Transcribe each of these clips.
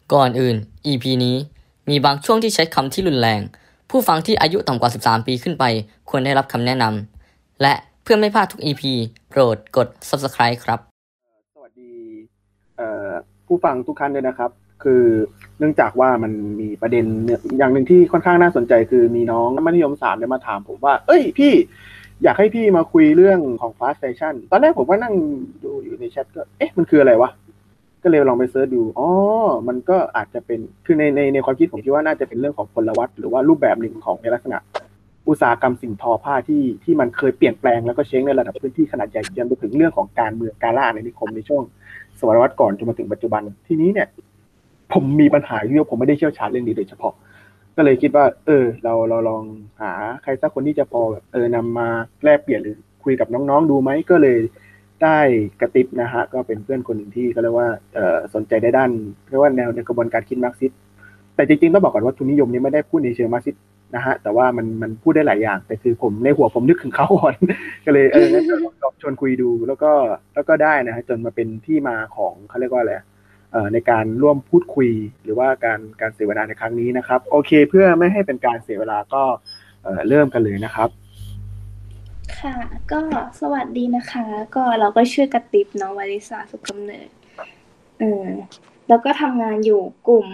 ก่อนอื่น EP นี้มีบางช่วงที่ใช้คำที่รุนแรงผู้ฟังที่อายุต่ำกว่า13ปีขึ้นไปควรได้รับคำแนะนำและเพื่อไม่พลาดทุก EP โปรดกด Subscribe ครับสวัสดีผู้ฟังทุกท่านด้วยนะครับคือเนื่องจากว่ามันมีประเด็นอย่างหนึ่งที่ค่อนข้างน่าสนใจคือมีน้องมัธยม3เนี่ยมาถามผมว่าเอ้ยพี่อยากให้พี่มาคุยเรื่องของ fast fashion ตอนแรกผมก็นั่งดูอยู่ในแชทก็มันคืออะไรวะก็เลยลองไปเสิร์ชดูมันก็อาจจะเป็นคือในความคิดผมคิดว่าน่าจะเป็นเรื่องของพลวัตหรือว่ารูปแบบหนึ่งของในลักษณะอุตสาหกรรมสิ่งทอผ้าที่มันเคยเปลี่ยนแปลงแล้วก็เช้งในระดับพื้นที่ขนาดใหญ่จนไปถึงเรื่องของการเมืองการล่าอาณานิคมในช่วงศตวรรษก่อนจนมาถึงปัจจุบันทีนี้เนี่ยผมมีปัญหาที่ผมไม่ได้เชี่ยวชาญเรื่องนี้โดยเฉพาะก็เลยคิดว่าเราลองหาใครสักคนที่จะพอแบบนำมาแลกเปลี่ยนหรือคุยกับน้องๆดูไหมก็เลยได้กระติบนะฮะก็เป็นเพื่อนคนหนึ่งที่เขาเรียกว่าสนใจในด้านเรียกว่าแนวในกระบวนการคิดมาร์กซิสต์แต่จริงๆต้องบอกก่อนว่าทุนนิยมนี้ไม่ได้พูดในเชิงมาร์กซิสต์นะฮะแต่ว่ามันพูดได้หลายอย่างแต่คือผมในหัวผมนึกถึงเขาก่อนก็เลยงั้นลองชวนคุยดูแล้วก็ได้นะฮะจนมาเป็นที่มาของเขาเรียกว่าอะไรในการร่วมพูดคุยหรือว่าการเสวนาในครั้งนี้นะครับโอเคเพื่อไม่ให้เป็นการเสียเวลาก็เริ่มกันเลยนะครับค่ะก็สวัสดีนะคะก็เราก็ชื่อกระติบน้องวริษาสุขกำเนิดแล้วก็ทำงานอยู่กลุ่ม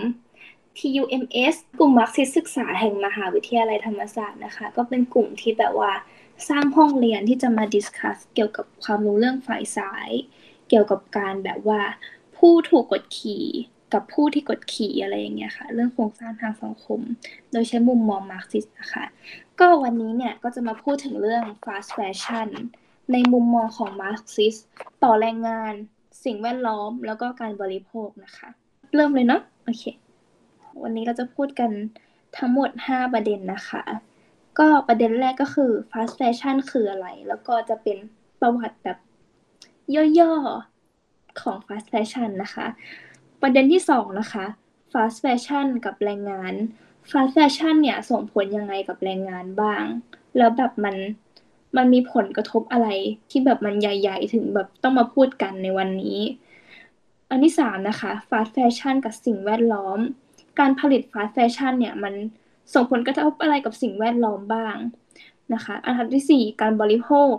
TUMS กลุ่มมาร์กซิสศึกษาแห่งมหาวิทยาลัยธรรมศาสตร์นะคะก็เป็นกลุ่มที่แบบว่าสร้างห้องเรียนที่จะมาดิสคัสเกี่ยวกับความรู้เรื่องฝ่ายซ้ายเกี่ยวกับการแบบว่าผู้ถูกกดขี่กับผู้ที่กดขี่อะไรอย่างเงี้ยค่ะเรื่องโครงสร้างทางสังคมโดยใช้มุมมองมาร์กซิสนะคะก็วันนี้เนี่ยก็จะมาพูดถึงเรื่อง fast fashion ในมุมมองของมาร์กซิสต่อแรงงานสิ่งแวดล้อมแล้วก็การบริโภคนะคะเริ่มเลยเนาะโอเควันนี้เราจะพูดกันทั้งหมด5ประเด็นนะคะก็ประเด็นแรกก็คือ fast fashion คืออะไรแล้วก็จะเป็นประวัติแบบย่อๆของ fast fashion นะคะประเด็นที่2นะคะ fast fashion กับแรงงาน fast fashion เนี่ยส่งผลยังไงกับแรงงานบ้างแล้วแบบมันมีผลกระทบอะไรที่แบบมันใหญ่ๆถึงแบบต้องมาพูดกันในวันนี้อันที่3นะคะ fast fashion กับสิ่งแวดล้อมการผลิต fast fashion เนี่ยมันส่งผลกระทบอะไรกับสิ่งแวดล้อมบ้างนะคะอันที่4การบริโภค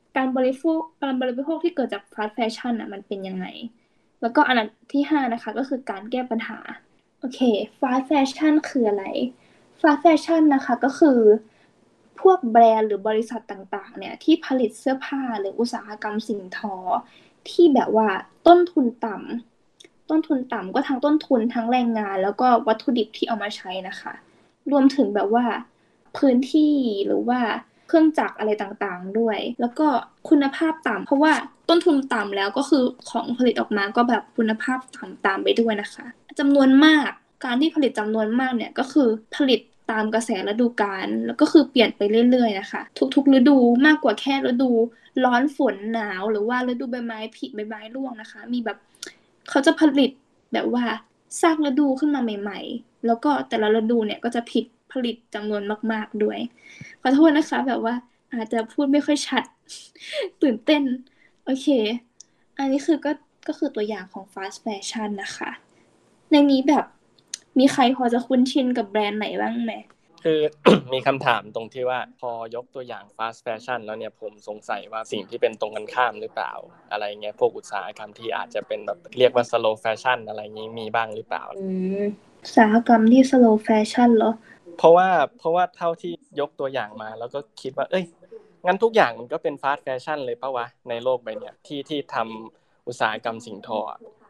ที่เกิดจาก fast fashion น่ะมันเป็นยังไงแล้วก็อันที่5นะคะก็คือการแก้ปัญหาโอเค fast fashion คืออะไร fast fashion นะคะก็คือพวกแบรนด์หรือบริษัทต่างๆเนี่ยที่ผลิตเสื้อผ้าหรืออุตสาหกรรมสิ่งทอที่แบบว่าต้นทุนต่ำก็ทั้งต้นทุนทั้งแรงงานแล้วก็วัตถุดิบที่เอามาใช้นะคะรวมถึงแบบว่าพื้นที่หรือว่าเครื่องจักรอะไรต่างๆด้วยแล้วก็คุณภาพต่ำเพราะว่าต้นทุนต่ำแล้วก็คือของผลิตออกมาก็แบบคุณภาพต่ำตามไปด้วยนะคะจำนวนมากการที่ผลิตจำนวนมากเนี่ยก็คือผลิตตามกระแสฤดูกาลแล้วก็คือเปลี่ยนไปเรื่อยๆนะคะทุกๆฤดูมากกว่าแค่ฤดูร้อนฝนหนาวหรือว่าฤดูใบไม้ผลิใบไม้ร่วงนะคะมีแบบเขาจะผลิตแบบว่าสร้างฤดูขึ้นมาใหม่ๆแล้วก็แต่ละฤดูเนี่ยก็จะผลิตจำนวนมากๆด้วยขอโทษนะคะแบบว่าอาจจะพูดไม่ค่อยชัด ตื่นเต้นโอเคอันนี้คือก็คือตัวอย่างของ fast fashion นะคะในนี้แบบมีใครพอจะคุ้นชินกับแบรนด์ไหนบ้างไหมคือ มีคำถามตรงที่ว่าพอยกตัวอย่าง fast fashion แล้วเนี่ยผมสงสัยว่าสิ่งที่เป็นตรงกันข้ามหรือเปล่าอะไรเงี้ยพวกอุตสาหกรรมที่อาจจะเป็นแบบเรียกว่า slow fashion อะไรงี้มีบ้างหรือเปล่าอุตสาหกรรมที่ slow fashion เหรอเพราะว่าเท่าที่ยกตัวอย่างมาแล้วก็คิดว่างั้นทุกอย่างมันก็เป็น fast fashion เลยป่ะวะในโลกใบเนี้ยที่ทำอุตสาหกรรมสิ่งทอ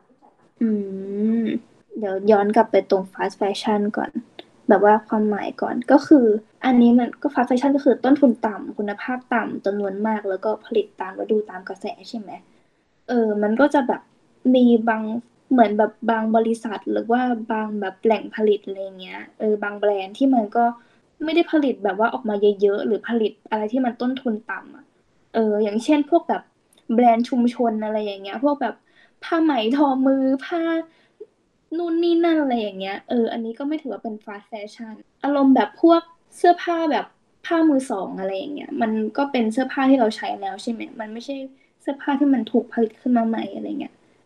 เดี๋ยวย้อนกลับไปตรง fast fashion ก่อนแบบว่าความหมายก่อนก็คืออันนี้มันก็ fast fashion ก็คือต้นทุนต่ำคุณภาพต่ำจำนวนมากแล้วก็ผลิตตามฤดูตามกระแสใช่ไหมมันก็จะแบบมีบางเหมือนแบบบางบริษัทหรือว่าบางแบบแหล่งผลิตอะไรเงี้ยบางแบรนด์ที่มันก็ไม่ได้ผลิตแบบว่าออกมาเยอะๆหรือผลิตอะไรที่มันต้นทุนต่ำอย่างเช่นพวกแบบแบรนด์ชุมชนอะไรอย่างเงี้ยพวกแบบผ้าไหมทอมือผ้านู่นนี่นั่นอะไรอย่างเงี้ยอันนี้ก็ไม่ถือว่าเป็น fast fashion อารมณ์แบบพวกเสื้อผ้าแบบผ้ามือสองอะไรอย่างเงี้ยมันก็เป็นเสื้อผ้าที่เราใช้แล้วใช่ไหมมันไม่ใช่เสื้อผ้าที่มันถูกผลิตขึ้นมาใหม่อะไรเงี้ย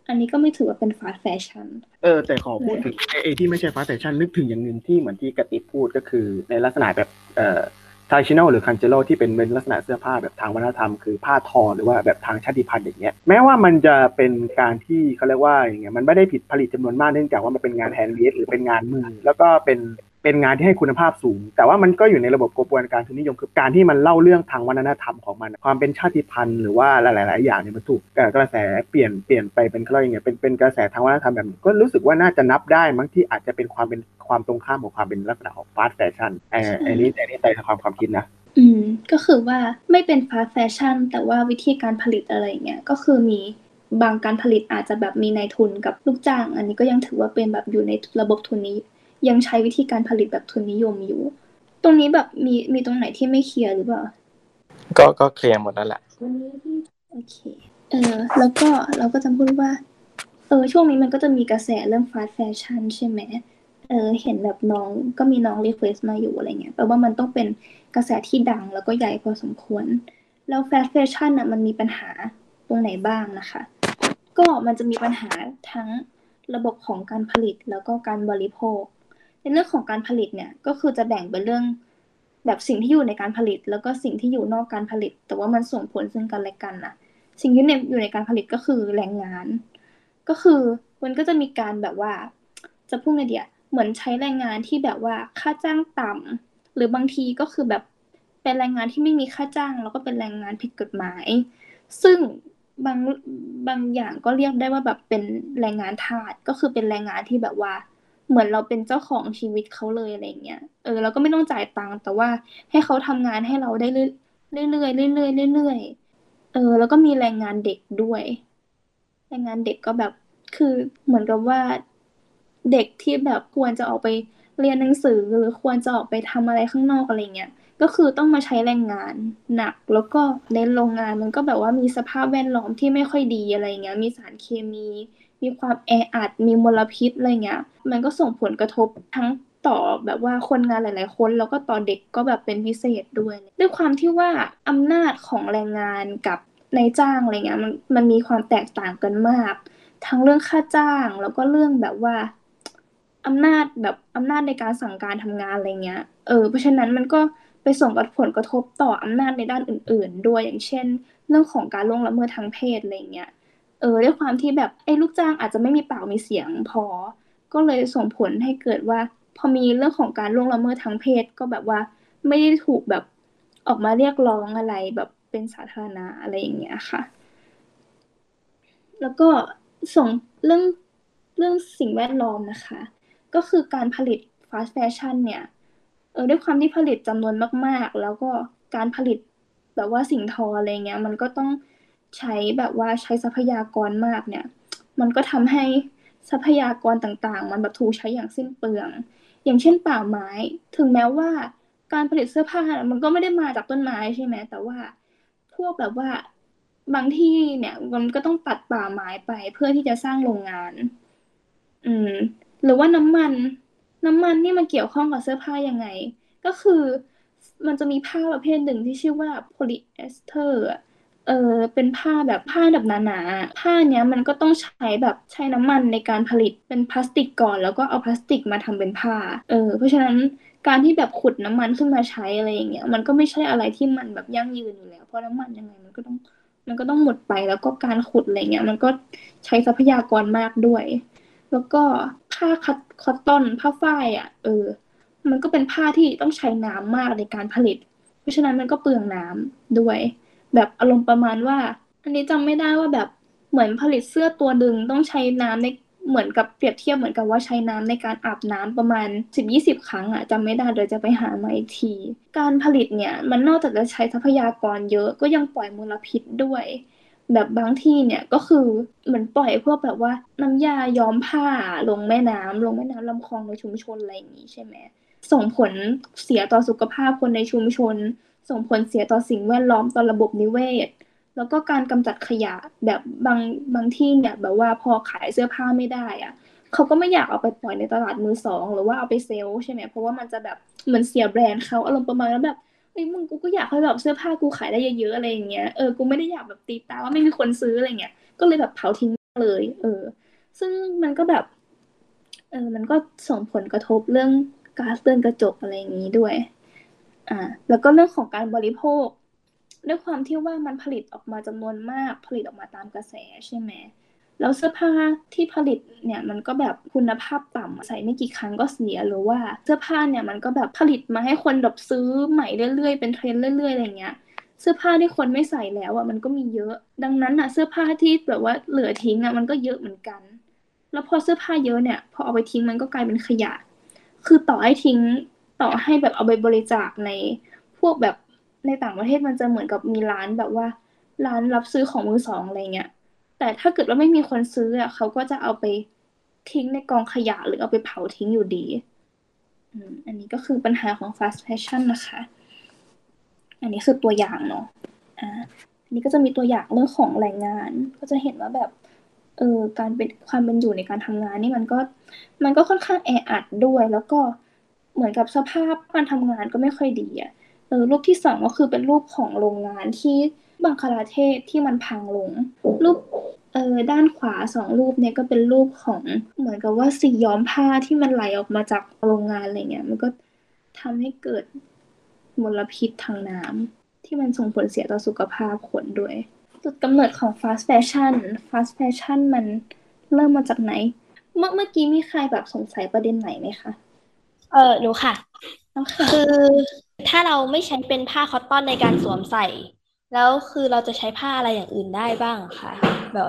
อันนี้ก็ไม่ถือว่าเป็น fast fashion แต่ขอพูดถึงไอ้ที่ไม่ใช่ fast fashion นึกถึงอย่างนึงที่เหมือนที่กติกพูดก็คือในลักษณะแบบtraditional หรือ cultural ที่เป็นลักษณะเสื้อผ้าแบบทางวัฒนธรรมคือผ้าทอหรือว่าแบบทางชาติพันธุ์อย่างเงี้ยแม้ว่ามันจะเป็นการที่เขาเรียกว่าอย่างเงี้ยมันไม่ได้ผิดผลิตจำนวนมากเนื่องจากว่ามันเป็นงานแฮนด์เมดหรือเป็นงานมือแล้วก็เป็นงานที่ให้คุณภาพสูงแต่ว่ามันก็อยู่ในระบบกระบวนการทุนนิยมคือการที่มันเล่าเรื่องทางวัฒนธรรมของมันความเป็นชาติพันธุ์หรือว่าหลายๆอย่างเนี่ยมันถูกกระแสเปลี่ยนไปเป็นเขาเรียกอย่างเงี้ยเป็นกระแสทางวัฒนธรรมแบบก็รู้สึกว่าน่าจะนับได้มั้งที่อาจจะเป็นความตรงข้ามของความเป็นลักษณะของฟาสต์แฟชั่นอันนี้แต่ความคิดนะก็คือว่าไม่เป็น fast fashion แต่ว่าวิธีการผลิตอะไรเงี้ยก็คือมีบางการผลิตอาจจะแบบมีนายทุนกับลูกจ้างอันนี้ก็ยังถือว่าเป็นแบบอยู่ในระบบทุนนี้ยังใช้วิธีการผลิตแบบทุนนิยมอยู่ตรงนี้แบบมีตรงไหนที่ไม่เคลียร์หรือเปล่าก็เคลียร์หมดแล้วแหละโอเคแล้วก็เราก็จะพูดว่าช่วงนี้มันก็จะมีกระแสเรื่อง fast fashion ใช่ไหมเห็นแบบน้องก็มีน้องรีเควสต์มาอยู่อะไรเงี้ยแปลว่ามันต้องเป็นกระแสที่ดังแล้วก็ใหญ่พอสมควรแล้ว fast fashion น่ะมันมีปัญหาตรงไหนบ้างนะคะก็มันจะมีปัญหาทั้งระบบของการผลิตแล้วก็การบริโภคในเรื่องของการผลิตเนี่ยก็คือจะแบ่งเป็นเรื่องแบบสิ่งที่อยู่ในการผลิตแล้วก็สิ่งที่อยู่นอกการผลิตแต่ว่ามันส่งผลซึ่งกันและกันนะสิ่งที่อยู่ในการผลิตก็คือแรงงานก็คือมันก็จะมีการแบบว่าจะพูดไงดีอะเหมือนใช้แรงงานที่แบบว่าค่าจ้างต่ำหรือบางทีก็คือแบบเป็นแรงงานที่ไม่มีค่าจ้างแล้วก็เป็นแรงงานผิดกฎหมายซึ่งบางอย่างก็เรียกได้ว่าแบบเป็นแรงงานทาสก็คือเป็นแรงงานที่แบบว่าเหมือนเราเป็นเจ้าของชีวิตเขาเลยอะไรเงี้ยเราก็ไม่ต้องจ่ายตังค์แต่ว่าให้เขาทำงานให้เราได้เรื่อยๆเรื่อยๆเรื่อยๆแล้วก็มีแรงงานเด็กด้วยแรงงานเด็กก็แบบคือเหมือนกับว่าเด็กที่แบบควรจะออกไปเรียนหนังสือหรือควรจะออกไปทำอะไรข้างนอกอะไรเงี้ยก็คือต้องมาใช้แรงงานหนักแล้วก็ในโรงงานมันก็แบบว่ามีสภาพแวดล้อมที่ไม่ค่อยดีอะไรเงี้ยมีสารเคมีความแออัดมีมลพิษอะไรเงี้ยมันก็ส่งผลกระทบทั้งต่อแบบว่าคนงานหลายๆคนแล้วก็ต่อเด็กก็แบบเป็นพิเศษด้วยความที่ว่าอำนาจของแรงงานกับนายจ้างอะไรเงี้ยมันมีความแตกต่างกันมากทั้งเรื่องค่าจ้างแล้วก็เรื่องแบบว่าอำนาจในการสั่งการทำงานอะไรเงี้ยเพราะฉะนั้นมันก็ไปส่งผลกระทบต่ออำนาจในด้านอื่นๆด้วยอย่างเช่นเรื่องของการล่วงละเมิดทางเพศอะไรเงี้ยด้วยความที่แบบไอ้ลูกจ้างอาจจะไม่มีปากมีเสียงพอก็เลยส่งผลให้เกิดว่าพอมีเรื่องของการล่วงละเมิดทางเพศก็แบบว่าไม่ได้ถูกแบบออกมาเรียกร้องอะไรแบบเป็นสาธารณะอะไรอย่างเงี้ยค่ะแล้วก็ส่งเรื่องสิ่งแวดล้อมนะคะก็คือการผลิต fast fashion เนี่ยด้วยความที่ผลิตจำนวนมากๆแล้วก็การผลิตแบบว่าสิ่งทออะไรเงี้ยมันก็ต้องใช้แบบว่าใช้ทรัพยากรมากเนี่ยมันก็ทำให้ทรัพยากรต่างๆมันแบบถูกใช้อย่างสิ้นเปลืองอย่างเช่นป่าไม้ถึงแม้ว่าการผลิตเสื้อผ้ามันก็ไม่ได้มาจากต้นไม้ใช่ไหมแต่ว่าพวกแบบว่าบางที่เนี่ยมันก็ต้องตัดป่าไม้ไปเพื่อที่จะสร้างโรงงานอืมหรือว่าน้ำมันนี่มันเกี่ยวข้องกับเสื้อผ้ายังไงก็คือมันจะมีผ้าประเภทหนึ่งที่ชื่อว่าโพลีเอสเตอร์เป็นผ้าแบบหนาๆผ้าเนี้ยมันก็ต้องใช้น้ำมันในการผลิตเป็นพลาสติกก่อนแล้วก็เอาพลาสติกมาทำเป็นผ้าเพราะฉะนั้นการที่แบบขุดน้ำมันขึ้นมาใช้อะไรอย่างเงี้ยมันก็ไม่ใช่อะไรที่มันแบบยั่งยืนอยู่แล้วเพราะน้ำมันยังไงมันก็ต้องหมดไปแล้วก็การขุดอะไรเงี้ยมันก็ใช้ทรัพยากรมากด้วยแล้วก็ผ้าคอตตอนผ้าฝ้ายอ่ะมันก็เป็นผ้าที่ต้องใช้น้ำมากในการผลิตเพราะฉะนั้นมันก็เปลืองน้ำด้วยแบบอารมณ์ประมาณว่าอันนี้จำไม่ได้ว่าแบบเหมือนผลิตเสื้อตัวหนึ่งต้องใช้น้ำในเหมือนกับเปรียบเทียบเหมือนกับว่าใช้น้ำในการอาบน้ำประมาณ10-20ครั้งอะจำไม่ได้เดี๋ยวจะไปหามาอีกทีการผลิตเนี่ยมันนอกจากจะใช้ทรัพยากรเยอะก็ยังปล่อยมลพิษด้วยแบบบางที่เนี่ยก็คือเหมือนปล่อยพวกแบบว่าน้ำยาย้อมผ้าลงแม่น้ำลำคลองในชุมชนอะไรอย่างนี้ใช่ไหมส่งผลเสียต่อสุขภาพคนในชุมชนส่งผลเสียต่อสิ่งแวดล้อมต่อระบบนิเวศแล้วก็การกำจัดขยะแบบบางที่เนี่ยแบบว่าพอขายเสื้อผ้าไม่ได้อะเขาก็ไม่อยากเอาไปปล่อยในตลาดมือสองหรือว่าเอาไปเซลล์ใช่ไหมเพราะว่ามันจะแบบเหมือนเสียแบรนด์เขาอารมณ์ประมาณนั้นแบบเฮ้ยมึงกูก็อยากให้แบบเสื้อผ้ากูขายได้เยอะๆอะไรอย่างเงี้ยกูไม่ได้อยากแบบตีตาว่าไม่มีคนซื้ออะไรเงี้ยก็เลยแบบเผาทิ้งเลยซึ่งมันก็แบบมันก็ส่งผลกระทบเรื่องก๊าซเรือนกระจกอะไรอย่างนี้ด้วยแล้วก็เรื่องของการบริโภคด้วยความที่ว่ามันผลิตออกมาจำนวนมากผลิตออกมาตามกระแสใช่ไหมแล้วเสื้อผ้าที่ผลิตเนี่ยมันก็แบบคุณภาพต่ำใส่ไม่กี่ครั้งก็เสียหรือว่าเสื้อผ้าเนี่ยมันก็แบบผลิตมาให้คนแบบซื้อใหม่เรื่อยๆเป็นเทรนด์เรื่อยๆอะไรเงี้ยเสื้อผ้าที่คนไม่ใส่แล้วมันก็มีเยอะดังนั้นเสื้อผ้าที่แบบว่าเหลือทิ้งมันก็เยอะเหมือนกันแล้วพอเสื้อผ้าเยอะเนี่ยพอเอาไปทิ้งมันก็กลายเป็นขยะคือต่อให้ทิ้งต่อให้แบบเอาไปบริจาคในพวกแบบในต่างประเทศมันจะเหมือนกับมีร้านแบบว่าร้านรับซื้อของมือสองอะไรเงี้ยแต่ถ้าเกิดว่าไม่มีคนซื้อเขาก็จะเอาไปทิ้งในกองขยะหรือเอาไปเผาทิ้งอยู่ดีอันนี้ก็คือปัญหาของ fast fashion นะคะอันนี้คือตัวอย่างเนาะอันนี้ก็จะมีตัวอย่างเรื่องของแรงงานก็จะเห็นว่าแบบการเป็นความเป็นอยู่ในการทำงานนี่มันก็ค่อนข้างแออัดด้วยแล้วก็เหมือนกับสภาพการทำงานก็ไม่ค่อยดีรูปที่สองก็คือเป็นรูปของโรงงานที่บังคลาเทศที่มันพังลงรูปด้านขวาสองรูปเนี่ยก็เป็นรูปของเหมือนกับว่าสีย้อมผ้าที่มันไหลออกมาจากโรงงานอะไรเงี้ยมันก็ทำให้เกิดมลพิษทางน้ำที่มันส่งผลเสียต่อสุขภาพคนด้วยจุดกำเนิดของ fast fashion มันเริ่มมาจากไหนเมื่อกี้มีใครแบบสงสัยประเด็นไหนไหมคะหนูค่ะคือถ้าเราไม่ใช้เป็นผ้าคอตตอนในการสวมใส่แล้วคือเราจะใช้ผ้าอะไรอย่างอื่นได้บ้างคะแบบ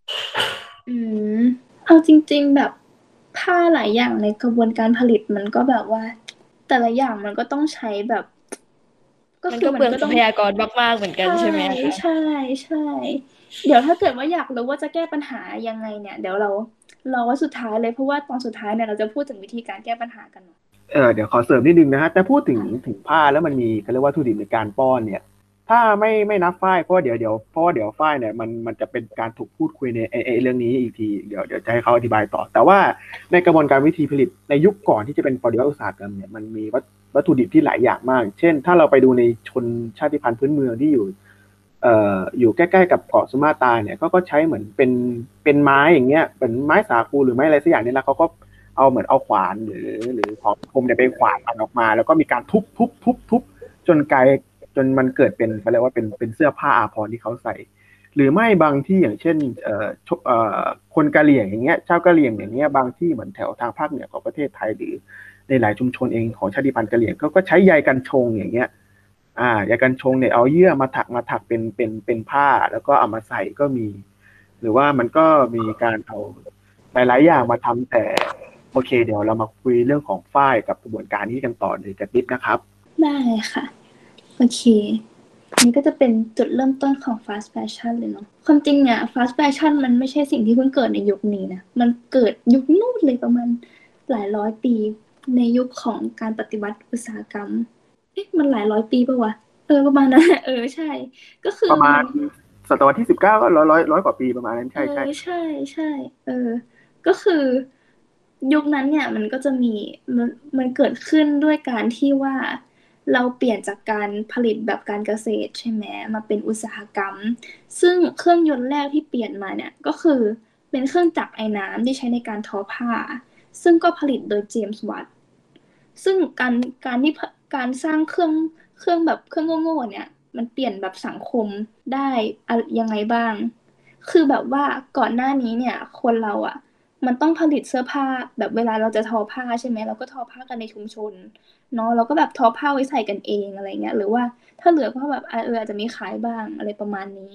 เอาจริงๆแบบผ้าหลายอย่างในกระบวนการผลิตมันก็แบบว่าแต่ละอย่างมันก็ต้องใช้แบบมันก็เปลืองทรัพยากรมากๆเหมือนกันใช่ไหมคะใช่ใช่เดี๋ยวถ้าเกิดว่าอยากรู้ว่าจะแก้ปัญหายังไงเนี่ยเดี๋ยวเรารอว่าสุดท้ายเลยเพราะว่าตอนสุดท้ายเนี่ยเราจะพูดถึงวิธีการแก้ปัญหากันเดี๋ยวขอเสริมนิดนึงนะฮะแต่พูดถึงผ้าแล้วมันมีเขาเรียกว่าวัตถุดิบในการป้อนเนี่ยถ้าไม่นับฝ้ายเพราะว่าเดี๋ยวฝ้ายเนี่ยมันจะเป็นการถูกพูดคุยในเรื่องนี้อีกทีเดี๋ยวจะให้เขาอธิบายต่อแต่ว่าในกระบวนการวิธีผลิตในยุคก่อนที่จะเป็นปฏิวัติอุตสาหกรรมเนี่ยมันมีวัตถุดิบที่หลายอย่างมากเช่นถ้าเราไปดูในชนชาติพันธุ์พื้นเมืองที่อยู่ใกล้ๆกับเกาะสุมาตราเนี่ยก็ใช้เหมือนเป็นไม้อย่างเงี้ยเป็นไม้สาคูหรือไม้อะไรสักอย่างนี่แหละเขาก็เอาเหมือนเอาขวานหรือของคมเนี่ยไปขวานมันออกมาแล้วก็มีการทุบจนมันเกิดเป็นเขาเรียกว่าเป็นเสื้อผ้าอาภรณ์ที่เขาใส่หรือไม่บางที่อย่างเช่นคนกะเหรี่ยงอย่างเงี้ยชาวกะเหรี่ยงอย่างเงี้ยบางที่เหมือนแถวทางภาคเหนือของประเทศไทยหรือในหลายชุมชนเองของชาติพันธุ์กะเหรี่ยงก็ใช้ใยกันชงอย่างเงี้ยยากันชงเนี่ยเอาเยื่อมาถักเป็นผ้าแล้วก็เอามาใส่ก็มีหรือว่ามันก็มีการเอาหลายๆอย่างมาทำแต่โอเคเดี๋ยวเรามาคุยเรื่องของฝ้ายกับกระบวนการนี้กันต่อเลยกันนิดนะครับได้ค่ะโอเคนี่ก็จะเป็นจุดเริ่มต้นของ fast fashion เลยเนาะความจริงเนี่ย fast fashion มันไม่ใช่สิ่งที่เพิ่งเกิดในยุคนี้นะมันเกิดยุคนู่นเลยประมาณหลายร้อยปีในยุคของการปฏิวัติอุตสาหกรรมมันหลายร้อยปีป่ะวะประมาณนั้นใช่ก็คือประมาณศตวรรษที่19ก็ร้อยกว่าปีประมาณนั้นใช่ใช่ก็คือยุคนั้นเนี่ยมันก็จะมีมันเกิดขึ้นด้วยการที่ว่าเราเปลี่ยนจากการผลิตแบบการเกษตรใช่ไหมมาเป็นอุตสาหกรรมซึ่งเครื่องยนต์แรกที่เปลี่ยนมาเนี่ยก็คือเป็นเครื่องจักรไอ้น้ำที่ใช้ในการทอผ้าซึ่งก็ผลิตโดยเจมส์วัตต์ซึ่งการสร้างเครื่องแบบเครื่องโง่ๆเนี่ยมันเปลี่ยนแบบสังคมได้ยังไงบ้างคือแบบว่าก่อนหน้านี้เนี่ยคนเรามันต้องผลิตเสื้อผ้าแบบเวลาเราจะทอผ้าใช่ไหมเราก็ทอผ้ากันในชุมชนเนาะเราก็แบบทอผ้าไว้ใส่กันเองอะไรเงี้ยหรือว่าถ้าเหลือก็แบบอาจจะมีขายบ้างอะไรประมาณนี้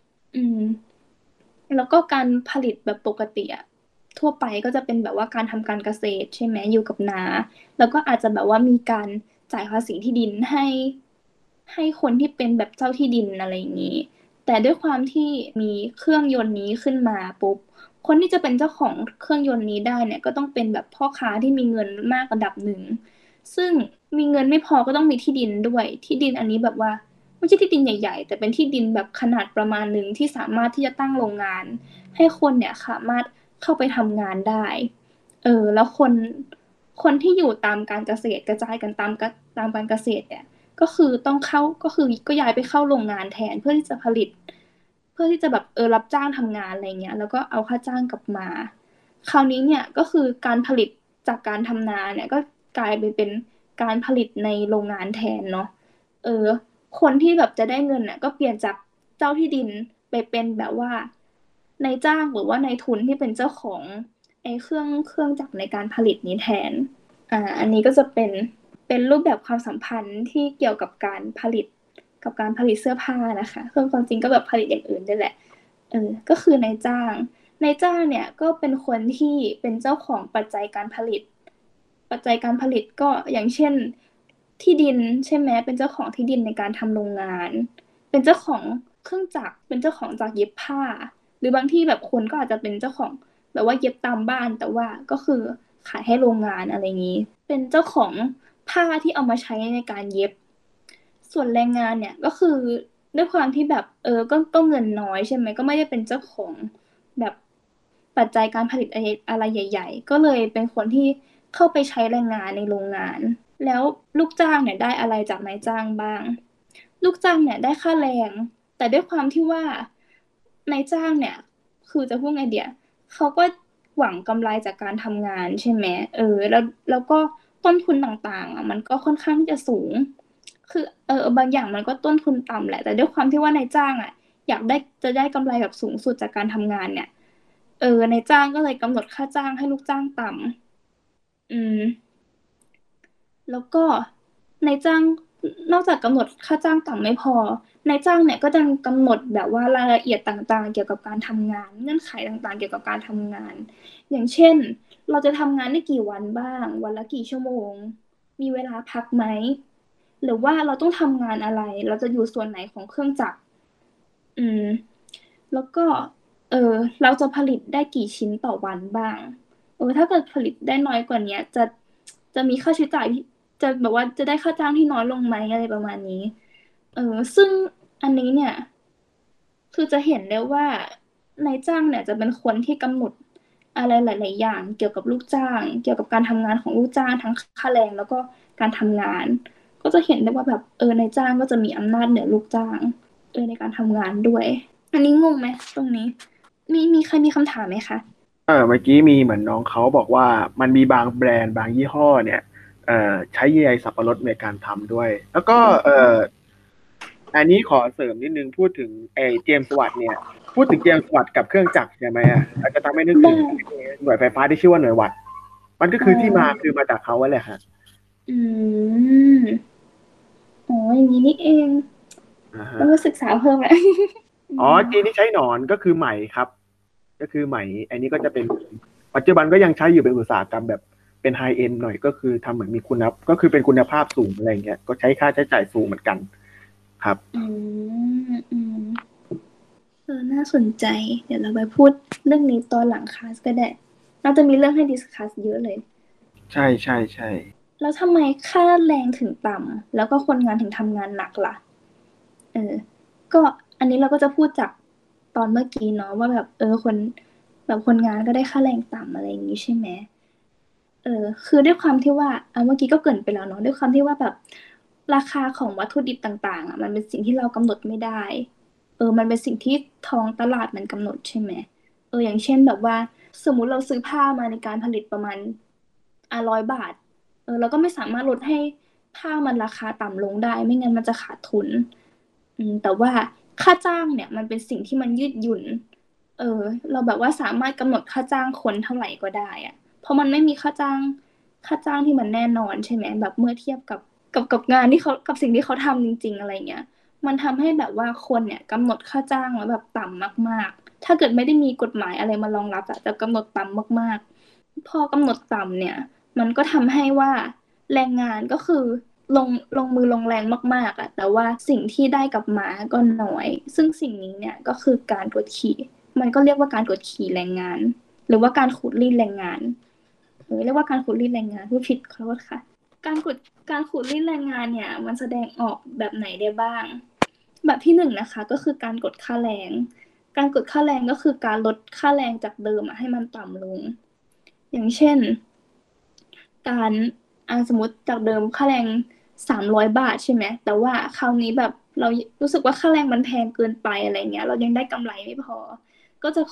แล้วก็การผลิตแบบปกติทั่วไปก็จะเป็นแบบว่าการทำการเกษตรใช่ไหมอยู่กับนาแล้วก็อาจจะแบบว่ามีการจ่ายภาษีที่ดินให้คนที่เป็นแบบเจ้าที่ดินอะไรอย่างนี้แต่ด้วยความที่มีเครื่องยนต์นี้ขึ้นมาปุ๊บคนที่จะเป็นเจ้าของเครื่องยนต์นี้ได้เนี่ยก็ต้องเป็นแบบพ่อค้าที่มีเงินมากระดับหนึ่งซึ่งมีเงินไม่พอก็ต้องมีที่ดินด้วยที่ดินอันนี้แบบว่าไม่ใช่ที่ดินใหญ่ๆแต่เป็นที่ดินแบบขนาดประมาณหนึ่งที่สามารถที่จะตั้งโรงงานให้คนเนี่ยสามารถเข้าไปทำงานได้แล้วคนที่อยู่ตามการเกษตรกระจายกันตามการเกษตรเนี่ยก็คือต้องเข้าก็ย้ายไปเข้าโรงงานแทนเพื่อที่จะผลิตเพื่อที่จะแบบรับจ้างทำงานอะไรเงี้ยแล้วก็เอาค่าจ้างกลับมาคราวนี้เนี่ยก็คือการผลิตจากการทำนาเนี่ยก็กลายไปเป็นการผลิตในโรงงานแทนเนาะคนที่แบบจะได้เงินน่ะก็เปลี่ยนจากเจ้าที่ดินไปเป็นแบบว่านายจ้างหรือว่านายทุนที่เป็นเจ้าของไอ้เครื่องจักรในการผลิตนี้แทนอันนี้ก็จะเป็นรูปแบบความสัมพันธ์ที่เกี่ยวกับการผลิตเสื้อผ้านะคะซึ่งความจริงก็แบบผลิตอย่างอื่นด้วยแหละก็คือนายจ้างเนี่ยก็เป็นคนที่เป็นเจ้าของปัจจัยการผลิตก็อย่างเช่นที่ดินใช่ไหมเป็นเจ้าของที่ดินในการทำโรงงานเป็นเจ้าของเครื่องจักรเป็นเจ้าของจักรเย็บผ้าหรือบางที่แบบคนก็อาจจะเป็นเจ้าของแบบว่าเย็บตามบ้านแต่ว่าก็คือขายให้โรงงานอะไรอย่างนี้เป็นเจ้าของผ้าที่เอามาใช้ในการเย็บส่วนแรงงานเนี่ยก็คือด้วยความที่แบบก็เงินน้อยใช่ไหมก็ไม่ได้เป็นเจ้าของแบบปัจจัยการผลิตอะไรใหญ่ๆก็เลยเป็นคนที่เข้าไปใช้แรงงานในโรงงานแล้วลูกจ้างเนี่ยได้อะไรจากนายจ้างบ้างลูกจ้างเนี่ยได้ค่าแรงแต่ด้วยความที่ว่านายจ้างเนี่ยคือจะพูดไงเดียเขาก็หวังกำไรจากการทำงานใช่ไหมแล้วก็ต้นทุนต่างๆมันก็ค่อนข้างที่จะสูงคือบางอย่างมันก็ต้นทุนต่ำแหละแต่ด้วยความที่ว่านายจ้างอยากจะได้กำไรแบบสูงสุดจากการทำงานเนี่ยนายจ้างก็เลยกำหนดค่าจ้างให้ลูกจ้างต่ำแล้วก็นายจ้างนอกจากกำหนดค่าจ้างต่ำไม่พอนายจ้างเนี่ยก็ยังกำหนดแบบว่ารายละเอียดต่างๆเกี่ยวกับการทำงานเงื่อนไขต่างๆเกี่ยวกับการทำงานอย่างเช่นเราจะทำงานได้กี่วันบ้างวันละกี่ชั่วโมงมีเวลาพักไหมหรือว่าเราต้องทำงานอะไรเราจะอยู่ส่วนไหนของเครื่องจักรแล้วก็เราจะผลิตได้กี่ชิ้นต่อวันบ้างถ้าเกิดผลิตได้น้อยกว่านี้จะมีค่าใช้จ่ายจะแบบว่าจะได้ค่าจ้างที่น้อยลงไหมอะไรประมาณนี้ซึ่งอันนี้เนี่ยคือจะเห็นได้ว่านายจ้างเนี่ยจะเป็นคนที่กำหนดอะไรหลายๆอย่างเกี่ยวกับลูกจ้างเกี่ยวกับการทำงานของลูกจ้างทั้งค่าแรงแล้วก็การทำงานก็จะเห็นได้ว่าแบบนายจ้างก็จะมีอำนาจเหนือลูกจ้างในการทำงานด้วยอันนี้งงไหมตรงนี้มีใครมีคำถามไหมคะเมื่อกี้มีเหมือนน้องเขาบอกว่ามันมีบางแบรนด์บางยี่ห้อเนี่ยใช้ใยสับปะรดในการทำด้วยแล้วก็อันนี้ขอเสริมนิดนึงพูดถึงเจมส์วัตต์เนี่ยพูดถึงเจมส์วัตต์กับเครื่องจักรใช่ไหมอาจจะทำให้นึกถึงหน่วยไฟฟ้าที่ชื่อว่าหน่วยวัตต์มันก็คือที่มาคือมาจากเขาแหละฮะอย่างนี้นี่เองต้องศึกษาเพิ่มแหละจีนที่ใช้หนอนก็คือไหมครับก็คือไหมอันนี้ก็จะเป็นปัจจุบันก็ยังใช้อยู่เป็นอุตสาหกรรมแบบเป็นไฮเอ็นหน่อยก็คือทำเหมือนมีก็คือเป็นคุณภาพสูงอะไรเงี้ยก็ใช้ค่าใช้จ่ายสูงเหมือนกันครับน่าสนใจเดี๋ยวเราไปพูดเรื่องนี้ตอนหลังคลาสก็ได้เราจะมีเรื่องให้ดิสคัสเยอะเลยใช่ใช่ใช่แล้วทำไมค่าแรงถึงต่ำแล้วก็คนงานถึงทำงานหนักล่ะก็อันนี้เราก็จะพูดจากตอนเมื่อกี้เนาะว่าแบบคนงานก็ได้ค่าแรงต่ำอะไรอย่างนี้ใช่ไหมคือด้วยความที่ว่าเมื่อกี้ก็เกริ่นไปแล้วเนาะด้วยความที่ว่าแบบราคาของวัตถุดิบต่างๆมันเป็นสิ่งที่เรากำหนดไม่ได้มันเป็นสิ่งที่ท้องตลาดมันกำหนดใช่ไหมอย่างเช่นแบบว่าสมมุติเราซื้อผ้ามาในการผลิตประมาณ100 บาทเราก็ไม่สามารถลดให้ผ้ามันราคาต่ำลงได้ไม่งั้นมันจะขาดทุนแต่ว่าค่าจ้างเนี่ยมันเป็นสิ่งที่มันยืดหยุ่นเราแบบว่าสามารถกำหนดค่าจ้างคนเท่าไหร่ก็ได้อะเพราะมันไม่มีค่าจ้างที่มันแน่นอนใช่ไหมแบบเมื่อเทียบกับงานที่เขากับสิ่งที่เขาทำจริงๆอะไรเงี้ยมันทำให้แบบว่าคนเนี่ยกำหนดค่าจ้างแล้วแบบต่ำมากๆถ้าเกิดไม่ได้มีกฎหมายอะไรมารองรับจะกำหนดต่ำมากๆพอกำหนดต่ำเนี่ยมันก็ทำให้ว่าแรงงานก็คือลงมือลงแรงมากๆแต่ว่าสิ่งที่ได้กลับมาก็น้อยซึ่งสิ่งนี้เนี่ยก็คือการกดขี่มันก็เรียกว่าการกดขี่แรงงานหรือว่าการขูดรีดแรงงานเรียกว่าการขูดรีดแรงงานผู้ผิดขอโทษค่ะการขูดรีดแรงงานเนี่ยมันแสดงออกแบบไหนได้บ้างแบบที่1นะคะก็คือการกดค่าแรงการกดค่าแรงก็คือการลดค่าแรงจากเดิมให้มันต่ำลงอย่างเช่นการสมมติจากเดิมค่าแรง300 บาทใช่ไหมแต่ว่าคราวนี้แบบเรารู้สึกว่าค่าแรงมันแพงเกินไปอะไรเงี้ยเรายังได้กำไรไม่พอก็จะ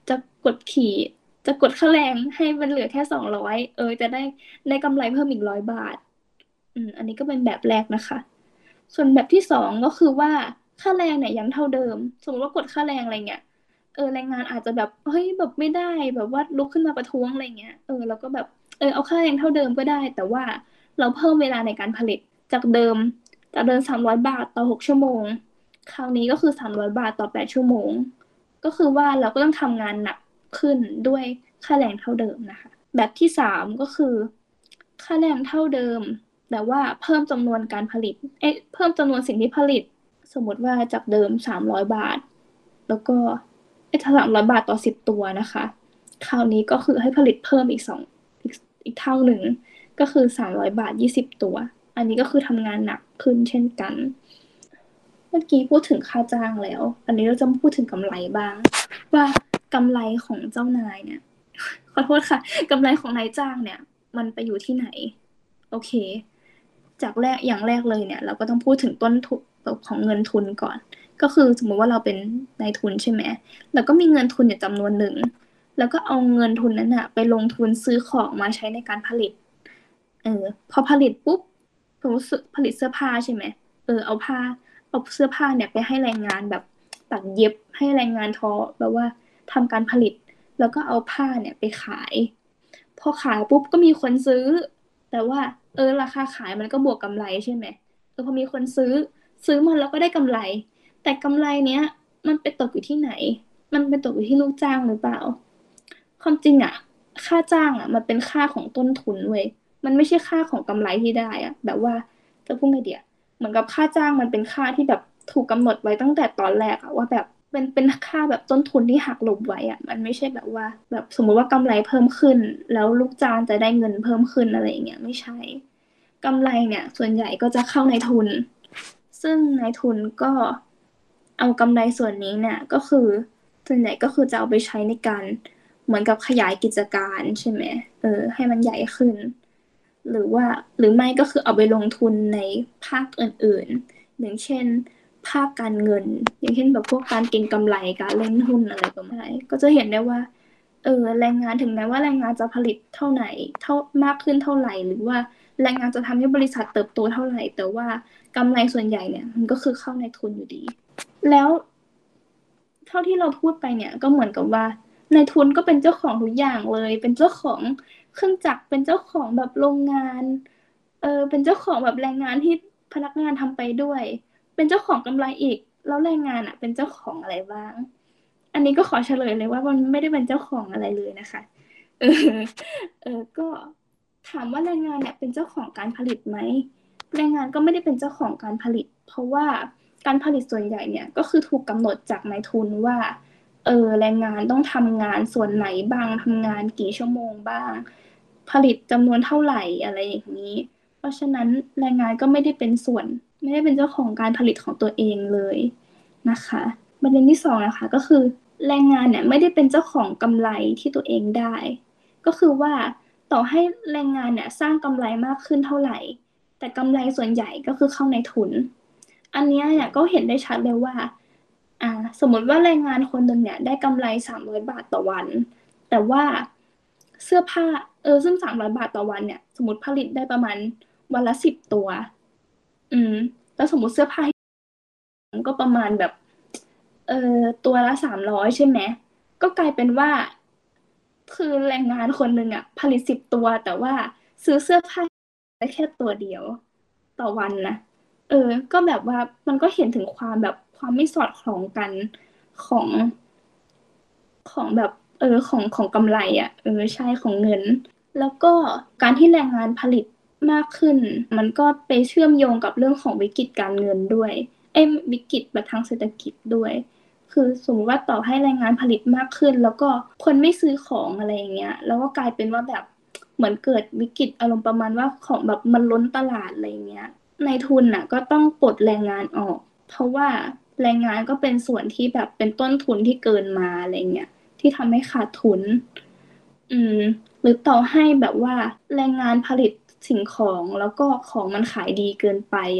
กดค่าแรงให้มันเหลือแค่200จะได้กำไรเพิ่มอีก100 บาทอันนี้ก็เป็นแบบแรกนะคะส่วนแบบที่สองก็คือว่าค่าแรงเนี่ยยังเท่าเดิมสมมติว่ากดค่าแรงอะไรเงี้ยแรงงานอาจจะแบบเฮ้ยแบบไม่ได้แบบว่าลุกขึ้นมาประท้วงอะไรเงี้ยเราก็แบบเอาค่าแรงเท่าเดิมก็ได้แต่ว่าเราเพิ่มเวลาในการผลิตจากเดิม300 บาทต่อ6 ชั่วโมงคราวนี้ก็คือ300 บาทต่อ8 ชั่วโมงก็คือว่าเราก็ต้องทำงานหนักขึ้นด้วยค่าแรงเท่าเดิมนะคะแบบที่สามก็คือค่าแรงเท่าเดิมแต่ว่าเพิ่มจำนวนการผลิตเพิ่มจำนวนสิ่งที่ผลิตสมมติว่าจากเดิม300 บาทแล้วก็300 บาทต่อ10 ตัวนะคะคราวนี้ก็คือให้ผลิตเพิ่มอีกเท่าหนึ่งก็คือ300 บาท20 ตัวอันนี้ก็คือทำงานหนักขึ้นเช่นกันเมื่อกี้พูดถึงค่าจ้างแล้วอันนี้เราจะมาพูดถึงกำไรบ้างว่ากำไรของเจ้านายเนี่ยขอโทษค่ะกำไรของนายจ้างเนี่ยมันไปอยู่ที่ไหนโอเคจากอย่างแรกเลยเนี่ยเราก็ต้องพูดถึงต้นทุนของเงินทุนก่อนก็คือสมมติว่าเราเป็นนายทุนใช่ไหมแล้วก็มีเงินทุนอยู่จำนวนหนึ่งแล้วก็เอาเงินทุนนั้นอะไปลงทุนซื้อของมาใช้ในการผลิตพอผลิตปุ๊บสมมติผลิตเสื้อผ้าใช่ไหมเอาเสื้อผ้าเนี่ยไปให้แรงงานแบบตัดเย็บให้แรงงานทอแบบว่าทำการผลิตแล้วก็เอาผ้าเนี่ยไปขายพอขายปุ๊บก็มีคนซื้อแต่ว่าราคาขายมันก็บวกกำไรใช่ไหมพอมีคนซื้อมันแล้วก็ได้กำไรแต่กำไรเนี้ยมันไปตกอยู่ที่ไหนมันไปตกอยู่ที่ลูกจ้างหรือเปล่าความจริงอะค่าจ้างอะมันเป็นค่าของต้นทุนเว้ยมันไม่ใช่ค่าของกำไรที่ได้อะแบบว่าจะพูดไงเดียเหมือนกับค่าจ้างมันเป็นค่าที่แบบถูกกำหนดไว้ตั้งแต่ตอนแรกอะว่าแบบเป็นค่าแบบต้นทุนที่หักลบไว้อะมันไม่ใช่แบบว่าแบบสมมุติว่ากำไรเพิ่มขึ้นแล้วลูกจ้างจะได้เงินเพิ่มขึ้นอะไรอย่างเงี้ยไม่ใช่กำไรเนี่ยส่วนใหญ่ก็จะเข้าในทุนซึ่งนายทุนก็เอากำไรส่วนนี้เนี่ยก็คือส่วนใหญ่ก็คือจะเอาไปใช้ในการเหมือนกับขยายกิจการใช่ไหมให้มันใหญ่ขึ้นหรือไม่ก็คือเอาไปลงทุนในภาคอื่นๆอย่างเช่นภาคการเงินอย่างเช่นแบบพวกการเก็งกำไรการเล่นหุ้นอะไรประมาณนี้ก็จะเห็นได้ว่าแรงงานถึงแม้ว่าแรงงานจะผลิตเท่าไหร่มากขึ้นเท่าไหร่หรือว่าแรงงานจะทำให้บริษัทเติบโตเท่าไหร่แต่ว่ากำไรส่วนใหญ่เนี่ยมันก็คือเข้าในทุนอยู่ดีแล้วเท่าที่เราพูดไปเนี่ยก็เหมือนกับว่าในทุนก็เป็นเจ้าของทุกอย่างเลยเป็นเจ้าของเครื่องจักรเป็นเจ้าของแบบโรงงานเป็นเจ้าของแบบแรงงานที่พนักงานทำไปด้วยเป็นเจ้าของกำไรอีกแล้วแรงงานอ่ะเป็นเจ้าของอะไรบ้างอันนี้ก็ขอเฉลยเลยว่ามันไม่ได้เป็นเจ้าของอะไรเลยนะคะเออก็ถามว่าแรงงานเนี่ยเป็นเจ้าของการผลิตไหมแรงงานก็ไม่ได้เป็นเจ้าของการผลิตเพราะว่าการผลิตส่วนใหญ่เนี่ยก็คือถูกกำหนดจากนายทุนว่าแรงงานต้องทำงานส่วนไหนบ้างทำงานกี่ชั่วโมงบ้างผลิตจำนวนเท่าไหร่อะไรอย่างนี้เพราะฉะนั้นแรงงานก็ไม่ได้เป็นเจ้าของการผลิตของตัวเองเลยนะคะประเด็นที่สองนะคะก็คือแรงงานเนี่ยไม่ได้เป็นเจ้าของกำไรที่ตัวเองได้ก็คือว่าต่อให้แรงงานเนี่ยสร้างกำไรมากขึ้นเท่าไหร่แต่กำไรส่วนใหญ่ก็คือเข้าในทุนอันนี้เนี่ยก็เห็นได้ชัดเลยว่าสมมติว่าแรงงานคนหนึ่งเนี่ยได้กำไร300 บาทต่อวันแต่ว่าเสื้อผ้าซึ่ง300 บาทต่อวันเนี่ยสมมติผลิตได้ประมาณวันละ10 ตัวแล้วสมมติเสื้อผ้าก็ประมาณแบบตัวละ300ใช่ไหมก็กลายเป็นว่าคือแรงงานคนหนึ่งผลิต10 ตัวแต่ว่าซื้อเสื้อผ้าได้แค่ตัวเดียวต่อวันนะก็แบบว่ามันก็เห็นถึงความไม่สอดคล้องกันของแบบของกำไรใช่ของเงินแล้วก็การที่แรงงานผลิตมากขึ้นมันก็ไปเชื่อมโยงกับเรื่องของวิกฤตการเงินด้วยวิกฤตแบบทางเศรษฐกิจด้วยคือสมมติว่าต่อให้แรงงานผลิตมากขึ้นแล้วก็คนไม่ซื้อของอะไรอย่างเงี้ยแล้วก็กลายเป็นว่าแบบเหมือนเกิดวิกฤตอารมณ์ประมาณว่าของแบบมันล้นตลาดอะไรเงี้ยนายทุนก็ต้องปลดแรงงานออกเพราะว่าแรงงานก็เป็นส่วนที่แบบเป็นต้นทุนที่เกินมาอะไรเงี้ยที่ทำให้ขาดทุนหรือต่อให้แบบว่าแรงงานผลิตสิ่งของแล้วก็ของมันขายดีเกินไป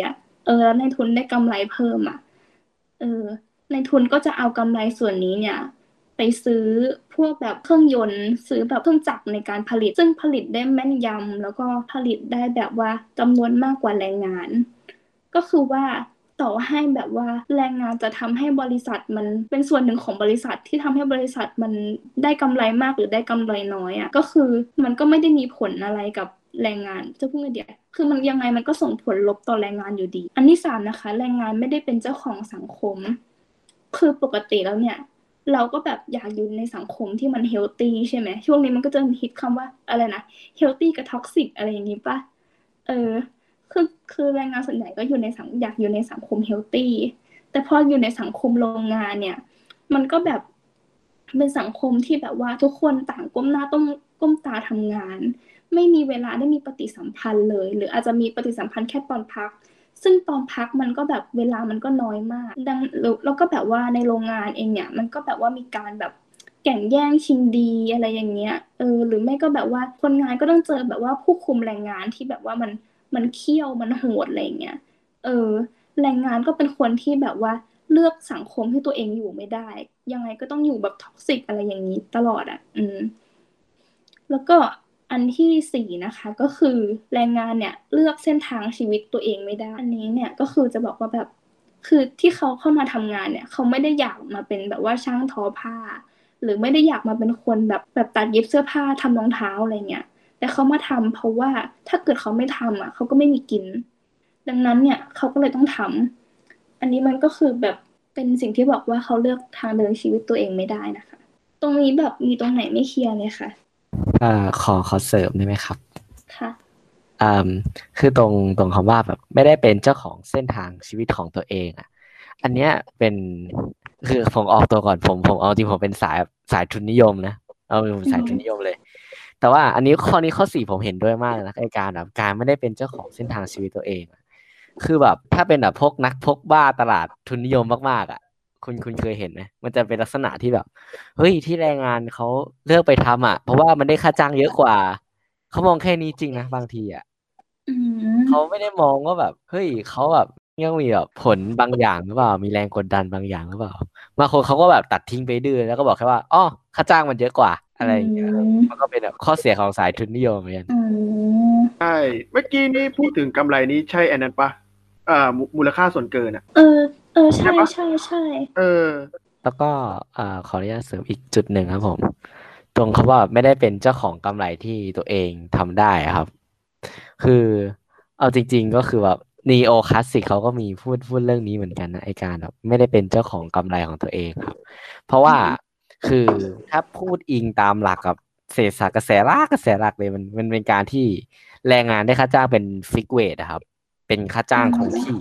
แล้วนายทุนได้กำไรเพิ่มอ่ะนายทุนก็จะเอากำไรส่วนนี้เนี่ยไปซื้อพวกแบบเครื่องยนต์ซื้อแบบเครื่องจักรในการผลิตซึ่งผลิตได้แม่นยำแล้วก็ผลิตได้แบบว่าจำนวนมากกว่าแรงงานก็คือว่าต่อให้แบบว่าแรงงานจะทำให้บริษัทมันเป็นส่วนหนึ่งของบริษัทที่ทำให้บริษัทมันได้กำไรมากหรือได้กำไรน้อยอ่ะก็คือมันก็ไม่ได้มีผลอะไรกับแรงงานจะพูดไงเดียวคือมันยังไงมันก็ส่งผลลบต่อแรงงานอยู่ดีอันที่3นะคะแรงงานไม่ได้เป็นเจ้าของสังคมคือปกติแล้วเนี่ยเราก็แบบอยากอยู่ในสังคมที่มันเฮลตี้ใช่ไหมช่วงนี้มันก็จะฮิตคำว่าอะไรนะเฮลตี้กับท็อกซิกอะไรอย่างนี้ป่ะเออคือแรงงานส่วนใหญ่ก็อยู่ในอยากอยู่ในสังคมเฮลตี้แต่พออยู่ในสังคมโรงงานเนี่ยมันก็แบบเป็นสังคมที่แบบว่าทุกคนต่างก้มหน้าต้องก้มตาทำงานไม่มีเวลาได้มีปฏิสัมพันธ์เลยหรืออาจจะมีปฏิสัมพันธ์แค่ตอนพักซึ่งตอนพักมันก็แบบเวลามันก็น้อยมากแล้วก็แบบว่าในโรงงานเองเนี่ยมันก็แบบว่ามีการแบบแข่งแย่งชิงดีอะไรอย่างเงี้ยหรือไม่ก็แบบว่าคนงานก็ต้องเจอแบบว่าผู้คุมแรงงานที่แบบว่ามันเคี่ยวมันโหดอะไรอย่างเงี้ยแรงงานก็เป็นคนที่แบบว่าเลือกสังคมที่ตัวเองอยู่ไม่ได้ยังไงก็ต้องอยู่แบบท็อกซิกอะไรอย่างนี้ตลอดอ่ะแล้วก็อันที่4นะคะก็คือแรงงานเนี่ยเลือกเส้นทางชีวิตตัวเองไม่ได้อันนี้เนี่ยก็คือจะบอกว่าแบบคือที่เขาเข้ามาทำงานเนี่ยเขาไม่ได้อยากมาเป็นแบบว่าช่างทอผ้าหรือไม่ได้อยากมาเป็นคนแบบตัดเย็บเสื้อผ้าทำรองเท้าอะไรเงี้ยแต่เขามาทำเพราะว่าถ้าเกิดเขาไม่ทำอ่ะเขาก็ไม่มีกินดังนั้นเนี่ยเขาก็เลยต้องทำอันนี้มันก็คือแบบเป็นสิ่งที่บอกว่าเขาเลือกทางเดินชีวิตตัวเองไม่ได้นะคะตรงนี้แบบมีตรงไหนไม่เคลียร์เลยค่ะขอเสริมได้ไหมครับค่ะคือตรงคำว่าแบบไม่ได้เป็นเจ้าของเส้นทางชีวิตของตัวเองอ่ะอันเนี้ยเป็นคือผมออกตัวก่อนผมเอาจริงผมเป็นสายทุนนิยมนะผมสายทุนนิยมเลย แต่ว่าอันนี้ข้อ4ผมเห็นด้วยมากเลยนะไอ้การแบบการไม่ได้เป็นเจ้าของเส้นทางชีวิตตัวเองคือแบบถ้าเป็นแบบพวกนักพกบ้าตลาดทุนนิยมมากๆอ่ะคุณเคยเห็นไหมมันจะเป็นลักษณะที่แบบเฮ้ยที่แรงงานเขาเลือกไปทำอ่ะเพราะว่ามันได้ค่าจ้างเยอะกว่าเขามองแค่นี้จริงนะบางทีอ่ะเขาไม่ได้มองว่าแบบเฮ้ยเขาแบบยังมีแบบผลบางอย่างหรือเปล่ามีแรงกดดันบางอย่างหรือเปล่าบางคนเขาก็แบบตัดทิ้งไปดื้อแล้วก็บอกแค่ว่าอ๋อค่าจ้างมันเยอะกว่าอะไรอย่างเงี้ยมันก็เป็นแบบข้อเสียของสายทุนนิยมเหมือนกันใช่เมื่อกี้นี้พูดถึงกำไรนี้ใช่อันนั้นปะมูลค่าส่วนเกินอ่ะใช่ใช่ใช่แล้วก็ขออนุญาตเสริมอีกจุดหนึ่งครับผมตรงเขาว่าไม่ได้เป็นเจ้าของกำไรที่ตัวเองทำได้ครับคือเอาจริงๆก็คือแบบนีโอคลาสสิกเขาก็มีพูดเรื่องนี้เหมือนกันนะไอการแบบไม่ได้เป็นเจ้าของกำไรของตัวเองครับเพราะว่าคือถ้าพูดอิงตามหลักกับเศรษฐศาสตร์กระแสหลักเลยมันเป็นการที่แรงงานได้ค่าจ้างเป็นฟิกเวทครับเป็นค่าจ้างคงที่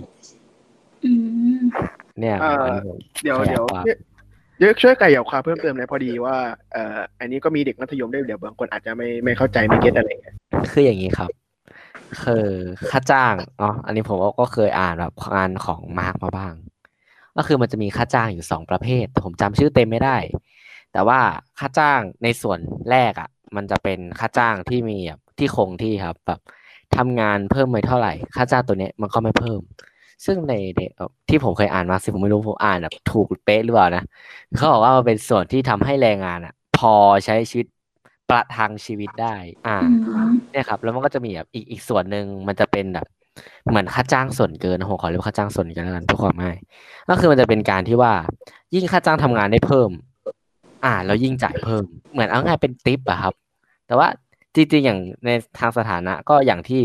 เนี่ยเดี๋ยวช่วยขยายความเพิ่มเติมเลยพอดีว่าอันนี้ก็มีเด็กมัธยมได้เดี๋ยวบางคนอาจจะไม่เข้าใจไม่เก็ตอะไรเงี้ยคืออย่างนี้ครับคือค่าจ้างเนาะอันนี้ผมก็เคยอ่านแบบงานของมาร์กมาบ้างก็คือมันจะมีค่าจ้างอยู่2ประเภทแต่ผมจำชื่อเต็มไม่ได้แต่ว่าค่าจ้างในส่วนแรกอ่ะมันจะเป็นค่าจ้างที่มีแบบที่คงที่ครับแบบทำงานเพิ่มไปเท่าไหร่ค่าจ้างตัวนี้มันก็ไม่เพิ่มซึ่งในที่ผมเคยอ่านมาสิผมไม่รู้ผมอ่านแบบถูกเป๊ะหรือเปล่านะเขาบอกว่ามันเป็นส่วนที่ทำให้แรงงานอ่ะพอใช้ชีวิตประทังชีวิตได้เนี่ยครับแล้วมันก็จะมีแบบอีกส่วนหนึ่งมันจะเป็นแบบเหมือนค่าจ้างส่วนเกินผมขอเรียกว่าค่าจ้างส่วนเกินแล้วกันเพื่อความง่ายก็คือมันจะเป็นการที่ว่ายิ่งค่าจ้างทำงานได้เพิ่มแล้วยิ่งจ่ายเพิ่มเหมือนเอาง่ายเป็นทิปอะครับแต่ว่าจริงๆอย่างในทางสถานะก็อย่างที่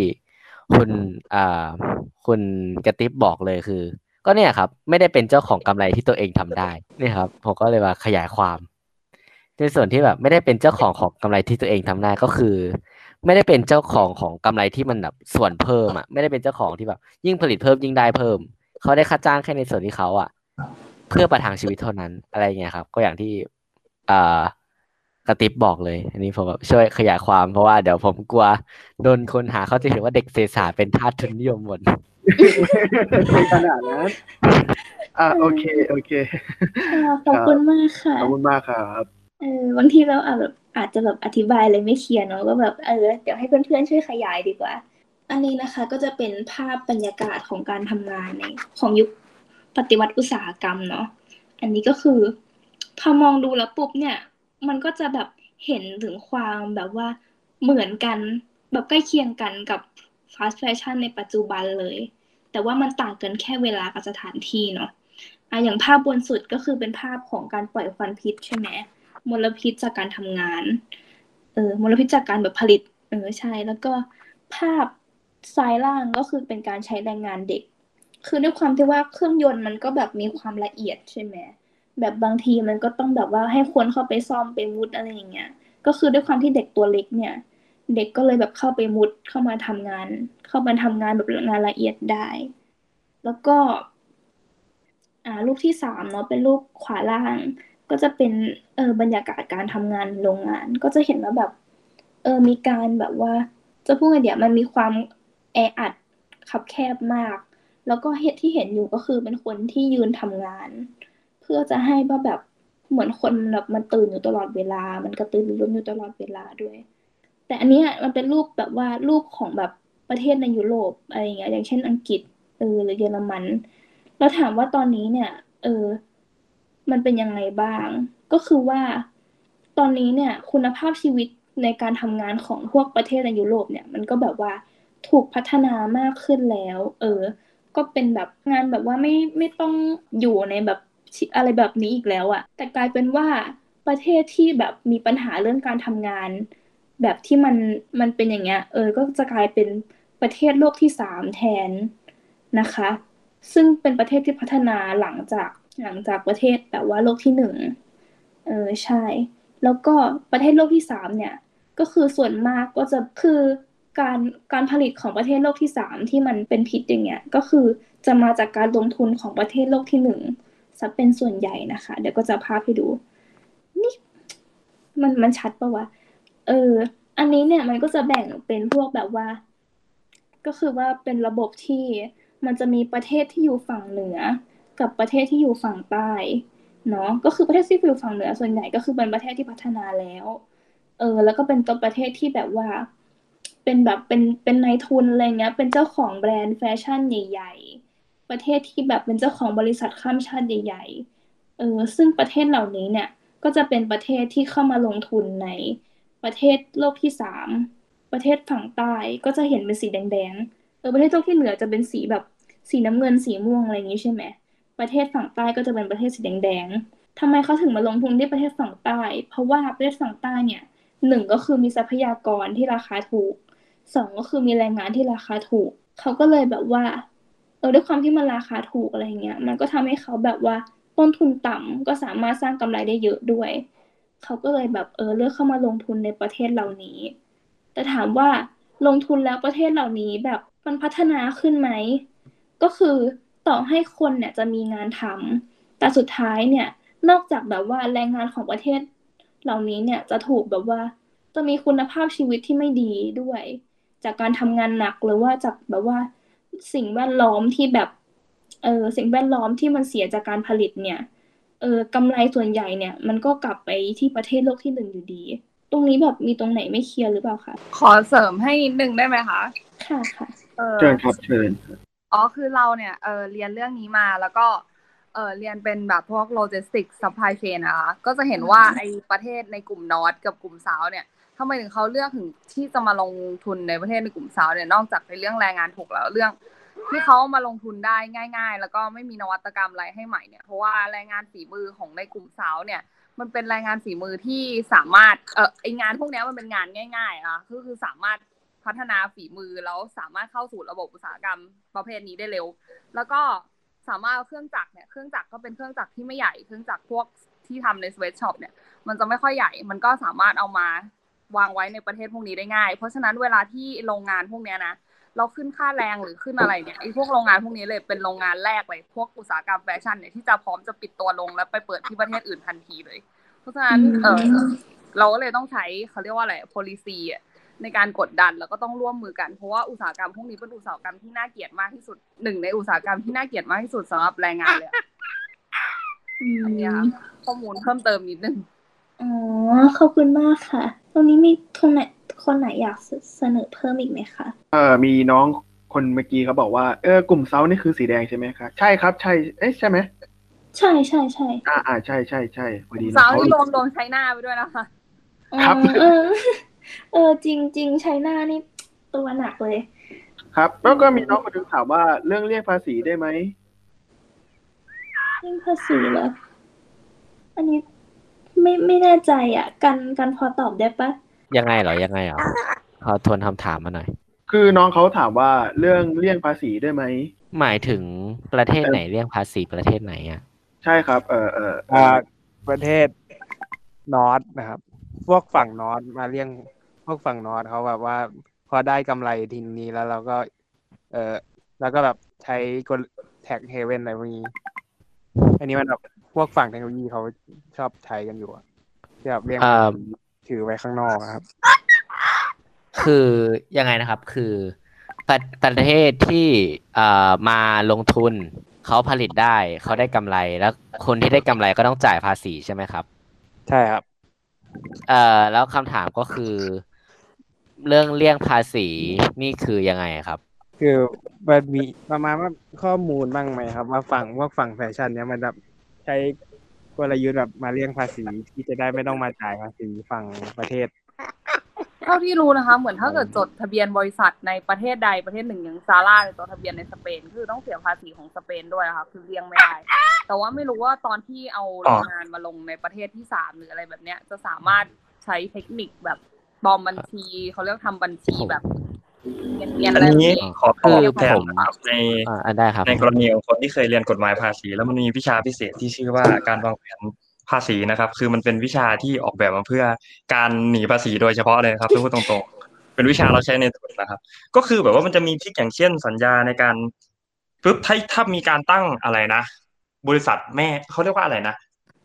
คุณกระติ๊บบอกเลยคือก็เนี่ยครับไม่ได้เป็นเจ้าของกำไรที่ตัวเองทำได้นี่ครับผมก็เลยว่าขยายความในส่วนที่แบบไม่ได้เป็นเจ้าของกำไรที่ตัวเองทำได้ก็คือไม่ได้เป็นเจ้าของกำไรที่มันแบบส่วนเพิ่มไม่ได้เป็นเจ้าของที่แบบยิ่งผลิตเพิ่มยิ่งได้เพิ่มเขาได้ค่าจ้างแค่ในส่วนที่เขาเพื่อประทังชีวิตเท่านั้นอะไรเงี้ยครับก็อย่างที่กระติบบอกเลยอันนี้ผมแบบช่วยขยายความเพราะว่าเดี๋ยวผมกลัวโดนคนหาเข้าใจผิดว่าเด็กเศรษฐศาสตร์เป็นทาสทุนนิยมหมดไม่ขนาดนั้นโอเคขอบคุณมากค่ะขอบคุณมากครับบางทีเราอาจจะแบบอธิบายอะไรไม่เคลียร์เนาะก็แบบเดี๋ยวให้เพื่อนๆช่วยขยายดีกว่าอันนี้นะคะก็จะเป็นภาพบรรยากาศของการทำงานในของยุคปฏิวัติอุตสาหกรรมเนาะอันนี้ก็คือพอมองดูแล้วปุ๊บเนี่ยมันก็จะแบบเห็นถึงความแบบว่าเหมือนกันแบบใกล้เคียงกันกับ fast fashion ในปัจจุบันเลยแต่ว่ามันต่างกันแค่เวลากับสถานที่เนาะอย่างภาพบนสุดก็คือเป็นภาพของการปล่อยควันพิษใช่ไหมมลพิษจากการทำงานมลพิษจากการแบบผลิตใช่แล้วก็ภาพซ้ายล่างก็คือเป็นการใช้แรงงานเด็กคือด้วยความที่ว่าเครื่องยนต์มันก็แบบมีความละเอียดใช่ไหมแบบบางทีมันก็ต้องแบบว่าให้คนเข้าไปซ่อมไปมุดอะไรอย่างเงี้ยก็คือด้วยความที่เด็กตัวเล็กเนี่ยเด็กก็เลยแบบเข้าไปมุดเข้ามาทำงานแบบงานละเอียดได้แล้วก็รูปที่3เนาะเป็นรูปขวาล่างก็จะเป็นบรรยากาศการทำงานโรงงานก็จะเห็นว่าแบบมีการแบบว่าจะพูดไงเดี๋ยวมันมีความแออัดคับแคบมากแล้วก็ที่เห็นอยู่ก็คือเป็นคนที่ยืนทำงานเพื่อจะให้ว่าแบบเหมือนคนแบบมันตื่นอยู่ตลอดเวลามันกระตือรือร้นอยู่ตลอดเวลาด้วยแต่อันเนี้ยมันเป็นรูปแบบว่ารูปของแบบประเทศในยุโรปอะไรอย่างเงี้ยอย่างเช่นอังกฤษหรือเยอรมันแล้วถามว่าตอนนี้เนี่ยมันเป็นยังไงบ้างก็คือว่าตอนนี้เนี่ยคุณภาพชีวิตในการทำงานของพวกประเทศในยุโรปเนี่ยมันก็แบบว่าถูกพัฒนามากขึ้นแล้วก็เป็นแบบงานแบบว่าไม่ต้องอยู่ในแบบอะไรแบบนี้อีกแล้วอะแต่กลายเป็นว่าประเทศที่แบบมีปัญหาเรื่องการทำงานแบบที่มันเป็นอย่างเงี้ยก็จะกลายเป็นประเทศโลกที่3แทนนะคะซึ่งเป็นประเทศที่พัฒนาหลังจากประเทศแบบว่าโลกที่1ใช่แล้วก็ประเทศโลกที่3เนี่ยก็คือส่วนมากก็จะคือการผลิตของประเทศโลกที่3ที่มันเป็นพิษอย่างเงี้ยก็คือจะมาจากการลงทุนของประเทศโลกที่1ซะเป็นส่วนใหญ่นะคะเดี๋ยวก็จะภาพให้ดูนี่มันชัดปะวะอันนี้เนี่ยมันก็จะแบ่งเป็นพวกแบบว่าก็คือว่าเป็นระบบที่มันจะมีประเทศที่อยู่ฝั่งเหนือกับประเทศที่อยู่ฝั่งใต้เนาะก็คือประเทศที่อยู่ฝั่งเหนือส่วนใหญ่ก็คือเป็นประเทศที่พัฒนาแล้วแล้วก็เป็นตัวประเทศที่แบบว่าเป็นแบบเป็นนายทุนอะไรเงี้ยเป็นเจ้าของแบรนด์แฟชั่นใหญ่ๆประเทศที่แบบเป็นเจ้าของบริษัทข้ามชาติใหญ่ๆซึ่งประเทศเหล่านี้เนี่ยก็จะเป็นประเทศที่เข้ามาลงทุนในประเทศโลกที่3ประเทศฝั่งใต้ก็จะเห็นเป็นสีแดงๆประเทศโลกที่เหนือจะเป็นสีแบบสีน้ำเงินสีม่วงอะไรอย่างนี้ใช่ไหมประเทศฝั่งใต้ก็จะเป็นประเทศสีแดงๆทำไมเขาถึงมาลงทุนที่ประเทศฝั่งใต้เพราะว่าประเทศฝั่งใต้เนี่ย1ก็คือมีทรัพยากรที่ราคาถูก2ก็คือมีแรงงานที่ราคาถูกเขาก็เลยแบบว่าด้วยความที่มันราคาถูกอะไรเงี้ยมันก็ทำให้เขาแบบว่าต้นทุนต่ำก็สามารถสร้างกำไรได้เยอะด้วยเขาก็เลยแบบเลือกเข้ามาลงทุนในประเทศเหล่านี้แต่ถามว่าลงทุนแล้วประเทศเหล่านี้แบบมันพัฒนาขึ้นไหมก็คือต่อให้คนเนี่ยจะมีงานทำแต่สุดท้ายเนี่ยนอกจากแบบว่าแรงงานของประเทศเหล่านี้เนี่ยจะถูกแบบว่าจะมีคุณภาพชีวิตที่ไม่ดีด้วยจากการทำงานหนักหรือว่าจากแบบว่าสิ่งแวดล้อมที่แบบสิ่งแวดล้อมที่มันเสียจากการผลิตเนี่ยกำไรส่วนใหญ่เนี่ยมันก็กลับไปที่ประเทศโลกที่1อยู่ดีตรงนี้แบบมีตรงไหนไม่เคลียร์หรือเปล่าคะขอเสริมให้นิดนึงได้ไหมคะค่ะค่ะเชิญครับเชิญคือเราเนี่ยเรียนเรื่องนี้มาแล้วก็เรียนเป็นแบบพวกโลจิสติกส์ซัพพลายเชนนะคะก็จะเห็นว่าไอ้ประเทศในกลุ่มนอร์ทกับกลุ่มเซาท์เนี่ยทำไมถึงเขาเลือกถึงที่จะมาลงทุนในประเทศในกลุ่มเซาท์เนี่ยนอกจากในเรื่องแรงงานถูกแล้วเรื่องที่เขามาลงทุนได้ง่ายๆแล้วก็ไม่มีนวัตกรรมอะไรให้ใหม่เนี่ยเพราะว่าแรงงานฝีมือของในกลุ่มเซาท์เนี่ยมันเป็นแรงงานฝีมือที่สามารถไองานพวกนี้มันเป็นงานง่ายๆอ่ะคือสามารถพัฒนาฝีมือแล้วสามารถเข้าสู่ระบบอุตสาหกรรมประเภทนี้ได้เร็วแล้วก็สามารถเอาเครื่องจักรก็เป็นเครื่องจักรที่ไม่ใหญ่เครื่องจักรพวกที่ทำในสเวทช็อปเนี่ยมันจะไม่ค่อยใหญ่มันก็สามารถเอามาวางไว้ในประเทศพวกนี้ได้ง่ายเพราะฉะนั้นเวลาที่โรงงานพวกนี้นะเราขึ้นค่าแรงหรือขึ้นอะไรเนี่ยไอ้พวกโรงงานพวกนี้เลยเป็นโรงงานแรกเลยพวกอุตสาหกรรมแฟชั่นเนี่ยที่จะพร้อมจะปิดตัวลงแล้วไปเปิดที่ประเทศอื่นทันทีเลยเพราะฉะนั้นเราก็เลยต้องใช้เขาเรียกว่าอะไร policy ในการกดดันแล้วก็ต้องร่วมมือกันเพราะว่าอุตสาหกรรมพวกนี้เป็นอุตสาหกรรมที่น่าเกลียดมากที่สุดหนึ่งในอุตสาหกรรมที่น่าเกลียดมากที่สุดสำหรับแรงงานเลยอันนี้ข้อมูลเพิ่มเติมนิดนึงขอบคุณมากค่ะตรงนี้มีตรงไหนคนไหนอยากเสนอเพิ่มอีกไหมคะมีน้องคนเมื่อกี้เขาบอกว่ากลุ่มเซานี่คือสีแดงใช่ไหมคะใช่ครับใช่ใช่ไหมใช่ใช่ใช่ใช่พอดีสาวเขาที่รวมไชน่าไปด้วยนะคะครับจริงไชน่านี่ตัวหนักเลยครับแล้วก็มีน้องคนนึงถามว่าเรื่องเลี่ยงภาษีได้ไหมเลี่ยงภาษีเหรออันนี้ไม่แน่ใจอ่ะกันพอตอบได้ปะยังไงเหรอขอทวนคำถามมาหน่อยคือน้องเขาถามว่าเรื่องเลี่ยงภาษีได้ไหมหมายถึงประเทศไหนเลี่ยงภาษีประเทศไหนอ่ะใช่ครับประเทศนอร์ทนะครับพวกฝั่งนอร์ทมาเลี่ยงพวกฝั่งนอร์ทเขาแบบว่าพอได้กำไรทีนี้แล้วเราก็แล้วก็แบบใช้กลแท็กเฮเว่นอะไรพวกนี้อันนี้มันแบบพวกฝั่งเทคโนโลยีเขาชอบใช้กันอยู่ที่แบบเลี่ยงถือไว้ข้างนอกครับคือยังไงนะครับคือประเทศที่มาลงทุนเขาผลิตได้เขาได้กำไรแล้วคนที่ได้กำไรก็ต้องจ่ายภาษีใช่ไหมครับใช่ครับแล้วคำถามก็คือเรื่องเลี่ยงภาษีนี่คือยังไงครับคือมันมีประมาณว่าข้อมูลบ้างไหมครับว่าฝั่งแฟชั่นเนี้ยมันแบบใช้กลยุทธ์แบบมาเลี่ยงภาษีที่จะได้ไม่ต้องมาจ่ายภาษีฝั่งประเทศเท่าที่รู้นะคะเหมือนถ้าเกิดจดทะเบียนบริษัทในประเทศใดประเทศหนึ่งอย่างซาร่าจดทะเบียนในสเปนคือต้องเสียภาษีของสเปนด้วยค่ะคือเลี่ยงไม่ได้แต่ว่าไม่รู้ว่าตอนที่เอาโรงงานมาลงในประเทศที่3หรืออะไรแบบเนี้ยจะสามารถใช้เทคนิคแบบปลอมบัญชีเขาเรียกทำบัญชีแบบเนียนๆอะไรแบบนี้ขอแทนในกรณีของคนที่เคยเรียนกฎหมายภาษีแล้วมันมีวิชาพิเศษที่ชื่อว่าการวางแผนภาษีนะครับคือมันเป็นวิชาที่ออกแบบมาเพื่อการหนีภาษีโดยเฉพาะเลยครับพูดตรงๆเป็นวิชาเราใช้ในทุนนะครับก็คือแบบว่ามันจะมีที่อย่างเช่นสัญญาในการปุ๊บถ้ามีการตั้งอะไรนะบริษัทแม่เขาเรียกว่าอะไรนะ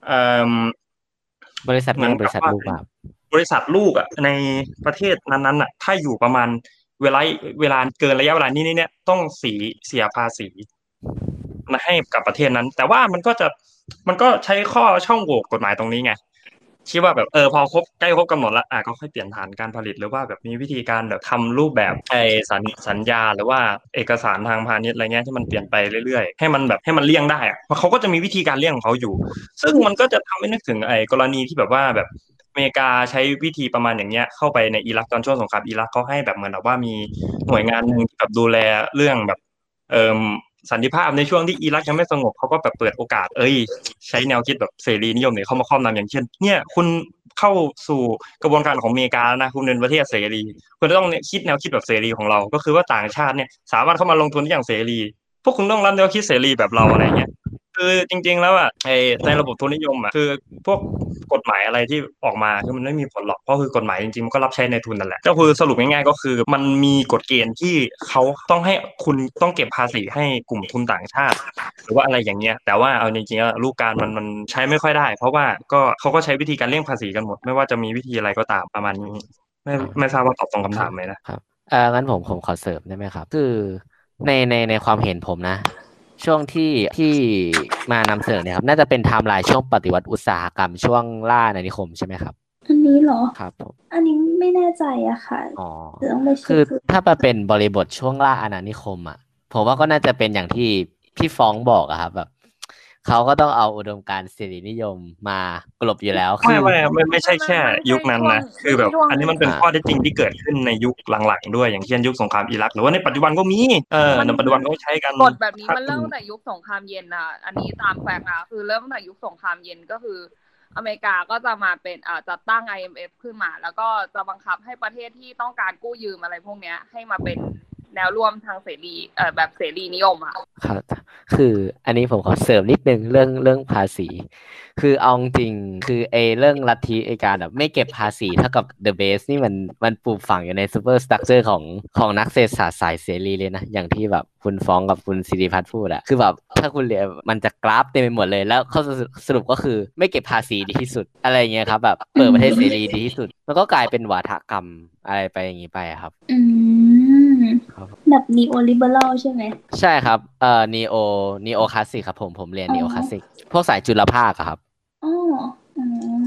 บริษัทแม่บริษัทลูกครับบริษัทลูกอ่ะในประเทศนั้นๆอ่ะถ้าอยู่ประมาณเวลาเกินระยะเวลานี้เนี่ยต้องเสียภาษีมาให้กับประเทศนั้นแต่ว่ามันก็ใช้ข้อช่องโหว่กฎหมายตรงนี้ไงคิดว่าแบบพอใกล้ครบกำหนดแล้วก็ค่อยเปลี่ยนฐานการผลิตหรือว่าแบบมีวิธีการแบบทำรูปแบบสัญญาหรือว่าเอกสารทางพาณิชย์อะไรเงี้ยที่มันเปลี่ยนไปเรื่อยๆให้มันเลี่ยงได้เพราะเขาก็จะมีวิธีการเลี่ยงของเขาอยู่ซึ่งมันก็จะทำให้นึกถึงกรณีที่แบบว่าแบบอเมริกาใช้วิธีประมาณอย่างเงี้ยเข้าไปในอิรักตอนช่วงสงครามอิรักเขาให้แบบเหมือนแบบว่ามีหน่วยงานนึงที่แบบดูแลเรื่องแบบสันติภาพในช่วงที่อิรักยังไม่สงบเขาก็แบบเปิดโอกาสใช้แนวคิดแบบเสรีนิยมเนี่ยเข้ามาครอบงำอย่างเช่นเนี่ยคุณเข้าสู่กระบวนการของอเมริกานะคุณเป็นประเทศเสรีคุณต้องคิดแนวคิดแบบเสรีของเราก็คือว่าต่างชาติเนี่ยสามารถเข้ามาลงทุนได้อย่างเสรีพวกคุณต้องรับแนวคิดเสรีแบบเราอะไรเงี้ยคือจริงๆแล้วในระบบทุนนิยมคือพวกกฎหมายอะไรที่ออกมาคือมันไม่มีผลหรอกเพราะคือกฎหมายจริงๆมันก็รับใช้ในทุนนั่นแหละก็คือสรุปง่ายๆก็คือมันมีกฎเกณฑ์ที่เขาต้องให้คุณต้องเก็บภาษีให้กลุ่มทุนต่างชาติหรือว่าอะไรอย่างเงี้ยแต่ว่าเอาจริงๆแล้วลูกการมันใช้ไม่ค่อยได้เพราะว่าเขาก็ใช้วิธีการเลี่ยงภาษีกันหมดไม่ว่าจะมีวิธีอะไรก็ตามประมาณนี้ไม่ทราบว่าตอบตรงคำถามไหมนะครับงั้นผมขอเสริมได้ไหมครับคือในความเห็นผมนะช่วงที่มานำเสนอเนี่ยครับน่าจะเป็นไทม์ไลน์ช่วงปฏิวัติอุตสาหกรรมช่วงล่าอาณานิคมใช่ไหมครับอันนี้เหรอครับอันนี้ไม่แน่ใจอะค่ะคือถ้ามาเป็นบริบทช่วงล่าอาณานิคมอะผมว่าก็น่าจะเป็นอย่างที่พี่ฟ้องบอกอะครับแบบเขาก็ต้องเอาอุดมการณ์เสรีนิยมมากลบอยู่แล้วคือไม่ใช่แค่ยุคนั้นนะคือแบบอันนี้มันเป็นข้อเท็จจริงที่เกิดขึ้นในยุคหลังๆด้วยอย่างเช่นยุคสงครามอิรักหรือว่าในปัจจุบันก็มีในปัจจุบันก็ใช้กันกฎแบบนี้มันเริ่มตั้งแต่ยุคสงครามเย็นนะอันนี้ตามแฟกต์นะคือเริ่มตั้งแต่ยุคสงครามเย็นก็คืออเมริกาก็จะมาเป็นจัดตั้ง IMF ขึ้นมาแล้วก็จะบังคับให้ประเทศที่ต้องการกู้ยืมอะไรพวกเนี้ยให้มาเป็นแนวร่วมทางเสรีแบบเสรีนิยมอะครับคืออันนี้ผมขอเสริมนิดนึงเรื่องภาษีคือเอาจริงคือเรื่องลัทธิการแบบไม่เก็บภาษีเท่ากับ The Base นี่มันปลูกฝังอยู่ในซูเปอร์สตรัคเจอร์ของนักเศรษฐศาสตร์สายเสรีเลยนะอย่างที่แบบคุณฟ้องกับคุณศิริพัฒน์พูดอะคือแบบถ้าคุณเรียนมันจะกราฟเต็มไปหมดเลยแล้วข้อสรุปก็คือไม่เก็บภาษีดีที่สุดอะไรเงี้ยครับแบบเปิดประเทศเสรีดีที่สุดมันก็กลายเป็นวาทกรรมอะไรไปอย่างนี้ไปครับแบบ neo liberal ใช่ไหมใช่ครับneo classic ครับผมเรียน neo classic พวกสายจุลภาคครับ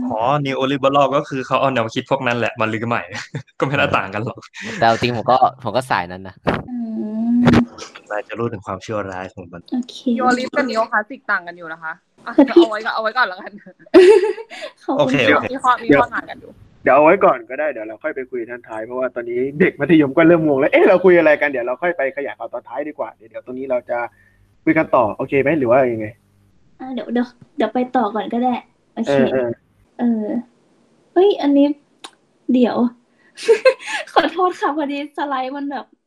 อ๋อ neoliberal ก็คือเขาเอาแนวคิดพวกนั้นแหละมาลื้อใหม่ ก็ไม่น่าต่างกันหรอกแต่จริงผมก็สายนั้นนะนายจะรู้ถึงความชั่วร้ายของมันโอเคนิโอลิฟกับนิโอคลาสสิกต่างกันอยู่นะคะอ่ะแต่พี่เอาไว้ก่อนแล้วกันขอบโอคุณเคค่ะมีความต่างกันอยู่เดี๋ยวเอาไว้ก่อนก็ได้เดี๋ยวเราค่อยไปคุยท่านท้ายเพราะว่าตอนนี้เด็กมัธยมก็เริ่มงงแล้วเราคุยอะไรกันเดี๋ยวเราค่อยไปขยายความตอนท้ายดีกว่าเดี๋ยวตรงนี้เราจะคุยกันต่อโอเคไหมหรือว่ายังไงเดี๋ยวไปต่อก่อนก็ได้โอเคเฮ้ยอันนี้เดี๋ยว ขอโทษค่ะพอดีสไลด์มันแบบ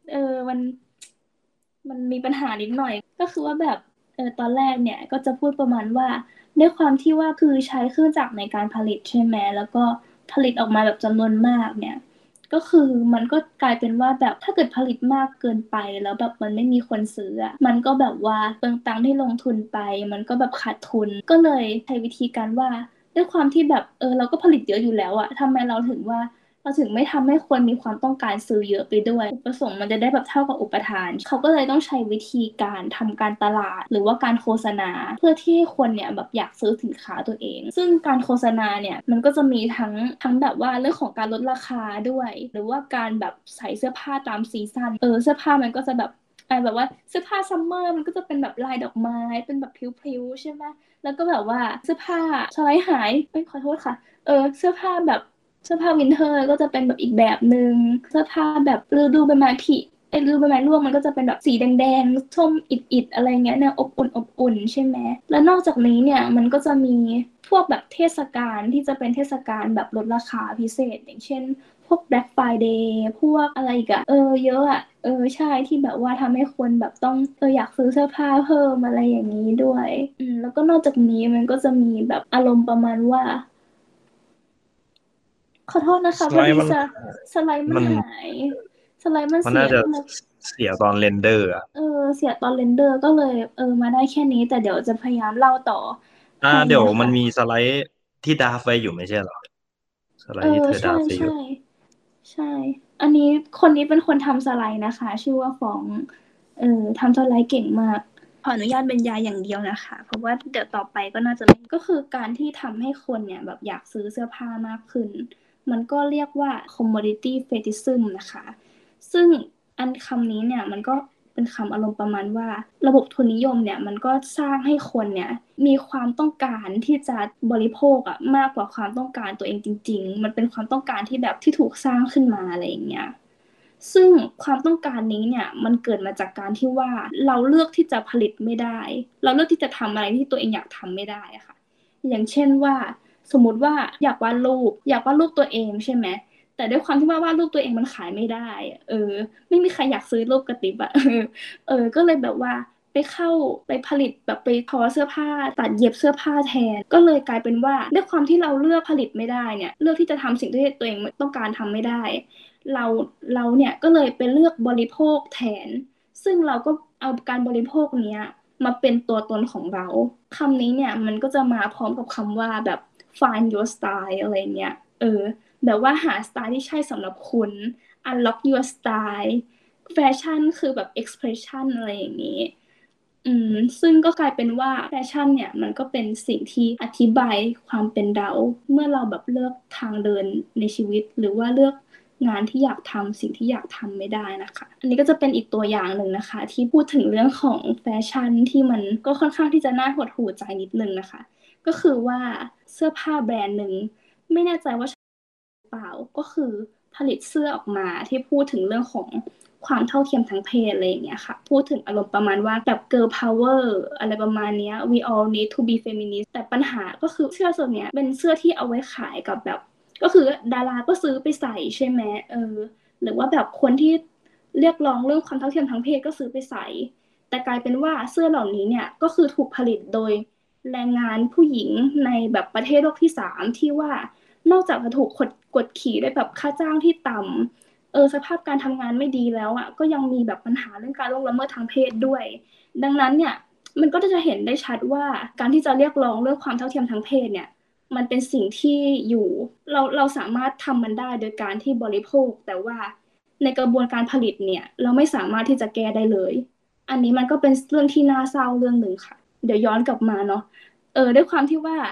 มันมีปัญหานิดหน่อยก็คือว่าแบบตอนแรกเนี่ยก็จะพูดประมาณว่าด้วยความที่ว่าคือใช้เครื่องจักรในการผลิตใช่ไหมแล้วก็ผลิตออกมาแบบจำนวนมากเนี่ยก็คือมันก็กลายเป็นว่าแบบถ้าเกิดผลิตมากเกินไปแล้วแบบมันไม่มีคนซื้ออะมันก็แบบว่าเปลืองตังค์ที่ลงทุนไปมันก็แบบขาดทุนก็เลยใช้วิธีการว่าด้วยความที่แบบเราก็ผลิตเยอะอยู่แล้วอะทำไมเราถึงไม่ทำให้คนมีความต้องการซื้อเยอะไปด้วยอุปสงค์มันจะได้แบบเท่ากับอุปทานเขาก็เลยต้องใช้วิธีการทำการตลาดหรือว่าการโฆษณาเพื่อที่ให้คนเนี่ยแบบอยากซื้อสินค้าตัวเองซึ่งการโฆษณาเนี่ยมันก็จะมีทั้งแบบว่าเรื่องของการลดราคาด้วยหรือว่าการแบบใส่เสื้อผ้าตามซีซั่นเสื้อผ้ามันก็จะแบบว่าเสื้อผ้าซัมเมอร์มันก็จะเป็นแบบลายดอกไม้เป็นแบบพลิ้วๆใช่ไหมแล้วก็แบบว่าเสื้อผ้าสไลด์หายขอโทษค่ะเสื้อผ้าวินเทอร์ก็จะเป็นแบบอีกแบบหนึ่งเสื้อผ้าแบบฤดูใบไม้ผลิฤดูใบไม้ร่วงมันก็จะเป็นแบบสีแดงๆส้มอิดๆอะไรเงี้ยแนวอบอุ่นใช่ไหมแล้วนอกจากนี้เนี่ยมันก็จะมีพวกแบบเทศกาลที่จะเป็นเทศกาลแบบลดราคาพิเศษอย่างเช่นพวก Black Friday พวกอะไรอีกอะเยอะอะใช่ที่แบบว่าทำให้คนแบบต้องอยากซื้อเสื้อผ้าเพิ่มอะไรอย่างนี้ด้วยแล้วก็นอกจากนี้มันก็จะมีแบบอารมณ์ประมาณว่าขอโทษนะคะพอดีสไลด์มันหายสไลด์มันเสียน่าจะเสียตอนเรนเดอร์อ่ะเสียตอนเรนเดอร์ก็เลยมาได้แค่นี้แต่เดี๋ยวจะพยายามเล่าต่อเดี๋ยวมันมีสไลด์ที่ดราฟไว้อยู่ไม่ใช่เหรอสไลด์ที่เธอดราฟไว้อยู่ใช่อันนี้คนนี้เป็นคนทำสไลด์นะคะชื่อว่าฟองทำสไลด์เก่งมากขออนุญาตบรรยายอย่างเดียวนะคะเพราะว่าเดี๋ยวต่อไปก็น่าจะไม่ก็คือการที่ทำให้คนเนี่ยแบบอยากซื้อเสื้อผ้ามากขึ้นมันก็เรียกว่า commodity fetishism นะคะซึ่งคำนี้เนี่ยมันก็เป็นคำอารมณ์ประมาณว่าระบบทุนนิยมเนี่ยมันก็สร้างให้คนเนี่ยมีความต้องการที่จะบริโภคอะมากกว่าความต้องการตัวเองจริงๆมันเป็นความต้องการที่แบบที่ถูกสร้างขึ้นมาอะไรอย่างเงี้ยซึ่งความต้องการนี้เนี่ยมันเกิดมาจากการที่ว่าเราเลือกที่จะผลิตไม่ได้เราเลือกที่จะทำอะไรที่ตัวเองอยากทำไม่ได้อะค่ะอย่างเช่นว่าสมมติว่าอยากวาดรูปตัวเองใช่ไหมแต่ด้วยความที่ว่าวาดรูปตัวเองมันขายไม่ได้ไม่มีใครอยากซื้อรูปกระติบอะก็เลยแบบว่าไปผลิตแบบไปทอเสื้อผ้าตัดเย็บเสื้อผ้าแทนก็เลยกลายเป็นว่าด้วยความที่เราเลือกผลิตไม่ได้เนี่ยเลือกที่จะทำสิ่งที่ตัวเองต้องการทำไม่ได้เราเนี่ยก็เลยไปเลือกบริโภคแทนซึ่งเราก็เอาการบริโภคเนี้ยมาเป็นตัวตนของเราคำนี้เนี่ยมันก็จะมาพร้อมกับคำว่าแบบ find your style อะไรเงี้ยแบบว่าหาสไตล์ที่ใช่สำหรับคุณ unlock your style แฟชั่นคือแบบ expression อะไรอย่างนี้ซึ่งก็กลายเป็นว่าแฟชั่นเนี่ยมันก็เป็นสิ่งที่อธิบายความเป็นเราเมื่อเราแบบเลือกทางเดินในชีวิตหรือว่าเลือกงานที่อยากทำสิ่งที่อยากทำไม่ได้นะคะอันนี้ก็จะเป็นอีกตัวอย่างหนึ่งนะคะที่พูดถึงเรื่องของแฟชั่นที่มันก็ค่อนข้างที่จะน่าหดหู่ใจนิดนึงนะคะก็คือว่าเสื้อผ้าแบรนด์หนึ่งไม่แน่ใจว่าเปล่าก็คือผลิตเสื้อออกมาที่พูดถึงเรื่องของความเท่าเทียมทางเพศอะไรอย่างเงี้ยค่ะพูดถึงอารมณ์ประมาณว่าแบบ girl power อะไรประมาณเนี้ย we all need to be feminist แต่ปัญหาก็คือเสื้อตัวเนี้ยเป็นเสื้อที่เอาไว้ขายกับแบบก็คือดาราก็ซื้อไปใส่ใช่ไหมหรือว่าแบบคนที่เรียกร้องเรื่องความเท่าเทียมทางเพศก็ซื้อไปใส่แต่กลายเป็นว่าเสื้อเหล่านี้เนี่ยก็คือถูกผลิตโดยแรงงานผู้หญิงในแบบประเทศโลกที่3ที่ว่านอกจากจะถูกกดขี่ด้วยแบบค่าจ้างที่ต่ำสภาพการทำงานไม่ดีแล้วอ่ะก็ยังมีแบบปัญหาเรื่องการล่วงละเมิดทางเพศด้วยดังนั้นเนี่ยมันก็จะเห็นได้ชัดว่าการที่จะเรียกร้องเรื่องความเท่าเทียมทางเพศเนี่ยมันเป็นสิ่งที่อยู่เราสามารถทำมันได้โดยการที่บริโภคแต่ว่าในกระบวนการผลิตเนี่ยเราไม่สามารถที่จะแก้ได้เลยอันนี้มันก็เป็นเรื่องที่น่าเศร้าเรื่องหนึ่งค่ะเดี๋ยวย้อนกลับมาเนาะด้วยความที่ว่า